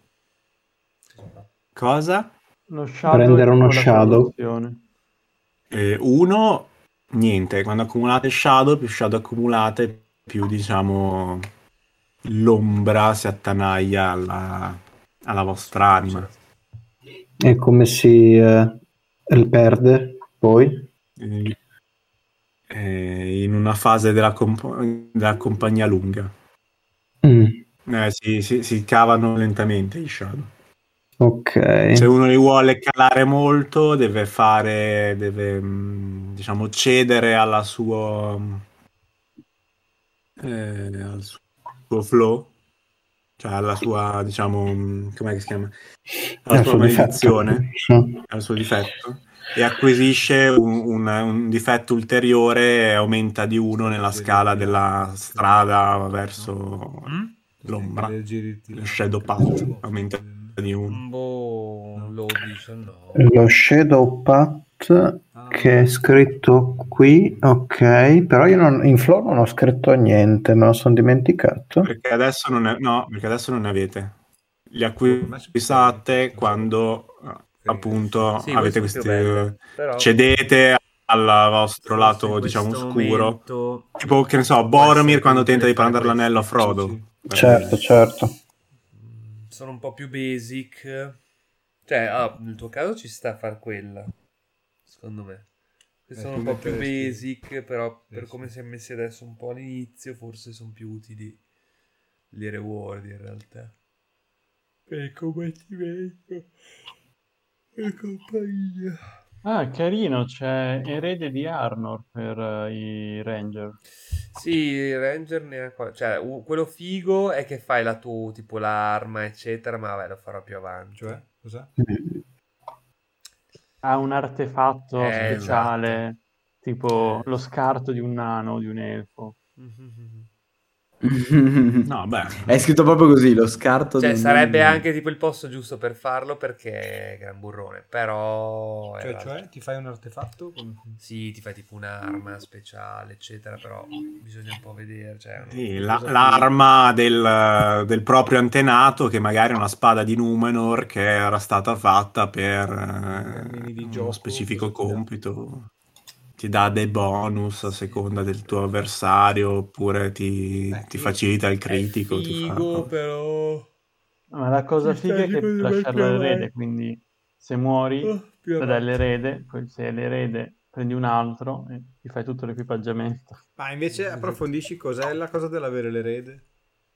Cosa? Lo shadow Prendere è uno tipo la shadow. corruzione. Eh, uno, niente, quando accumulate shadow, più shadow accumulate, più diciamo l'ombra si attanaglia alla, alla vostra anima. E come si eh, perde poi? Eh, eh, in una fase della, comp- della compagnia lunga. Mm, Eh, si, si- si cavano lentamente i shadow. ok. Se uno li vuole calare molto, deve fare, deve mh, diciamo cedere alla sua, eh, al suo flow, cioè alla sua, diciamo, mh, com'è che si chiama? Alla È il sua suo difetto. maledizione, Sì. al suo difetto, e acquisisce un, un- un difetto ulteriore e aumenta di uno nella scala della strada verso Mm? l'ombra. Alleggerirti. Lo shadow path aumenta di uno. Boh, lo dice no. Lo Shadow Path che è scritto qui, ok, però io non, in flow non ho scritto niente, me lo sono dimenticato. Perché adesso non è, no, perché adesso non ne avete. li acquistate quando appunto Sì, avete questo è questi più bello, però- cedete al vostro Forse lato in diciamo questo oscuro, momento tipo che ne so può Boromir essere quando più tenta di utile fare prendere l'anello a questo. Frodo. Sì. Certo, certo. Sono un po' più basic. Cioè, ah, nel tuo caso ci sta a far quella, secondo me. Che Eh, sono tu un po' più metteresti- basic, però Sì, per sì. come si è messi adesso un po' all'inizio, forse sono più utili le reward in realtà. Per il combattimento e compagnia. Ah, carino, c'è Erede di Arnor per eh, i Ranger. Sì, il Ranger ne ha qua- cioè u- quello figo è che fai la tua, tipo l'arma, eccetera, ma vabbè, lo farò più avanti. Cioè, cos'è? Ha un artefatto Eh, speciale, tipo Eh. lo scarto di un nano o di un elfo. Mhm. No, beh, È scritto proprio così, lo scarto di Cioè, un sarebbe nano. anche tipo il posto giusto per farlo perché è gran burrone, però... in Cioè, realtà- cioè, ti fai un artefatto? Come- Sì, ti fai tipo un'arma speciale, eccetera, però bisogna un po' vedere. Cioè, una- sì, una la- cosa l'arma del, del proprio antenato, che magari è una spada di Numenor che era stata fatta per termini di eh, uno gioco, specifico cosa ti dà? compito. Ti dà dei bonus a seconda del tuo avversario, oppure ti, Beh, ti io- facilita il più- critico. È ti fa- figo, però... Ma la cosa Ci sta figa è che secondo puoi me lasciarlo più all'erede, avanti. quindi se muori Oh, più dai avanti. l'erede, poi se è l'erede prendi un altro e ti fai tutto l'equipaggiamento. Ma invece approfondisci cos'è la cosa dell'avere l'erede?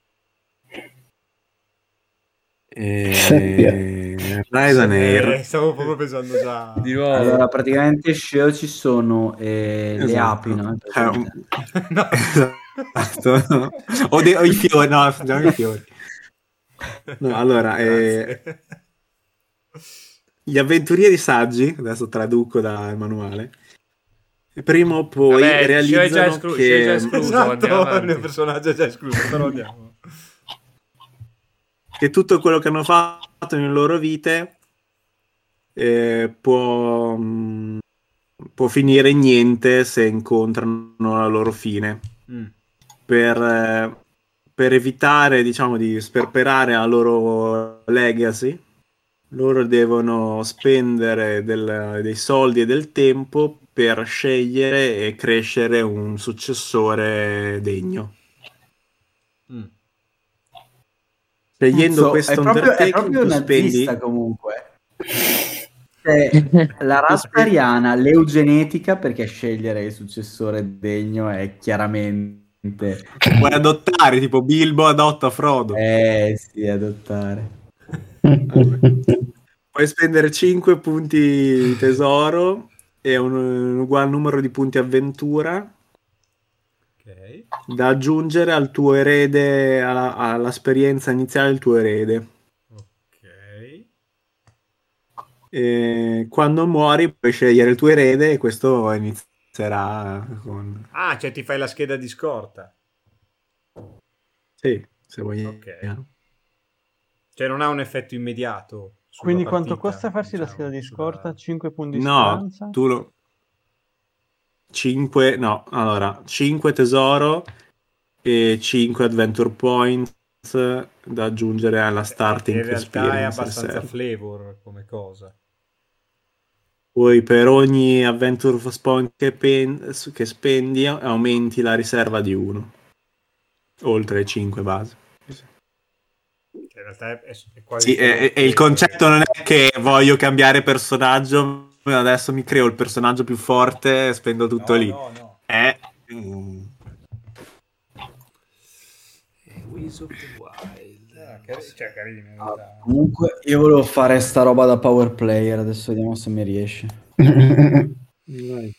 E... Ryanair. Eh, stavo proprio pensando già. Di nuovo. Allora, praticamente in Sheo ci sono eh, le Esatto. api, no? Eh, un- No. Esatto. O, de- o i fiori, no, aspettiamo i fiori. No, allora, eh, Grazie. gli avventurieri saggi, adesso traduco dal manuale, prima o poi Vabbè, Sheo è già realizzano esclu- Sheo è già che, escluso, andiamo Esatto, avanti. il personaggio è già escluso, però andiamo. che tutto quello che hanno fatto nelle loro vite eh, può, mh, può finire in niente se incontrano la loro fine. Mm. Per, eh, per evitare, diciamo, di sperperare la loro legacy, loro devono spendere del- dei soldi e del tempo per scegliere e crescere un successore degno. Mm. Scegliendo Cazzo, questo è proprio, è undertaking proprio tu nazista spendi... comunque. Cioè, la razza ariana, l'eugenetica, perché scegliere il successore degno è chiaramente... Puoi adottare, tipo Bilbo adotta Frodo. Eh sì, adottare. Puoi spendere cinque punti tesoro e un, un uguale numero di punti avventura Ok. da aggiungere al tuo erede, alla- all'esperienza iniziale del tuo erede. Ok. E quando muori puoi scegliere il tuo erede e questo inizierà con... Ah, cioè ti fai la scheda di scorta. Sì, se vuoi. Ok. Cioè non ha un effetto immediato sulla Quindi quanto partita, costa farsi la diciamo, scheda di sulla- scorta? cinque punti di No, speranza? tu lo... cinque, no, allora, cinque tesoro e cinque adventure points da aggiungere alla starting in realtà è experience abbastanza reserve. flavor come cosa. Poi per ogni adventure point che, pen- che spendi aumenti la riserva di uno, oltre ai cinque base. Che in realtà è, è quasi Sì, solo e, e il flavor. concetto non è che voglio cambiare personaggio, adesso mi creo il personaggio più forte e spendo tutto No, lì. no, no. È... mm, Ways of the Wild. Ah, cari- cioè carini in Ah, realtà. comunque io volevo fare sta roba da power player, adesso vediamo se mi riesce. vai.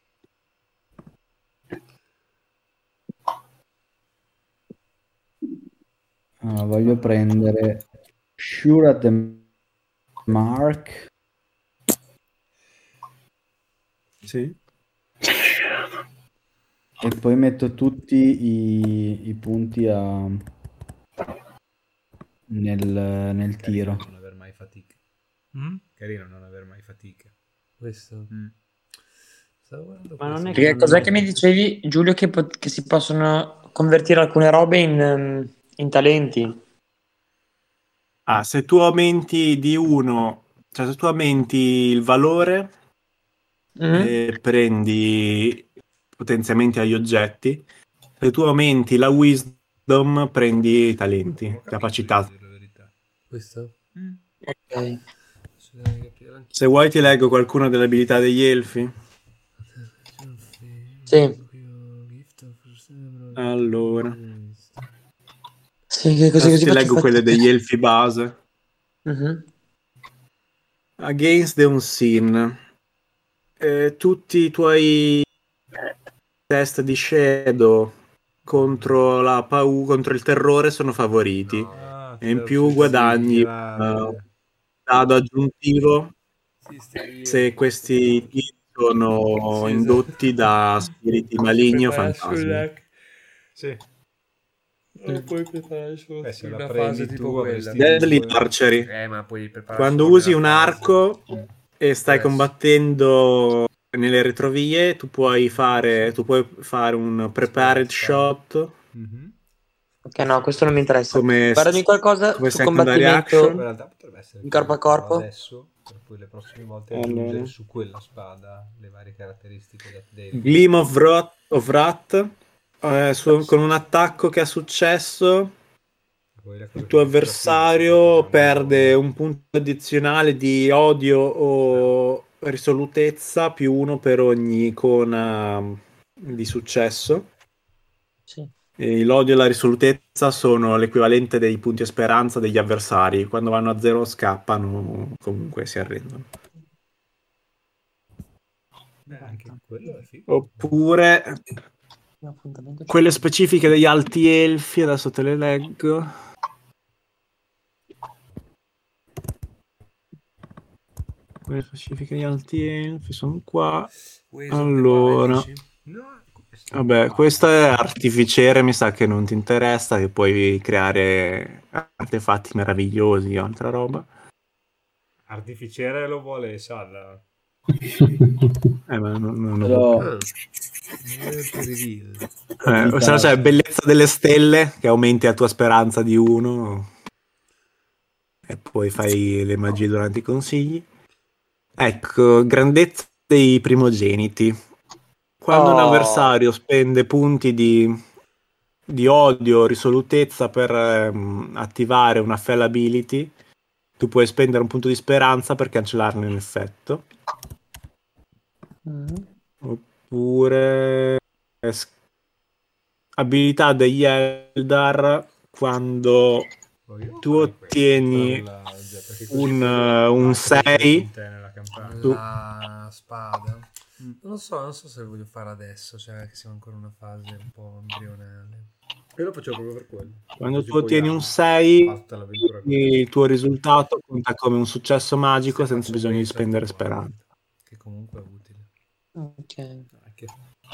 Ah, voglio prendere Sure at the Mark. Sì. E poi metto tutti i, i punti a, nel, nel tiro. Carino non aver mai fatica. Mm? Carino non aver mai fatica. Questo. Mm. Stavo guardando Ma non questo. è Perché non- cos'è che mi dicevi, Giulio, che, pot- che si possono convertire alcune robe in, ehm, in talenti? Ah, se tu aumenti di uno, cioè se tu aumenti il valore, Mm? e prendi potenziamenti agli oggetti. Se tu aumenti la wisdom, prendi i talenti, Non ho capito, capacità. io, dire la verità. Questo? Mm. Ok. Se vuoi ti leggo qualcuna delle abilità degli elfi. Sì. Allora, Sì, che così adesso così ti faccio leggo quelle fatica. degli elfi base. Mhm. Against the Unseen. Eh, tutti i tuoi test di shadow contro la paura, contro il terrore sono favoriti. Ah, E in più guadagni uh, dado aggiuntivo Sì, stai se questi tiri sono Sì, indotti esatto. da spiriti maligni o Prepara fantasmi. sulla- Sì. Oh, puoi preparare solo Eh, se una la fase prendi tipo tu, quella. avresti Deadly due. Archery. Eh, ma puoi preparare Quando solo usi nella un fase. arco e stai Adesso. combattendo nelle retrovie, tu puoi fare, tu puoi fare un prepared shot Mhm. Ok, no, questo non mi interessa. come, Guardami qualcosa come su secondary In action. combattimento realtà potrebbe essere in corpo a quello, però corpo. adesso, per poi le prossime volte Allora. aggiungere su quella spada le varie caratteristiche di update. Gleam of Wrath, of Wrath, eh, su- con un attacco che ha successo, Poi la cosa il che tuo faccio alla fine, avversario perché c'è un perde nome. un punto addizionale di odio o risolutezza più uno per ogni icona di successo. Sì. E l'odio e la risolutezza sono l'equivalente dei punti speranza degli avversari. Quando vanno a zero scappano, comunque si arrendono. Eh, anche quello è figo. Oppure Un appuntamento quelle c'è. specifiche degli alti elfi, adesso te le leggo. Quelle specifiche degli alti elfi sono qua. Allora, No, questo vabbè, questo è artificiere, mi sa che non ti interessa, che puoi creare artefatti meravigliosi o altra roba. artificiere lo vuole Sal. Eh, ma non, non lo Però Ah, non è per reveal. Eh, o se no c'è bellezza delle stelle che aumenti la tua speranza di uno e poi fai le magie durante i consigli. Ecco, grandezza dei primogeniti. Quando un Oh. avversario spende punti di, di odio o risolutezza per ehm, attivare una fell ability, tu puoi spendere un punto di speranza per cancellarne l'effetto. Mm. Oppure es- abilità degli Eldar quando tu ottieni un, uh, un sei La spada. Non lo so, non so se voglio fare adesso, cioè che siamo ancora in una fase un po' embrionale. Io lo facevo proprio per quello. quando Così tu poi ottieni ha- un sei, fa tutta l'avventura con- il tuo risultato conta come un successo magico Se senza faccio bisogno di questo, spendere tipo, speranza. che comunque è utile. Ok. Anche-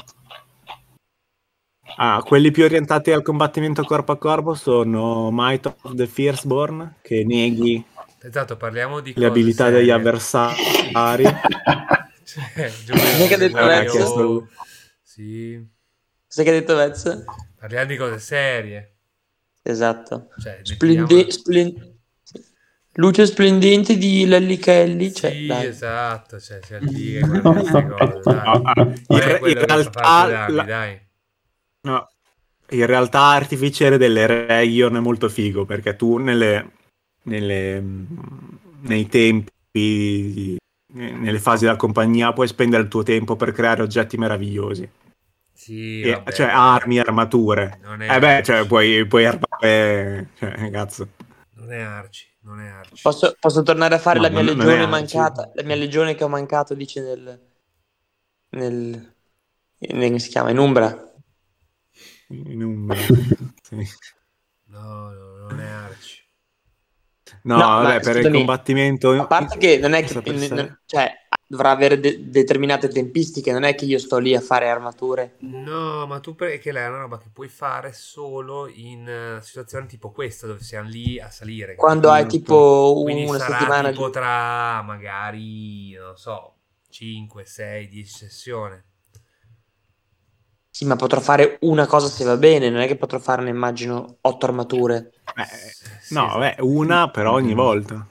Ah, quelli più orientati al combattimento corpo a corpo sono Might of the Firstborn, che neghi Esatto, parliamo di le cose abilità serie. degli avversari. Cioè, Giulio, Cos'è che ha detto Vabbè, Vez? questo- Sì, Cos'è che ha detto Vez? parliamo di cose serie. Esatto. Cioè, Splende- mettiamo- splen- Luce splendente di Lelli Kelly. Cioè, Sì, dai. esatto, cioè, c'è il lì che guarda queste cose, dai. No, ah, Qual in, è re- quello in che fa realtà, farti danni, la- dai. no, in realtà artificiere delle Region è molto figo perché tu nelle, nelle, nei tempi, nelle fasi della compagnia puoi spendere il tuo tempo per creare oggetti meravigliosi. Sì, E- vabbè, cioè dai. armi, armature. Non è Eh beh, arci. cioè puoi, puoi armare, cioè, cazzo. Non è arci, non è arci. Posso, posso tornare a fare No, la mia non- non legione è arci. mancata? La mia legione che ho mancato, dice nel. nel. nel- come si chiama? In Umbra. In un- sì. No, no, non è arci. No, No, vabbè, ma per il scusami, combattimento. A parte che non è in che. sé per n- sé. n- cioè, dovrà avere de- determinate tempistiche, non è che io sto lì a fare armature. No, ma tu perché lei è una roba che puoi fare solo in eh, situazioni tipo questa, dove siamo lì a salire. Quando hai Esatto. tipo Quindi una sarà settimana tipo giù. tra magari, non so, cinque, sei, dieci sessioni. Sì, ma potrò fare una cosa se va bene, non è che potrò farne, immagino, otto armature. Beh, Sì, no, esatto. beh, una per ogni volta.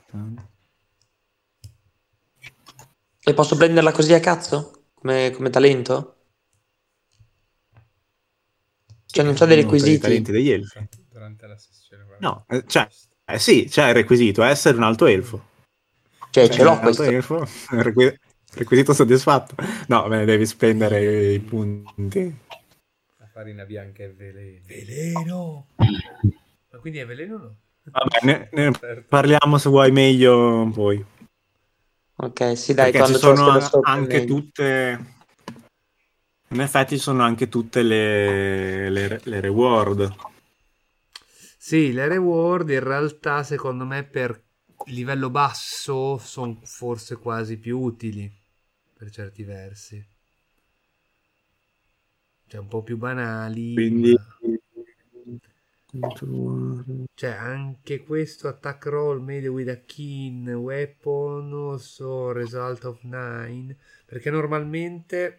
E posso prenderla così a cazzo? Come, come talento? Cioè non c'ha dei Uno per i requisiti? talenti degli elfi. Durante la sessione. guarda. No, eh, cioè, eh, sì, c'è il requisito, essere un alto elfo. Cioè Sei ce un l'ho alto questo. elfo, requi- requisito soddisfatto. No, beh, devi spendere i punti. La farina bianca è veleno. Veleno! Ma quindi è veleno o no? Vabbè, ne, ne Certo. parliamo se vuoi meglio poi. Ok, sì dai, Perché ci quando c'è la sono scheda sopra è anche meglio. tutte... In effetti ci sono anche tutte le, le, le reward. Sì, le reward in realtà secondo me per livello basso sono forse quasi più utili per certi versi. Cioè un po' più banali, Quindi... ma... Cioè anche questo attack roll made with a keen weapon also result of nine, perché normalmente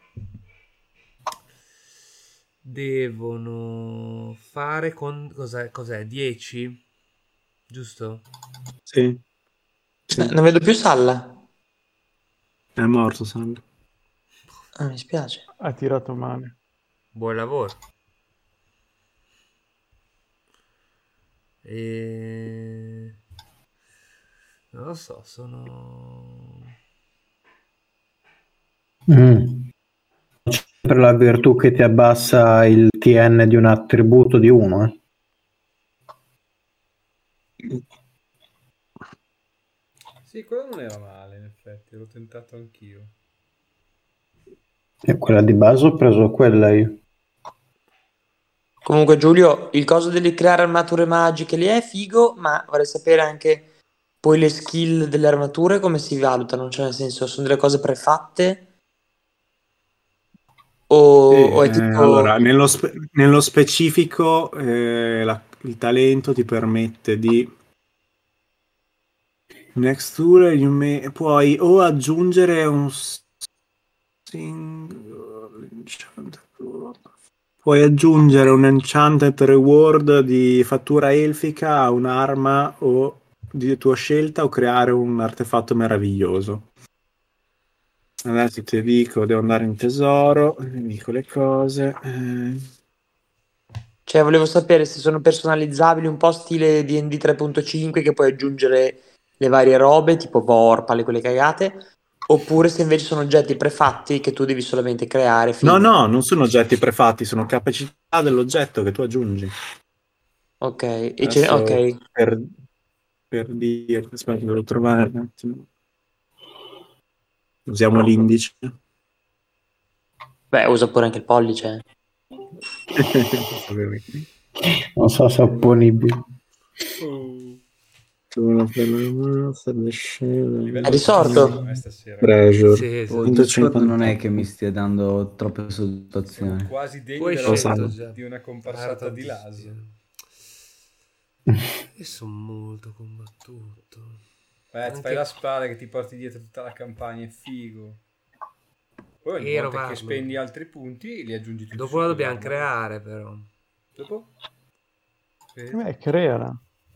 devono fare con cos'è, cos'è dieci, giusto? Sì, sì. Eh, non vedo più Salla. È morto, Sandro. Ah, mi spiace. Ha tirato male. Buon lavoro. E... non lo so, sono... Mm. C'è sempre la virtù che ti abbassa il T N di un attributo di uno, eh. Sì, quello non era male, in effetti, l'ho tentato anch'io. E quella di base ho preso quella io. Comunque Giulio, il coso di creare armature magiche lì è figo, ma vorrei sapere anche poi le skill delle armature come si valutano, cioè nel senso sono delle cose prefatte o, Sì, o è eh, tipo... allora, nello, spe- nello specifico eh, la- il talento ti permette di next tour you may- puoi o aggiungere un single enchanted reward. Puoi aggiungere un enchanted reward di fattura elfica a un'arma o di tua scelta o creare un artefatto meraviglioso. Adesso ti dico, devo andare in tesoro, vi dico le cose. eh. Cioè volevo sapere se sono personalizzabili un po' stile D and D tre punto cinque che puoi aggiungere le varie robe, tipo Vorpal e quelle cagate, oppure se invece sono oggetti prefatti che tu devi solamente creare, No, fine. no, non sono oggetti prefatti, sono capacità dell'oggetto che tu aggiungi. Ok, e ce ne- Adesso ok. per, per dire, aspetta, devo trovare un attimo. Usiamo l'indice. Beh, usa pure anche il pollice. Non so se è opponibile. È risorto? Eh, stasera. Treasure. Sì, esatto. Oh, il Discord non centocinquanta. è che mi stia dando troppe Siamo soddisfazioni. quasi degni Tu hai della- scelto Lo già. di una comparsata di Laso. Io sono molto combattuto. Beh, ti Anche- fai la spada che ti porti dietro tutta la campagna, è figo. Poi ogni Ero volta che Varlo. spendi altri punti li aggiungi tutti. Dopo la su dobbiamo quell'arma. creare però. Dopo? Sì. Beh, creala.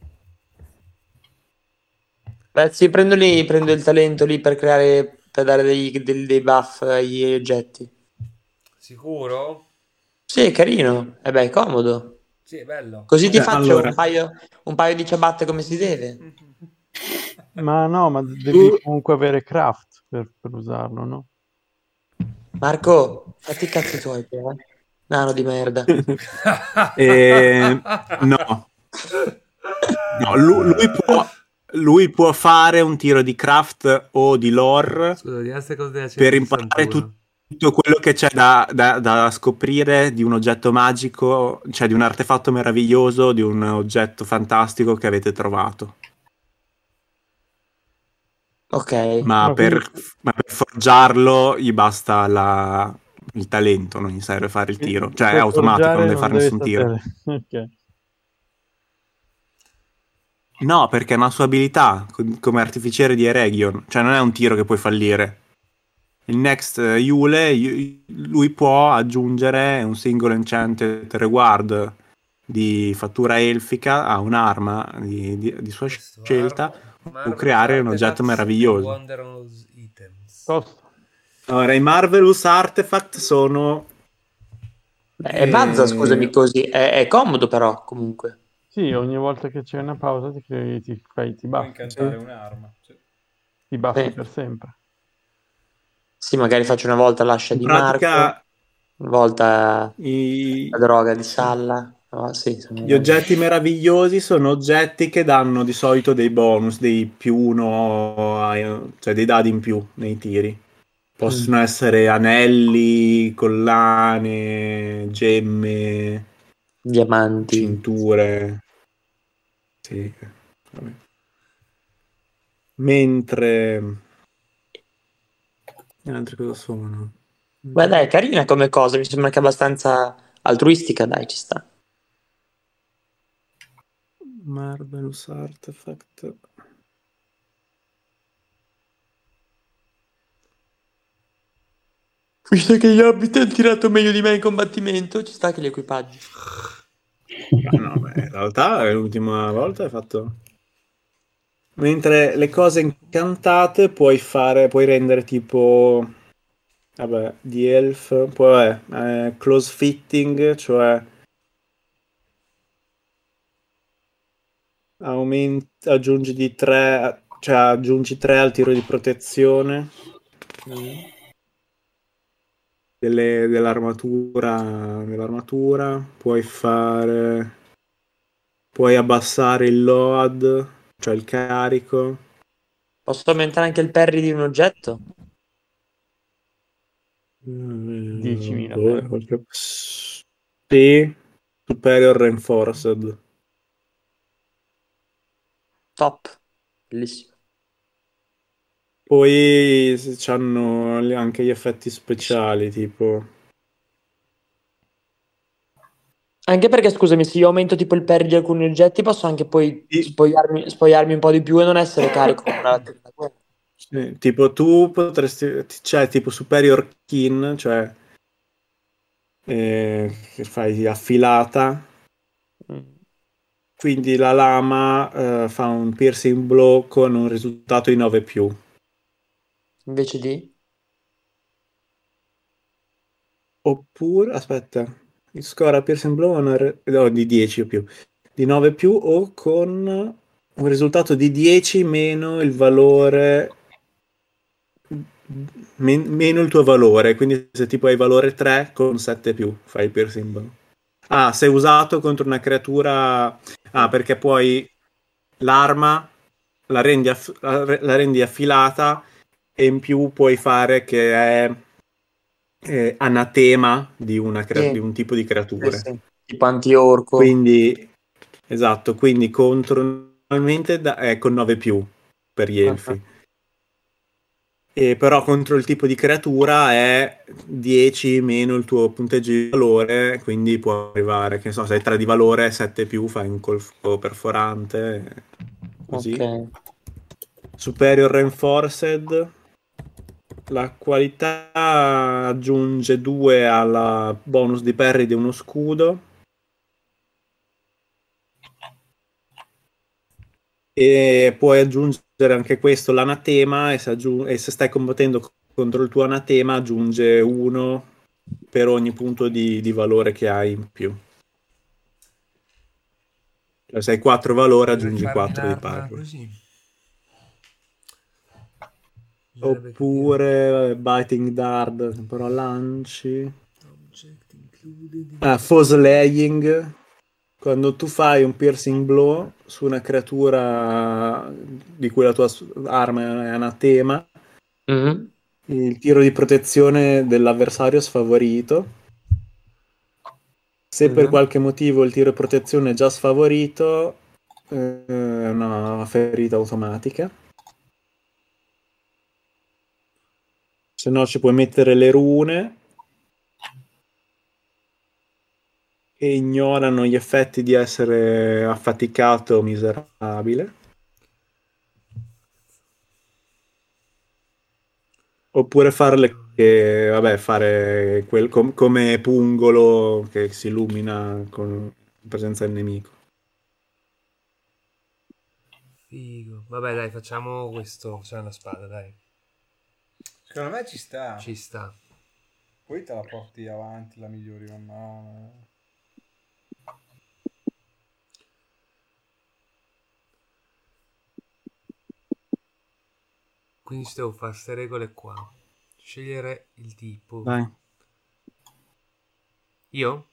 Beh, sì, prendo lì, prendo il talento lì per creare, per dare dei, dei, dei buff agli oggetti. Sicuro? Sì, è carino. E beh, è comodo. Sì, è bello. Così ti Eh, faccio allora. un paio, un paio di ciabatte come si deve. Ma no, ma devi Tu- comunque avere craft per, per usarlo, no? Marco, fatti i cazzi tuoi, te, eh. Nano di merda. Eh, no. No, lui, lui può, lui può fare un tiro di craft o di lore Scusa, di queste cose della per cento imparare sessantuno. tut- tutto quello che c'è da, da- da scoprire di un oggetto magico, cioè di un artefatto meraviglioso, di un oggetto fantastico che avete trovato. Ok. Ma, Ma per, quindi- ma per forgiarlo gli basta la- il talento, non gli serve fare il tiro. Cioè è Per automatico, forgiare non deve fare deve nessun tiro. sapere. Ok. No, perché è una sua abilità co- come artificiere di Eregion. Cioè non è un tiro che puoi fallire. il next Yule, y- lui può aggiungere un singolo enchanted reward di fattura elfica a un'arma di, di- di sua Questo, scelta Ar- o creare un Marvelous oggetto Artefacts meraviglioso. and Wondrous Items. Tosto. Ora, i Marvelous Artifact sono... Beh, è Bazza, eh, scusami, così. È, è comodo però, comunque. Sì, ogni volta che c'è una pausa ti, crei- ti fai, ti Puoi buffi, incantare un'arma. Sì. ti buffi Sì. per sempre. Sì, magari faccio una volta l'ascia in di Marco, pratica una volta i, la droga di Salla. No, sì, sono- gli oggetti meravigliosi sono oggetti che danno di solito dei bonus, dei più uno, ai- cioè dei dadi in più nei tiri. Possono essere anelli, collane, gemme, diamanti. cinture. Sì. Vabbè. Mentre... le altre cosa sono? Guarda, è carina come cosa, mi sembra che è abbastanza altruistica, dai, ci sta. Marvelous Artifact. Visto che gli Hobbit hanno tirato meglio di me in combattimento, ci sta che gli equipaggi. Ma no, beh, in realtà l'ultima volta hai fatto... Mentre le cose incantate puoi fare, puoi rendere tipo... Vabbè, di elf, poi vabbè, eh, close fitting, cioè aumenti, aggiungi di tre, cioè aggiungi tre al tiro di protezione delle- dell'armatura, dell'armatura, puoi fare, puoi abbassare il load, cioè il carico. Posso aumentare anche il parry di un oggetto? diecimila Boh, per. qualche- Sì, superior reinforced. Top. Bellissimo. Poi hanno anche gli effetti speciali, tipo... Anche perché, scusami, se io aumento tipo il parry di alcuni oggetti, posso anche poi Sì. spogliarmi, spogliarmi un po' di più e non essere carico come una guerra. Sì, tipo tu potresti, c'è tipo superior kin, cioè eh, che fai affilata, Mm. quindi la lama eh, fa un piercing blow con un risultato di nove più. Invece di... Oppure, aspetta, il score a piercing blow è una re- no, di dieci o più, di nove più o con un risultato di dieci meno il valore, men- meno il tuo valore, quindi se tipo hai valore tre con sette più fai il piercing blow. Ah, se usato contro una creatura... Ah, perché poi l'arma la rendi, aff- la re- la rendi affilata e in più puoi fare che è eh, anatema di, una crea- di Sì, un tipo di sì, creature. sì. Tipo anti-orco. Quindi, esatto, quindi contro normalmente da- è con nove più per gli Ah, elfi. E però contro il tipo di creatura è dieci meno il tuo punteggio di valore, quindi può arrivare, che ne so, se hai tre di valore, sette più, fai un colpo perforante, così. ok. Superior Reinforced, la qualità aggiunge due alla bonus di parry di uno scudo. E puoi aggiungere anche questo l'anatema e se, aggiung- e se stai combattendo contro il tuo anatema aggiunge uno per ogni punto di, di valore che hai in più. Cioè se hai quattro valore Dovrei aggiungi farmi quattro di l'arma parry. così. Bisognerebbe Oppure Biting Dart, però lanci. capire. Object included. Ah, Foslaying. Quando tu fai un piercing blow su una creatura di cui la tua s- arma è anatema, Mhm. il tiro di protezione dell'avversario è sfavorito. Se per Mhm. qualche motivo il tiro di protezione è già sfavorito, eh, è una ferita automatica. Se no ci puoi mettere le rune che ignorano gli effetti di essere affaticato o miserabile. Oppure farle che, vabbè, fare quel com- come pungolo che si illumina con presenza del nemico. Figo. Vabbè, dai, facciamo questo. C'è una spada, dai. Secondo me ci sta. Ci sta. Poi te la porti avanti, la migliori man mano. Quindi ci devo fare queste regole qua. Scegliere il tipo. Vai. Io?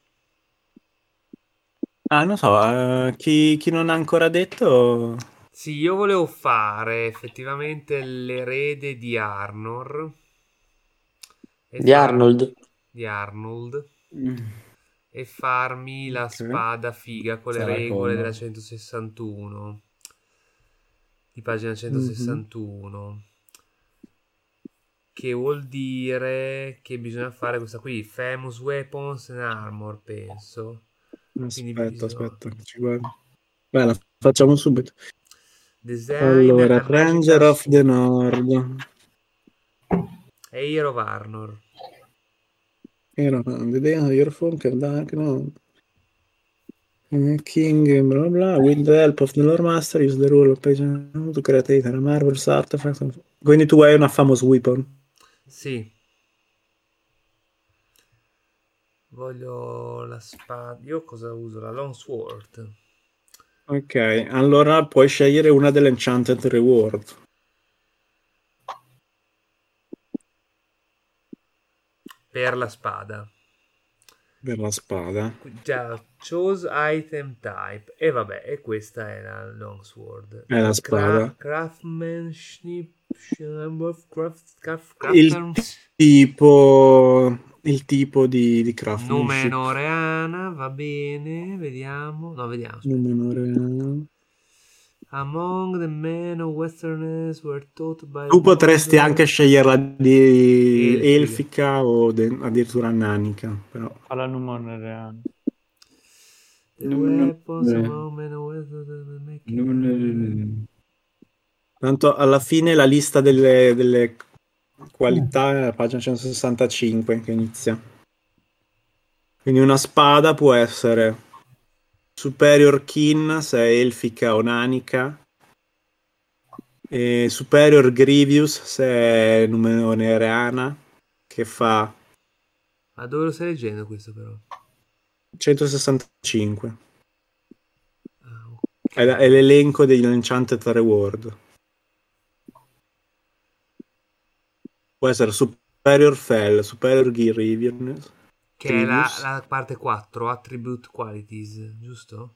Ah, non so, eh, chi, chi non ha ancora detto... Sì, io volevo fare effettivamente l'erede di Arnor. E Di far- Arnold. Di Arnold. Mm. E farmi la Ok. spada figa con le Sarà regole comodo. della centosessantuno. Di pagina centosessantuno. Che vuol dire che bisogna fare questa qui. Famous Weapons and Armor, penso. Quindi Aspetta, bisogna- aspetta, che ci guardo. Beh, la facciamo subito. Design Allora, a Ranger Magical of the Nord. Air of Arnor. Era the day of your phone can dark, no? Eh, King, blah blah, with the help of the lore master, use the rule of page to create a marvelous artifact. Quindi tu hai una famous weapon. Sì. Voglio la spada. Io cosa uso? La Longsword. Ok, allora puoi scegliere una delle Enchanted Reward. Per la spada. Per la spada. Già, choose item type. E vabbè, e questa è la Longsword. È la spada. Craftsmanship. Craft, craft, Il craftsmanship. tipo... Il tipo di, di craftsmanship. Numenoreana, va bene, vediamo. No, vediamo. aspetta. Numenoreana. Among the men of Westerners were taught by Tu potresti Mordor- anche sceglierla di Elfica. elfica o de- addirittura nanica, però. Alla Numenoriana. The Non- non- weapons eh. among men of Westerners make it- Non- Tanto alla fine la lista delle, delle qualità è la pagina centosessantacinque che inizia. Quindi una spada può essere Superior Kin se è elfica o nanica, e Superior Grievous se è numenoreana, che fa Ma dove lo stai leggendo questo però? centosessantacinque. Ah, ok. È, la- è l'elenco degli Enchanted Reward. Può essere Superior Fell, Superior Grievous. Che è la, Grievous. la parte quattro, Attribute Qualities, giusto?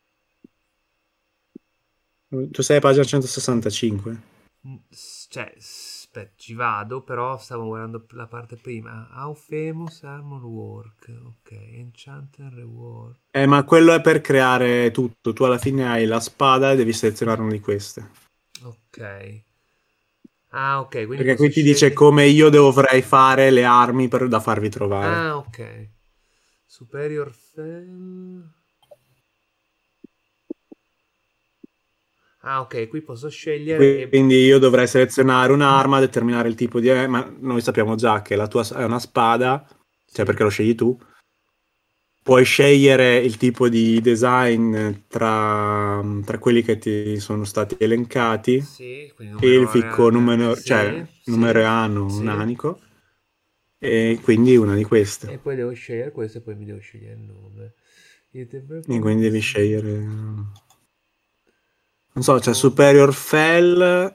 Tu sei a pagina centosessantacinque. Mm, s- Cioè, aspetta, ci vado, però stavo guardando la parte prima. How famous armor work? Ok, Enchanted Reward. Eh, ma quello è per creare tutto. Tu alla fine hai la spada e devi selezionare una di queste. Ok. Ah, ok, quindi Perché posso qui ti dice scegliere- come io dovrei fare le armi per, da farvi trovare. Ah, ok. Superior Fell. Ah, ok, qui posso scegliere e... Quindi io dovrei selezionare un'arma, determinare il tipo di... Ma noi sappiamo già che la tua è una spada, cioè perché lo scegli tu. Puoi scegliere il tipo di design tra, tra quelli che ti sono stati elencati. Sì, quindi numero Elfico, numero, sì, cioè sì, numereano, sì. nanico. E quindi una di queste. E poi devo scegliere questo e poi mi devo scegliere il nome. E quindi devi scegliere... Non so, c'è Oh. Superior Fell,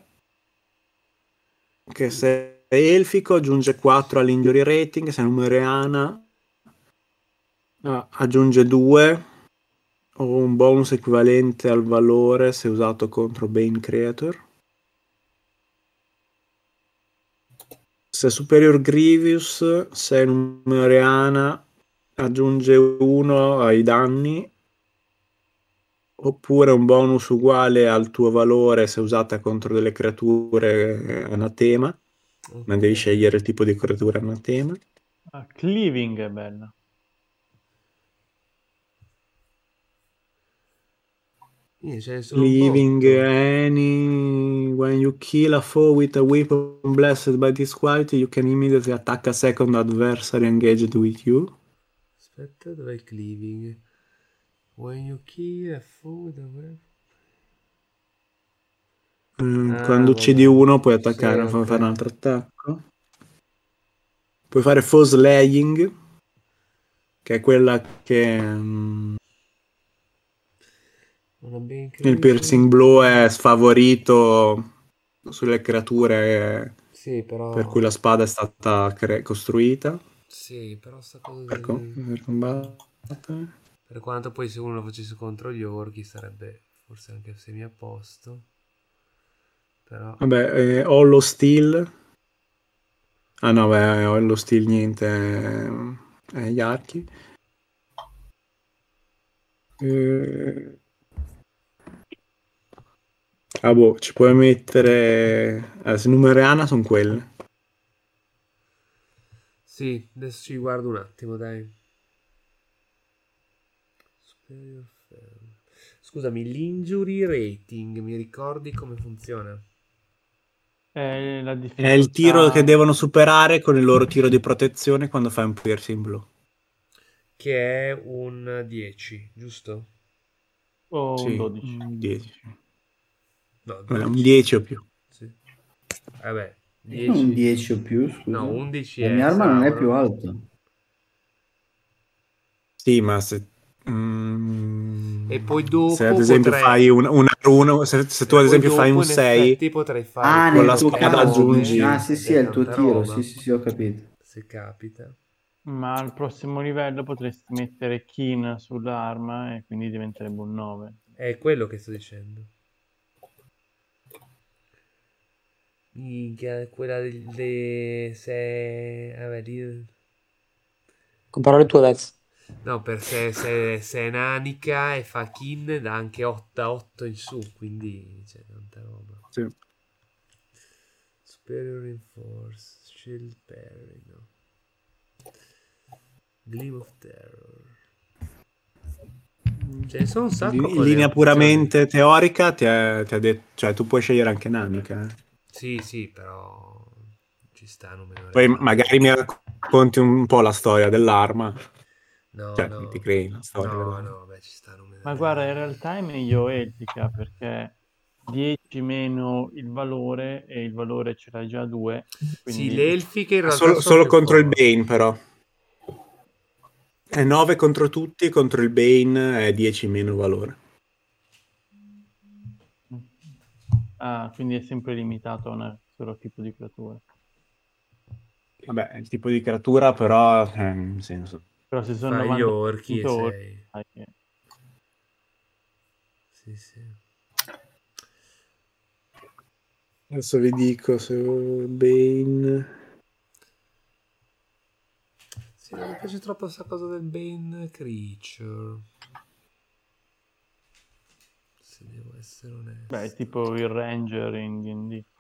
che se è elfico aggiunge quattro all'injury rating, se è numereana ah, aggiunge due, o un bonus equivalente al valore se usato contro Bane Creator. Se è Superior Grievous, se è numereana aggiunge uno ai danni, oppure un bonus uguale al tuo valore se usata contro delle creature anatema, ma devi scegliere il tipo di creatura anatema. Ah, Cleaving è bella. Quindi ce ne sono un Living botto. any when When you kill a foe with a weapon blessed by this quality, you can immediately attack a second adversary engaged with you. Aspetta, dov'è il cleaving? When you kill a foe with a weapon... Mm, Ah, quando uccidi vabbè. uno puoi attaccare, Sì, puoi ok. fare un altro attacco. Puoi fare foe slaying, che è quella che mm, Una ben il piercing blow è sfavorito sulle creature Sì, però... per cui la spada è stata cre- costruita Sì, però sta cosa per, co- del... per combattere. Per quanto poi se uno lo facesse contro gli orchi sarebbe forse anche semi a posto. Però... Vabbè, eh, Hollow Steel. Ah no, beh, Hollow Steel niente, è, è gli archi. Eh, Ah boh, ci puoi mettere... Eh, se numereana sono quelle. Sì, adesso ci guardo un attimo, dai. Superior Fail. Scusami, l'injury rating, mi ricordi come funziona? È la È il tiro che difficoltà devono superare con il loro tiro di protezione quando fai un piercing blow. Che è un dieci, giusto? o un Sì, dodici. un dieci. No, Eh, un dodici. dieci o più. Sì. Vabbè, Un dieci. dieci o più, scusa. No, undici La è mia arma non è più Sauron. alta. Sì, ma se... mm, E poi dopo se ad esempio potrei- fai un, una runa, se, se tu ad Poi esempio dopo fai un in sei, effetti potrei fare Ah, con nel la tuo spada caso. aggiungi- Ah, sì, sì, è il tuo tanta tiro. roba. Sì, sì, sì, ho capito. Se capita. Ma al prossimo livello potresti mettere Keen sull'arma e quindi diventerebbe un nove. È quello che sto dicendo. Minchia, quella delle se... Vabbè, lì... Con parole tue, Vez. No, per se, se, se è nanica e fa kin da anche otto a otto in su, quindi c'è tanta roba. sì. Superior Reinforce, Shield Parry, no. Gleam of Terror. Ce ne sono un sacco in con le linea opzioni. puramente teorica ti ha, ti ha detto, cioè tu puoi scegliere anche nanica. eh. Sì, sì, però ci stanno meno Poi regole. magari mi racconti un po' la storia dell'arma. No, Cioè, no. ti crei la storia No, dell'arma. no, beh, ci stanno meno Ma regole. guarda, in realtà è meglio Elfica perché dieci meno il valore e il valore ce l'hai già due. Quindi... Sì, le elfiche in realtà Solo, sono solo più contro il forti. Bane, però. È nove contro tutti, contro il Bane è dieci meno valore. Ah, quindi è sempre limitato a un solo tipo di creatura. Vabbè, è il tipo di creatura, però, eh, nel senso... Però se sono Fai gli novanta orchi e orchi, sei. sai che- Sì, sì. Adesso vi dico se Bane... Sì, non mi piace troppo questa cosa del Bane Creature. Se devo essere onesto. Beh, è tipo il Ranger in D and D.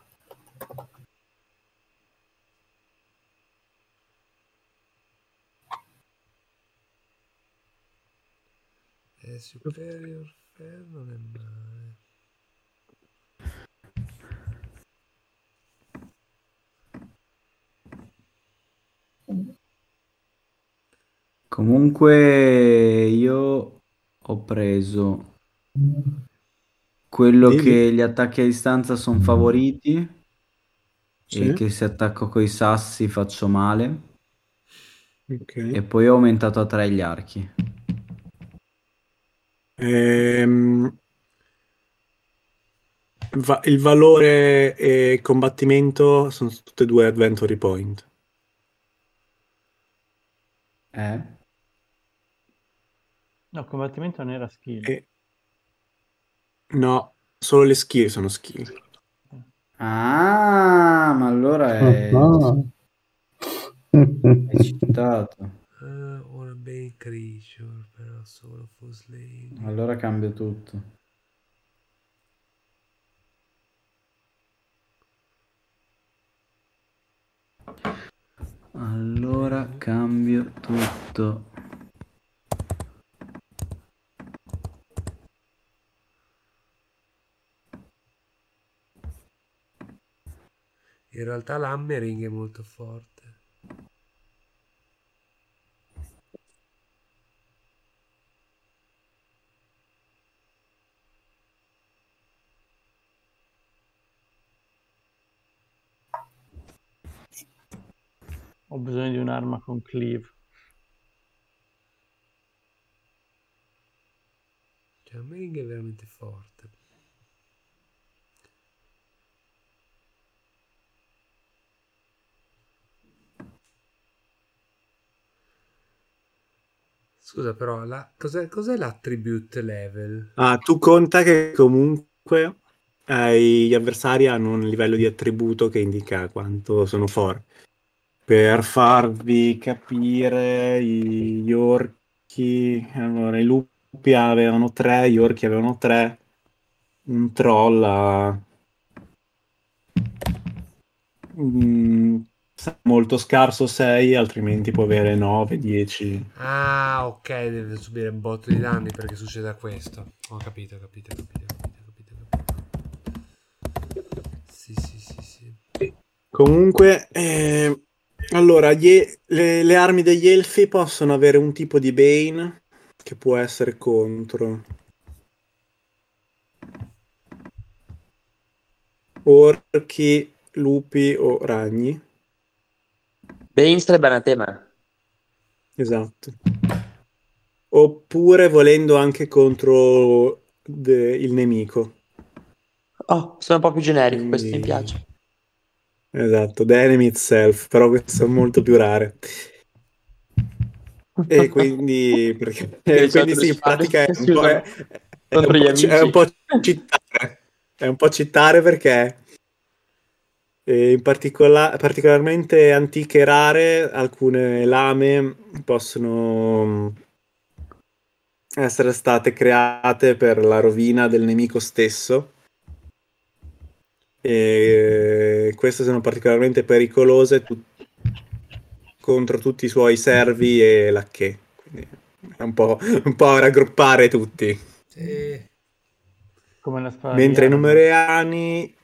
È Superior Fair, non è male. Comunque io ho preso quello Dimmi. che gli attacchi a distanza sono favoriti Sì. e che se attacco coi sassi faccio male. Ok. E poi ho aumentato a tre gli archi. Ehm, va- il valore e combattimento sono tutte e due adventure point. Eh? No, combattimento non era skill. E... No, solo le skill sono skill. Ah, ma allora è, Ah. è citato. Uh, una Bane Creature, però solo for slaying. Allora cambio tutto. Allora cambio tutto. In realtà l'hammering è molto forte. Ho bisogno di un'arma con cleave. Cioè, l'hammering è veramente forte. Scusa, però, la, cos'è, cos'è l'attribute level? Ah, tu conta che comunque eh, gli avversari hanno un livello di attributo che indica quanto sono forti. Per farvi capire, gli orchi, allora i lupi avevano tre, gli orchi avevano tre, un troll ha mm, molto scarso sei, altrimenti può avere nove, dieci. Ah, ok, deve subire un botto di danni perché succeda questo. Ho capito, ho capito, ho capito, ho capito, ho capito, ho capito. Sì, sì, sì, sì. Comunque, eh, allora, gli- le, le armi degli elfi possono avere un tipo di Bane che può essere contro orchi, lupi o ragni. Bane sarebbe anatema. Esatto. Oppure volendo anche contro de- il nemico. Oh, sono un po' più generico, questo mi Quindi- piace. Esatto, the enemy itself, però queste sono molto più rare. E quindi, perché, Che di e quindi solito sì, si in pratica è si un po', usano è, è contro un gli po', ci- è un amici. po' cittare, è un po' cittare perché eh, in particola- particolarmente antiche e rare, alcune lame possono mm, essere state create per la rovina del nemico stesso. E queste sono particolarmente pericolose tu- contro tutti i suoi servi e lacchè. Quindi è un po', un po' raggruppare tutti. Sì. Come la spada di Mentre i Aragorn. numeriani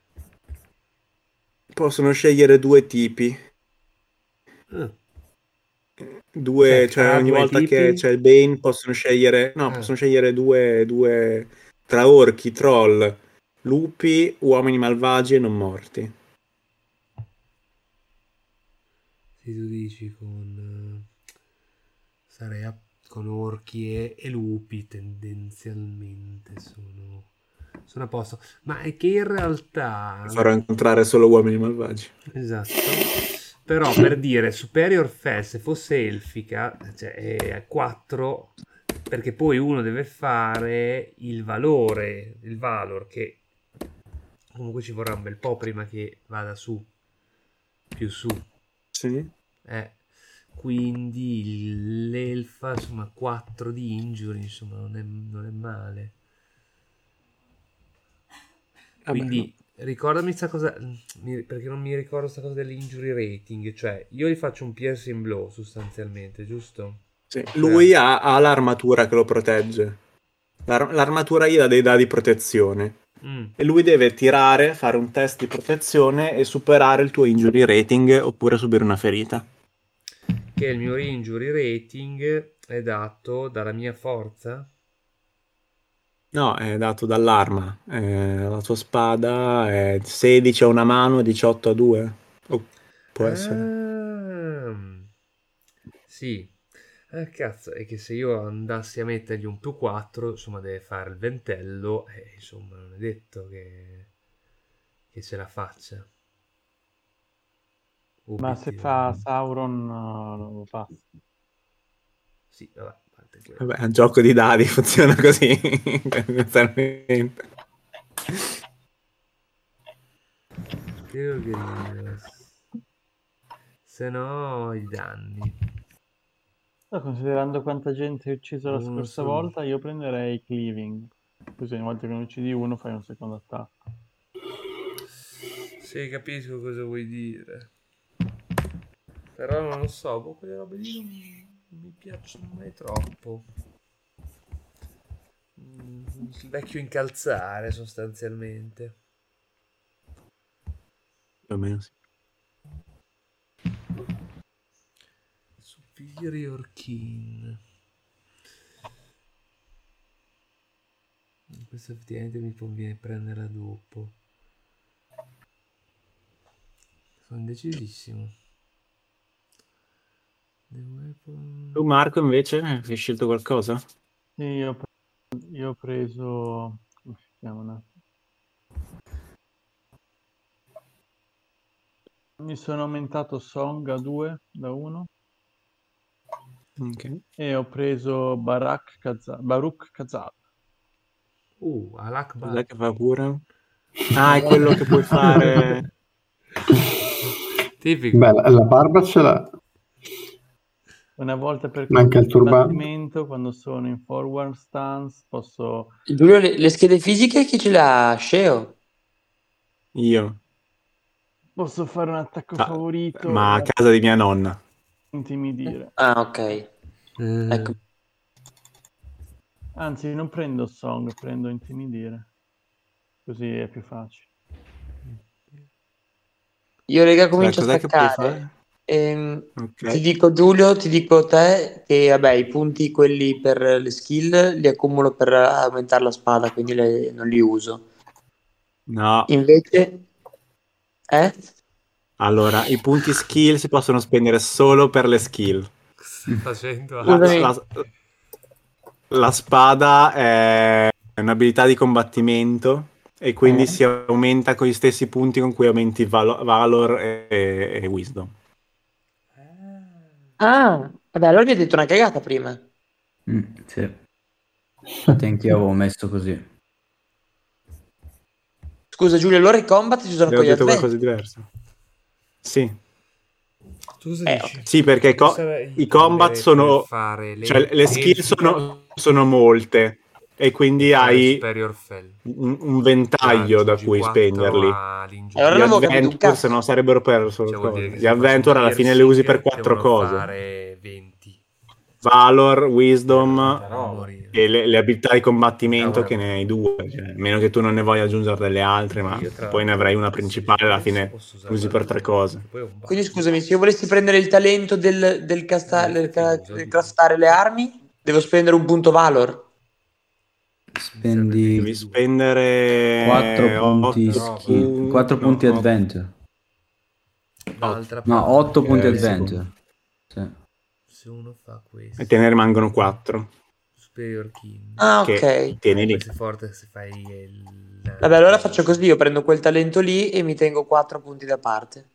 possono scegliere due tipi. Ah, Due, cioè, cioè fra ogni due volta che tipi? c'è il Bane possono scegliere, no, Ah, possono scegliere due, due tra orchi, troll, lupi, uomini malvagi e non morti. sì, tu dici con... eh, sarei a- con orchi e, e lupi tendenzialmente sono, sono a posto. Ma è che in realtà... Farò incontrare solo uomini malvagi. Esatto. Però per dire Superior Fell, se fosse elfica, cioè è quattro, perché poi uno deve fare il valore, il valor, che comunque ci vorrà un bel po' prima che vada su, più su. Sì. Eh, quindi l'elfa, insomma, quattro di injury, insomma, non è, non è male. Vabbè, Quindi ricordami sta cosa, mi- perché non mi ricordo sta cosa dell'injury rating, cioè io gli faccio un piercing blow sostanzialmente, giusto? sì. Cioè, Lui ha, ha l'armatura che lo protegge. L'ar- l'armatura gli dà dei dadi di protezione. mm, E lui deve tirare, fare un test di protezione e superare il tuo injury rating oppure subire una ferita. che il mio injury rating è dato dalla mia forza? No, è dato dall'arma. Eh, la tua spada è sedici a una mano e diciotto a due. Oh, può essere. Ah, sì. Ah, cazzo, è che se io andassi a mettergli un più quattro, insomma, deve fare il ventello, e insomma, non è detto che, che ce la faccia. Ma se fa Obiettivamente. Sauron no, non lo fa. Sì, vabbè, a parte quello. Vabbè, è un gioco di dadi, funziona così. tendenzialmente. Spero che se no i danni. Sto considerando quanta gente hai ucciso la Non lo scorsa so. volta, io prenderei cleaving. Così ogni volta che ne uccidi uno fai un secondo attacco. Sì, capisco cosa vuoi dire. Però non lo so, boh, quelle robe lì non non mi piacciono mai troppo. Mm, il vecchio incalzare sostanzialmente. Più o meno sì. Superior Kin. Questo effettivamente mi conviene prenderla dopo. Sono indecisissimo. The weapon... Tu Marco invece hai scelto qualcosa? Sì, io ho, pre- io ho preso... come si chiama? un attimo? Mi sono aumentato Song a due da uno Ok. e ho preso Barak Kazal, Baruch Kazal. Uh, Alak Cos'è Bar. che fa pure? Ah, è quello che puoi fare... Tipico. Beh, la, la barba ce l'ha. Una volta per Manca il turbante. combattimento, quando sono in forward stance, posso... Giulio, le, le schede fisiche chi ce l'ha? Sceo? Io. posso fare un attacco Ah, favorito ma a e casa di mia nonna. intimidire. Ah, ok. Eh, Ecco. Anzi, non prendo Song, prendo intimidire. Così è più facile. Io, raga, Cioè, comincio a cos'è che puoi staccare. fare? Ehm, Ok. Ti dico Giulio, ti dico te che vabbè, i punti quelli per le skill li accumulo per aumentare la spada, quindi le- non li uso. No. Invece, eh? Allora, i punti skill si possono spendere solo per le skill. Cosa stai facendo? La, Scusami. la- la spada è un'abilità di combattimento e quindi Eh. si aumenta con gli stessi punti con cui aumenti valo- Valor e, e Wisdom. Ah, vabbè, allora mi hai detto una cagata prima. Mm, sì. Infatti anch'io avevo messo così. Scusa Giulio, allora i combat ci sono Abbiamo con gli detto advent. qualcosa di diverso. Sì, Tu cosa Eh, dici? sì, perché i, co- Cosa i combat per sono... fare le, Cioè, le skill verifiche sono, sono molte e quindi e fare hai Superior Fell. un, un ventaglio da Aggiungi cui quattro spenderli. all'ingiunzione. Allora Gli non avevo capito un adventure, cazzo. se no, sarebbero per solo Cioè, vuol dire cose. che Gli se faccio un adventure alla fine le usi per piercing, quattro devono cose. fare venti. Valor, Wisdom Però- Morire. e le, le abilità di combattimento Ah, che ne hai due. Cioè, a meno che tu non ne voglia aggiungere delle altre, ma Io, tra poi ne l'altro, avrai una adesso principale, alla adesso fine posso usare usi la per tre ragione, cose. che poi è un Quindi bug. scusami, se io volessi prendere il talento del, del, casta- Eh, del ca- lo uso del di- craftare le armi, devo spendere un punto valor. Spendi Devi spendere quattro punti otto skill, punti, quattro punti no, adventure. L'altra No, parte, otto che punti è il adventure. Sì. se uno fa questo, e te ne rimangono quattro. Superior King. Ah, Che ok. tieni lì. Questo è forte se fai il... Vabbè, allora faccio così, io prendo quel talento lì e mi tengo quattro punti da parte.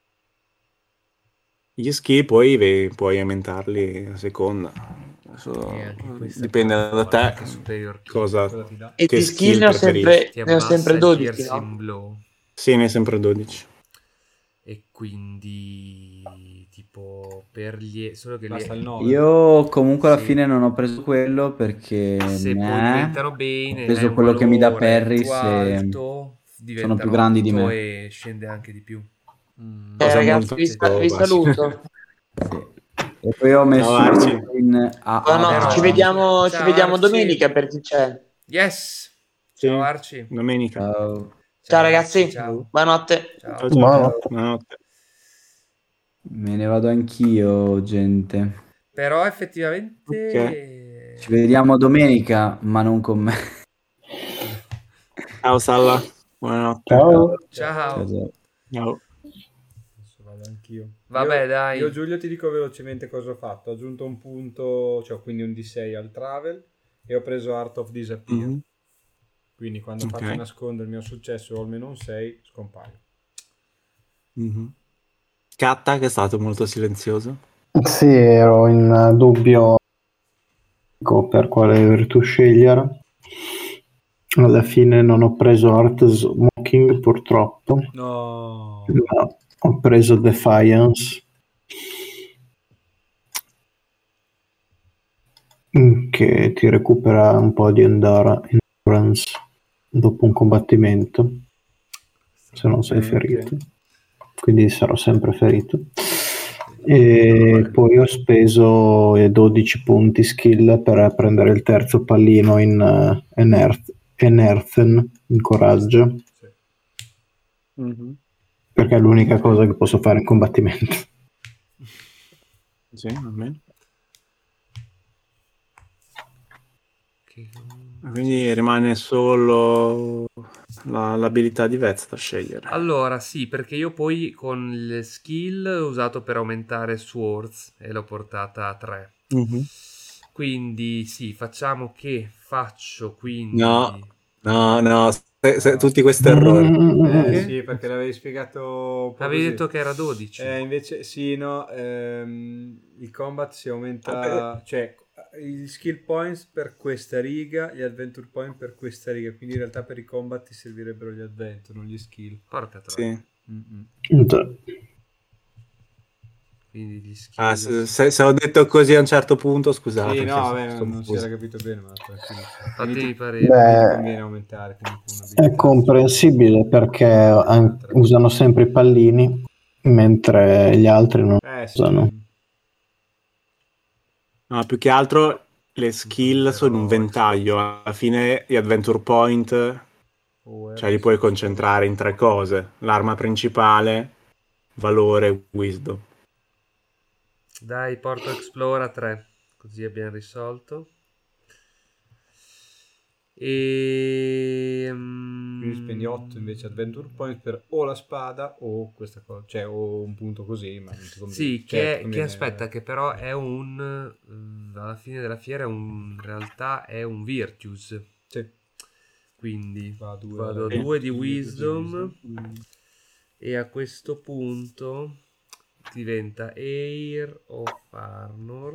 Gli skill poi ve- puoi aumentarli a seconda. Adesso E anche questa dipende parte da forte, te anche Superior King. cosa, Cosa ti dà? E che di skill ne ho preferisci. sempre, Ti ne ho abbassa sempre il dodici, piercing no? blow. Sì, ne è sempre dodici. E quindi tipo per gli... solo che Basta il le... nove. Io comunque alla Sì. fine non ho preso quello perché se meh, poi diventano bene, ho preso hai un quello che mi dà valore Perris più e alto, diventano più grandi di otto me. e scende anche di più. Mm, Eh, Cosa ragazzi, molto vi, sa- vi facile. saluto. sì. E poi ho messo Ciao, Arci. in a, No, no, a- Però- ci vediamo, Ciao, ci vediamo Arci. domenica per chi c'è. Yes! Sì, Ciao Arci. domenica. Ciao. Ciao ragazzi, Arci, ciao. buonanotte. Ciao. Ciao, ciao. Buonanotte. Buonanotte. Me ne vado anch'io, gente. Però effettivamente... Ci vediamo domenica, ma non con me. Ciao Salla. Buonanotte. Ciao. Ciao. Ciao, ciao. Ciao. Adesso vado anch'io. Vabbè, Io- dai. Io Giulio ti dico velocemente cosa ho fatto. Ho aggiunto un punto, cioè quindi un D sei al travel e ho preso Art of Disappear. Mhm. Quindi quando Ok. faccio nascondere il mio successo o almeno un sei, scompaio. Mhm. Catta, che è stato molto silenzioso. Sì, ero in dubbio per quale virtù scegliere. Alla fine non ho preso Art Smoking, purtroppo. No. Ma ho preso Defiance, mm, che ti recupera un po' di endura- endurance dopo un combattimento, se non sei Ok. ferito. Quindi sarò sempre ferito. E poi ho speso eh, dodici punti skill per prendere il terzo pallino in uh, Enerth- Enerthen, in coraggio. Sì. Mhm. perché è l'unica cosa che posso fare in combattimento. Sì, almeno. Che- Quindi rimane solo la- l'abilità di Vez da scegliere. Allora, sì, perché io poi con le skill ho usato per aumentare Swords e l'ho portata a tre. Mhm. Quindi sì, facciamo che faccio quindi... No, no, no, se- se- tutti questi errori. Eh Perché? sì, perché l'avevi spiegato un po' Avevi così. detto che era dodici. Eh, invece sì, no, ehm, il combat si aumenta, cioè i skill points per questa riga, gli adventure point per questa riga, quindi in realtà per i combat ti servirebbero gli adventure, non gli skill. Porca troia. Sì. Mm-mm. Quindi gli skill... Ah, se, se- se ho detto così a un certo punto, scusate. Sì, no, se- vabbè, sono non si confuso. era capito bene, ma tranquillo. Fatemi Quindi ti- parere. Beh, ti conviene aumentare comunque un'abilità. è comprensibile perché an- usano sempre i pallini, mentre gli altri non Eh sì. usano. No, più che altro le skill sono un ventaglio. Alla fine gli adventure point, Oh, cioè li puoi concentrare in tre cose. L'arma principale, valore, wisdom. Dai, porto Explora tre, così abbiamo risolto. E... Quindi spendi otto invece adventure point per o la spada o questa cosa, cioè o un punto così, ma non ti conviene. Sì, Cioè, che, ti che conviene- aspetta, che però è un... eh, alla fine della fiera è un, in realtà è un Virtues. Sì. Quindi Va a due, vado a alla- due di sì, Wisdom Mm. e a questo punto diventa Air of Armor.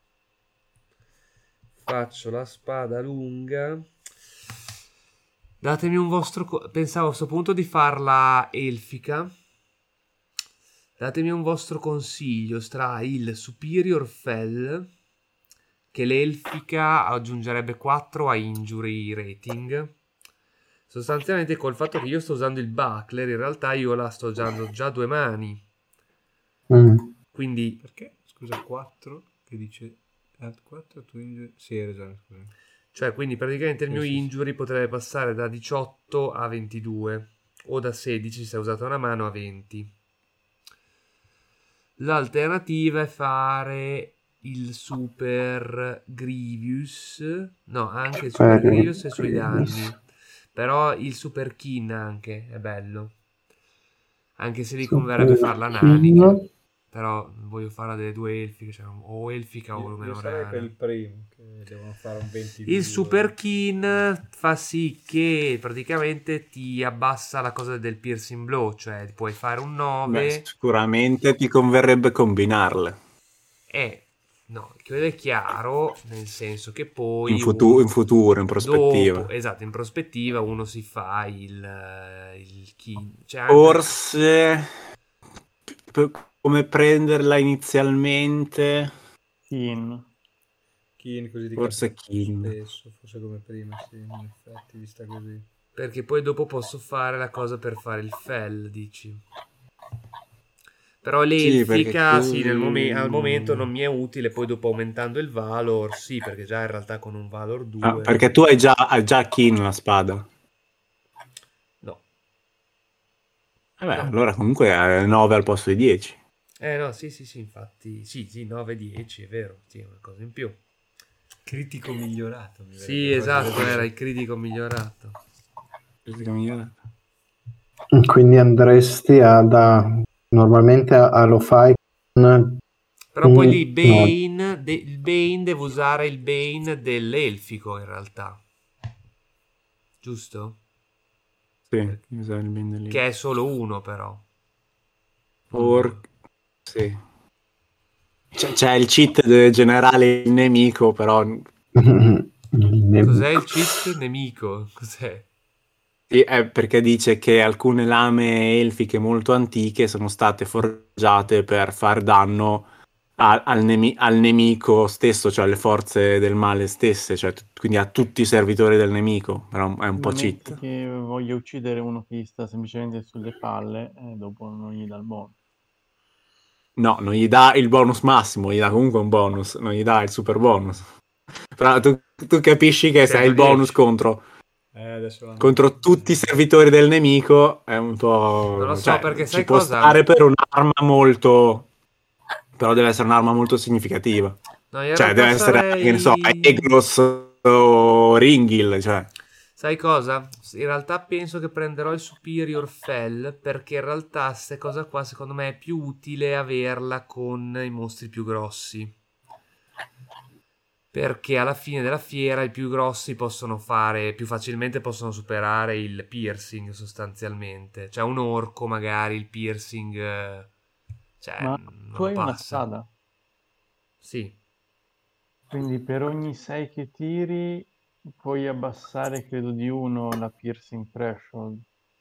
Faccio la spada lunga. Datemi un vostro... co- Pensavo a questo punto di farla elfica. Datemi un vostro consiglio tra il Superior Fell, che l'elfica aggiungerebbe quattro a Injury Rating. Sostanzialmente col fatto che io sto usando il Buckler, in realtà io la sto usando già a due mani. Mm. Quindi Perché? Scusa, quattro che dice add quattro tu injury. Sì, hai ragione, scusa. Cioè, quindi praticamente il Sì, mio sì, sì. injury potrebbe passare da diciotto a ventidue o da sedici se hai usato una mano a venti. L'alternativa è fare il Super Grievous. No, anche il Super Eh, Grievous e i suoi Grievous. danni. Però il Super Kin anche è bello. Anche se lì converrebbe farla nanica. Però voglio farla delle due elfiche, cioè o elfica o Io, meno io sarei rara. per il primo, che devono fare un venti. Il Super Kin fa sì che praticamente ti abbassa la cosa del piercing blow, cioè puoi fare un nove. Beh, sicuramente ti converrebbe combinarle. E no, quello è chiaro, nel senso che poi In, futu- uno- in futuro, in prospettiva. dopo, esatto, in prospettiva uno si fa il, eh, il Kin. Cioè anche- Forse p- come prenderla inizialmente, Kin. Kin, così di forse capo Kin. spesso, forse come prima, sì, in effetti, vista così. perché poi dopo posso fare la cosa per fare il fell, dici. Però l'elfica, Sì, sì, perché nel tu- momen- al momento non mi è utile, poi dopo aumentando il valor, sì, perché già in realtà con un valor due... Ah, perché tu hai già, hai già Kin la spada. No. Vabbè, No. allora comunque è nove al posto di dieci. Eh no, sì, sì, sì, infatti, sì, sì, nove dieci, è vero, sì, è una cosa in più. Critico migliorato. mi Sì, verrebbe esatto, quasi da dire. era il critico migliorato. Quindi andresti a da normalmente a, a lo fai con Però poi Mm, lì Bane, de- il Bane devo usare il Bane dell'elfico in realtà. Giusto? Sì, usa il bin lì. Che è solo uno però. Or- sì. C'è, c'è il cheat del generale il nemico, però Cos'è il cheat nemico? Cos'è? sì, è perché dice che alcune lame elfiche molto antiche sono state forgiate per far danno a- al, nemi- al nemico stesso, cioè alle forze del male stesse, cioè t- quindi a tutti i servitori del nemico, però è un po' Metti cheat. che voglio uccidere uno che gli sta semplicemente sulle palle e dopo non gli dà il bonus. No, non gli dà il bonus massimo, gli dà comunque un bonus, non gli dà il super bonus. Però tu, tu capisci che Sei se hai il a dieci. bonus contro Eh, adesso l'hanno- contro tutti i servitori del nemico è un po'... Non lo so, cioè, perché ci sai può cosa? stare per un'arma molto... però deve essere un'arma molto significativa. No, in Cioè, realtà deve essere, che ne so, sarei... Egnos o Ringil, cioè... Sai cosa? In realtà penso che prenderò il Superior Fell, perché in realtà questa cosa qua secondo me è più utile averla con i mostri più grossi. Perché alla fine della fiera i più grossi possono fare, più facilmente possono superare il piercing sostanzialmente. Cioè un orco magari il piercing... eh, Cioè, Ma non tu lo hai una passa. spada, Sì. quindi per ogni sei che tiri puoi abbassare, credo, di uno la piercing threshold.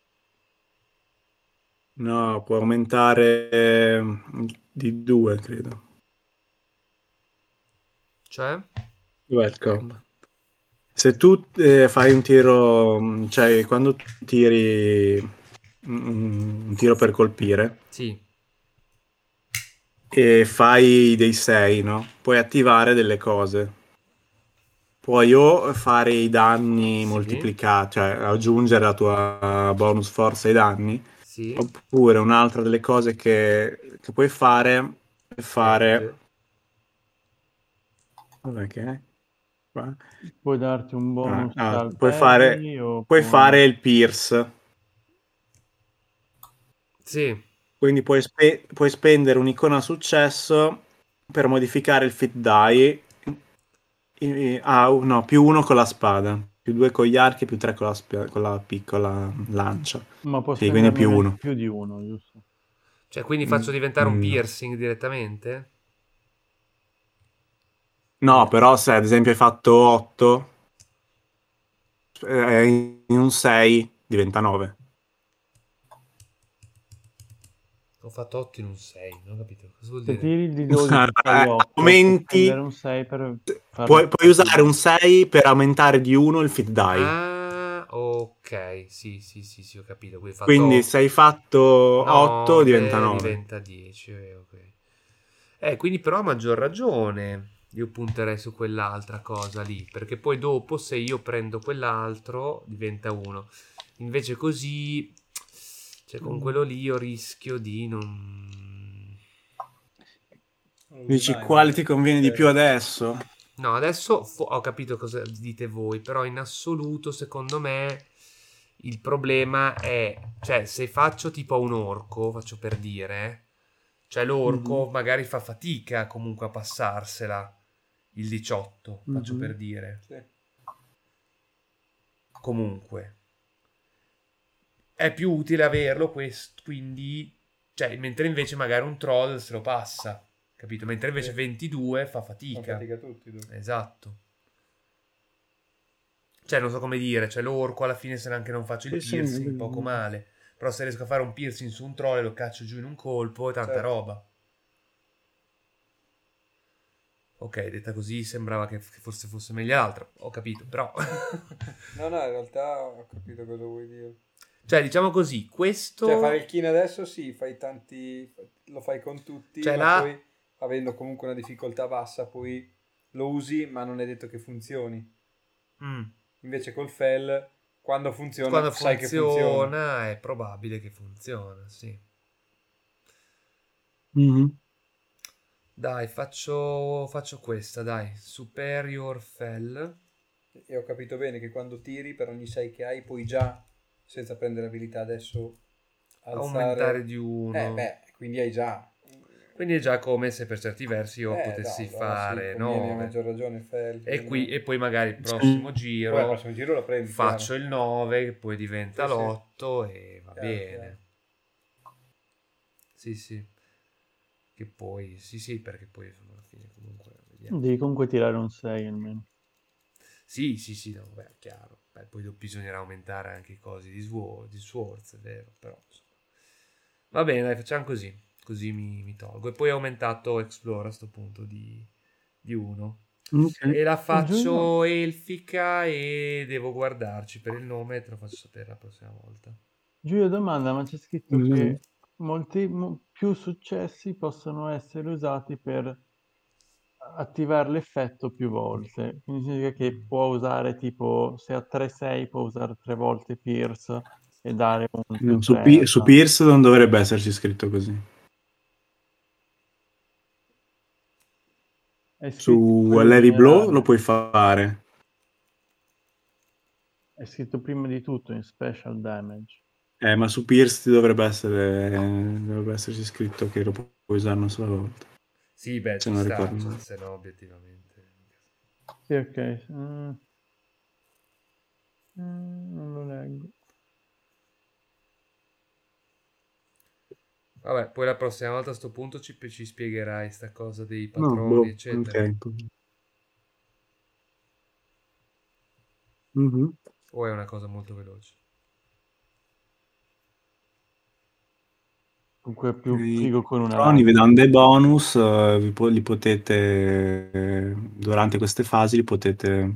No, può aumentare eh, di due, credo. Cioè? Dov'è il combat? Se tu eh, fai un tiro, mh, cioè quando tu tiri mm, un tiro per colpire Sì. e fai dei sei, no? Puoi attivare delle cose. Puoi o fare i danni Sì. moltiplicati, cioè aggiungere la tua bonus forza ai danni, Sì. oppure un'altra delle cose che, che puoi fare è fare... Dov'è che è? Qua. Puoi darti un bonus Ah, ah, al puoi parry fare, o puoi puoi- fare il pierce, Sì. quindi puoi, spe- puoi spendere un'icona successo per modificare il fit die. I- Ah, uh, no, più uno con la spada, più due con gli archi, più tre con la, sp- con la piccola lancia. Ma può Sì, quindi più spenderne uno. più di uno, giusto? Cioè, quindi faccio diventare un Mm. piercing direttamente? No, però se ad esempio hai fatto otto, eh, in un sei diventa nove. Ho fatto otto in un sei, non ho capito. Cosa vuol Se dire? tiri il di dodici fai Eh, otto, puoi aumenti, spendere un sei per farlo puoi, puoi usare partire. un sei per aumentare di uno il fit die. Ah, ok. Sì, sì, sì, sì, ho capito. Quindi ho fatto Quindi se hai fatto otto diventa nove, nove. diventa dieci. eh, ok. Eh, quindi però a maggior ragione io punterei su quell'altra cosa lì, perché poi dopo se io prendo quell'altro diventa uno. Invece così, cioè con quello lì io rischio di non... Dici quale ti conviene di più adesso? No, adesso fo- ho capito cosa dite voi, però in assoluto secondo me il problema è, cioè se faccio tipo a un orco, faccio per dire, cioè l'orco Mhm. magari fa fatica comunque a passarsela, il diciotto, faccio Mhm. per dire. Sì. Comunque. È più utile averlo questo, quindi, cioè, mentre invece magari un troll se lo passa, capito? Mentre invece Sì. ventidue fa Fanno fatica. fatica tutti. dopo. Esatto. Cioè, non so come dire, cioè l'orco alla fine se neanche non faccio il Sì, sì, piercing, sì. poco male. Però se riesco a fare un piercing su un troll e lo caccio giù in un colpo, è tanta Certo. roba. Ok, detta così sembrava che che forse fosse meglio l'altra, ho capito, però... No, no, in realtà ho capito cosa vuoi dire. Cioè, diciamo così, questo... Cioè, fare il kin adesso sì, fai tanti, lo fai con tutti, Cioè, ma là- poi avendo comunque una difficoltà bassa, poi lo usi, ma non è detto che funzioni. Mm. Invece col fell, quando funziona, Quando sai che funziona. funziona è probabile che funziona, sì. Mhm. Dai, faccio, faccio questa, dai. Superior Fell. E ho capito bene che quando tiri, per ogni sei che hai, puoi già, senza prendere abilità adesso, alzare... Aumentare di uno. Eh, beh, quindi hai già... Quindi è già come se per certi versi io Eh, potessi no, allora fare sì, conviene a nove. maggior ragione il fell. E, qui, e poi magari il Sì. prossimo Poi al giro prossimo giro lo prendi, faccio chiaro. il nove, che poi diventa Sì, sì. l'otto e va Chiaro, bene. chiaro. Sì, sì. Che poi, sì, sì, perché poi alla fine comunque vediamo. Devi comunque tirare un sei almeno. Sì, sì, sì, no, beh, chiaro. Beh, poi do- bisognerà aumentare anche i cosi di, Swo- di Swords, è vero, però insomma. Va bene, dai, facciamo così. Così mi, mi tolgo. E poi ho aumentato Explore a sto punto di, di uno. Ok. E la faccio Giulio? elfica e devo guardarci per il nome e te lo faccio sapere la prossima volta. Giulio domanda, ma c'è scritto Mhm. che molti mo- più successi possono essere usati per attivare l'effetto più volte. Quindi significa che può usare tipo, se ha tre sei può usare tre volte Pierce e dare un più No, su, tre. Pi- su Pierce non dovrebbe esserci scritto così. È scritto Su quello Larry Blow generale. lo puoi fare. È scritto prima di tutto in special damage. Eh, ma su Pierce ti dovrebbe essere dovrebbe esserci scritto che lo puoi usare una sola volta. Sì, beh, Se ci non sta, ricordo cioè, male. se no obiettivamente. Sì, ok. Mm. Mm, non lo leggo. Vabbè, poi la prossima volta a sto punto ci, ci spiegherai sta cosa dei No, patroni, boh, eccetera. ok. Mhm. O è una cosa molto veloce? Comunque è più I figo con una patroni vi lancia. danno dei bonus, eh, vi po- li potete eh, durante queste fasi li potete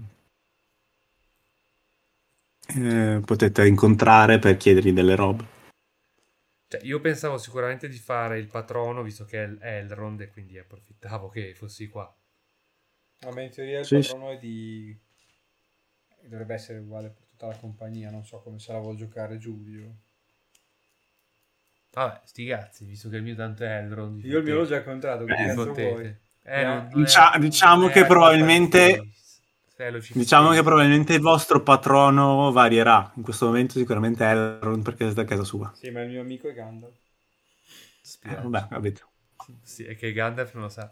eh, potete incontrare per chiedergli delle robe. Cioè, io pensavo sicuramente di fare il patrono, visto che è Elrond, e quindi approfittavo che fossi qua. Vabbè, in teoria il Sì, sì. patrono è di... dovrebbe essere uguale per tutta la compagnia, non so come se la vuol giocare Giulio. Vabbè, sti cazzi, visto che il mio tanto è Elrond. Io il mio l'ho già incontrato, che Eh, cazzo fottete. vuoi? Eh, non, non Dicia- era- diciamo non che era colpa di probabilmente Face. Fellowship diciamo che Face. probabilmente il vostro patrono varierà. In questo momento sicuramente è Elrond perché siete a casa sua. Sì, ma il mio amico è Gandalf. Eh, Spiace. vabbè, capito. Sì, è che Gandalf non lo sa.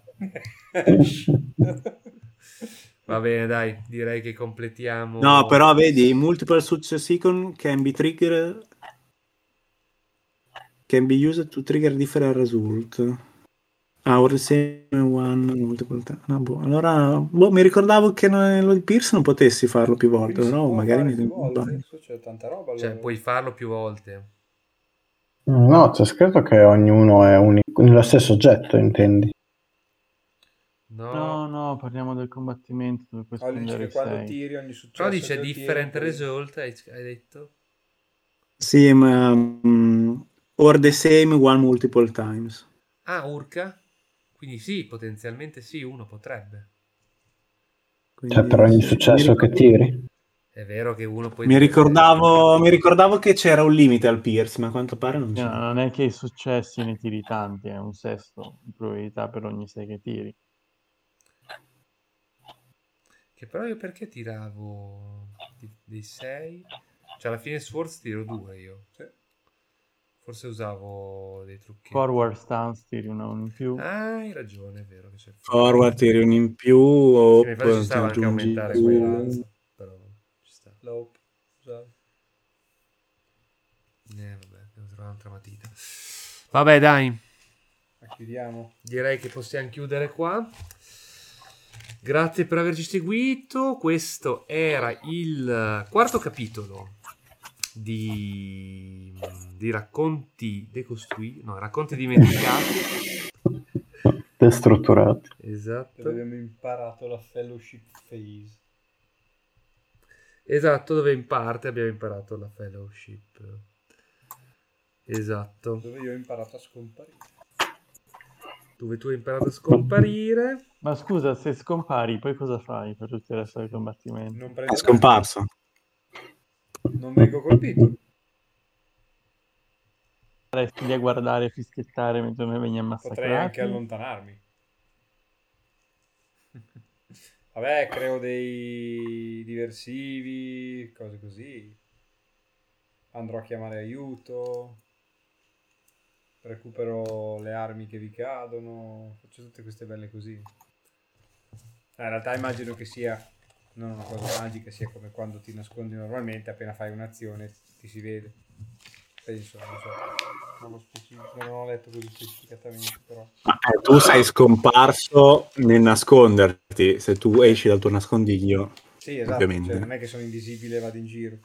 Va bene, dai, direi che completiamo. No, però vedi, multiple successicon can be trigger can be used to trigger different result. Ah, or the same one multiple time. No, boh. Allora, boh, mi ricordavo che non- il Pierce non potessi farlo più volte, Quindi si però può magari fare mi più sbaglio. volte? Adesso c'è tanta roba allora. Cioè, puoi farlo più volte. No, c'è scritto che ognuno è unico, nello stesso oggetto, intendi? No, No, no, parliamo del combattimento dove puoi Ah, dice spendere che i quando sei. tiri ogni successo però dice che ottieni, different poi- result, hai, hai detto? Sì, ma mm, or the same one multiple times. Ah, Urca? Quindi sì, potenzialmente sì, uno potrebbe. Quindi, Cioè per ogni sì, successo mi, che tiri? È vero che uno poi... mi deve- ricordavo, mi ricordavo che c'era un limite al Pierce, ma a quanto pare non No, c'è. non è che i successi ne tiri tanti, è un sesto di probabilità per ogni sei che tiri. Che però io perché tiravo di- dei sei? Cioè alla fine Swords tiro due io. Sì. Forse usavo dei trucchi. Forward stance tiri uno in più. Ah, hai ragione, è vero che c'è il Forward tiri un in più, Sì, o infatti ci ti stava anche aggiungi aumentare due. quella. Però ci sta. L'op, scusate. Eh, vabbè, devo trovare un'altra matita. Vabbè, dai. Ma chiudiamo. Direi che possiamo chiudere qua. Grazie per averci seguito. Questo era il quarto capitolo di, di racconti decostruiti, no, racconti dimenticati. Destrutturati. Esatto. Dove abbiamo imparato la fellowship phase. Esatto, dove in parte abbiamo imparato la fellowship. Esatto. Dove io ho imparato a scomparire. Dove tu hai imparato a scomparire. Ma scusa, se scompari, poi cosa fai per tutto il resto del combattimento? Non È prendo scomparso. danni. Non vengo colpito. Resti lì a guardare e fischiettare mentre me veni massacrati? Potrei anche allontanarmi. Vabbè, creo dei diversivi, cose così. Andrò a chiamare aiuto. Recupero le armi che vi cadono. Faccio tutte queste belle così. Eh, in realtà immagino che sia non una cosa magica, sia come quando ti nascondi normalmente, appena fai un'azione ti si vede. Penso, non so. Non, lo specifico, non ho letto così specificatamente, però. Ma, eh, tu sei scomparso nel nasconderti, se tu esci dal tuo nascondiglio. Sì, esatto, ovviamente. cioè, non è che sono invisibile e vado in giro.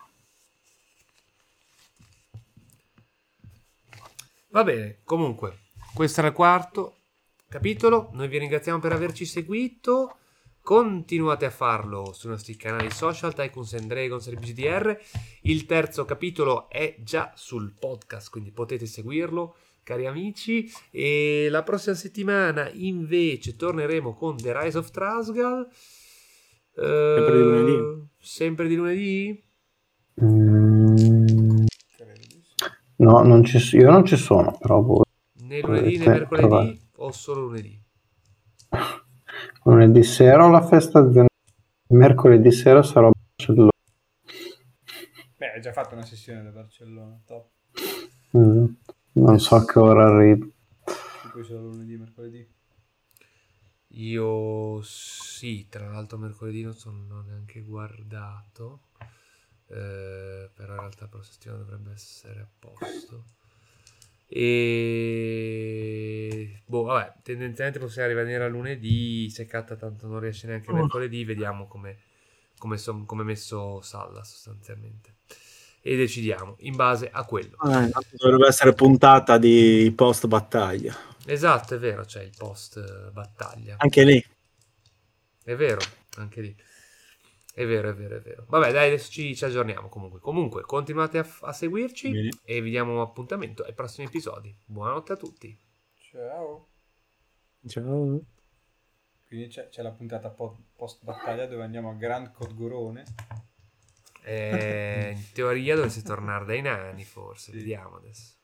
Va bene, comunque, questo era il quarto capitolo. Noi vi ringraziamo per averci seguito. continuate a farlo sui nostri canali social, Tycoons and Dragons R P G D R. Il terzo capitolo è già sul podcast, quindi potete seguirlo, cari amici. E la prossima settimana invece torneremo con The Rise of Trasgal. Sempre di lunedì. Uh, sempre di lunedì? Mm, no, non ci, io non ci sono, però voi Né lunedì né potete mercoledì trovare. o solo lunedì? Lunedì sera ho la festa, di... mercoledì sera sarò a Barcellona. Beh, hai già fatto una sessione da Barcellona, top. Mm, non so a che ora arrivo. E poi solo lunedì, mercoledì. Io sì, tra l'altro mercoledì non sono neanche guardato, eh, però in realtà per la settimana dovrebbe essere a posto. E boh, vabbè, tendenzialmente possiamo rimanere a lunedì, se Catta tanto non riesce neanche mercoledì, vediamo come come son- come è messo Salla sostanzialmente. E decidiamo in base a quello. Ah, dovrebbe essere puntata di post battaglia. Esatto, è vero, c'è il post eh, battaglia. Anche lì. È vero, anche lì. È vero, è vero, è vero. Vabbè, dai, adesso ci, ci aggiorniamo comunque. Comunque, continuate a, a seguirci Bene. e vi diamo appuntamento ai prossimi episodi. Buonanotte a tutti. Ciao. Ciao. Quindi c'è, c'è la puntata po- post battaglia dove andiamo a Grand Codgorone. Eh, in teoria dovreste tornare dai nani, forse. Sì. Vediamo adesso.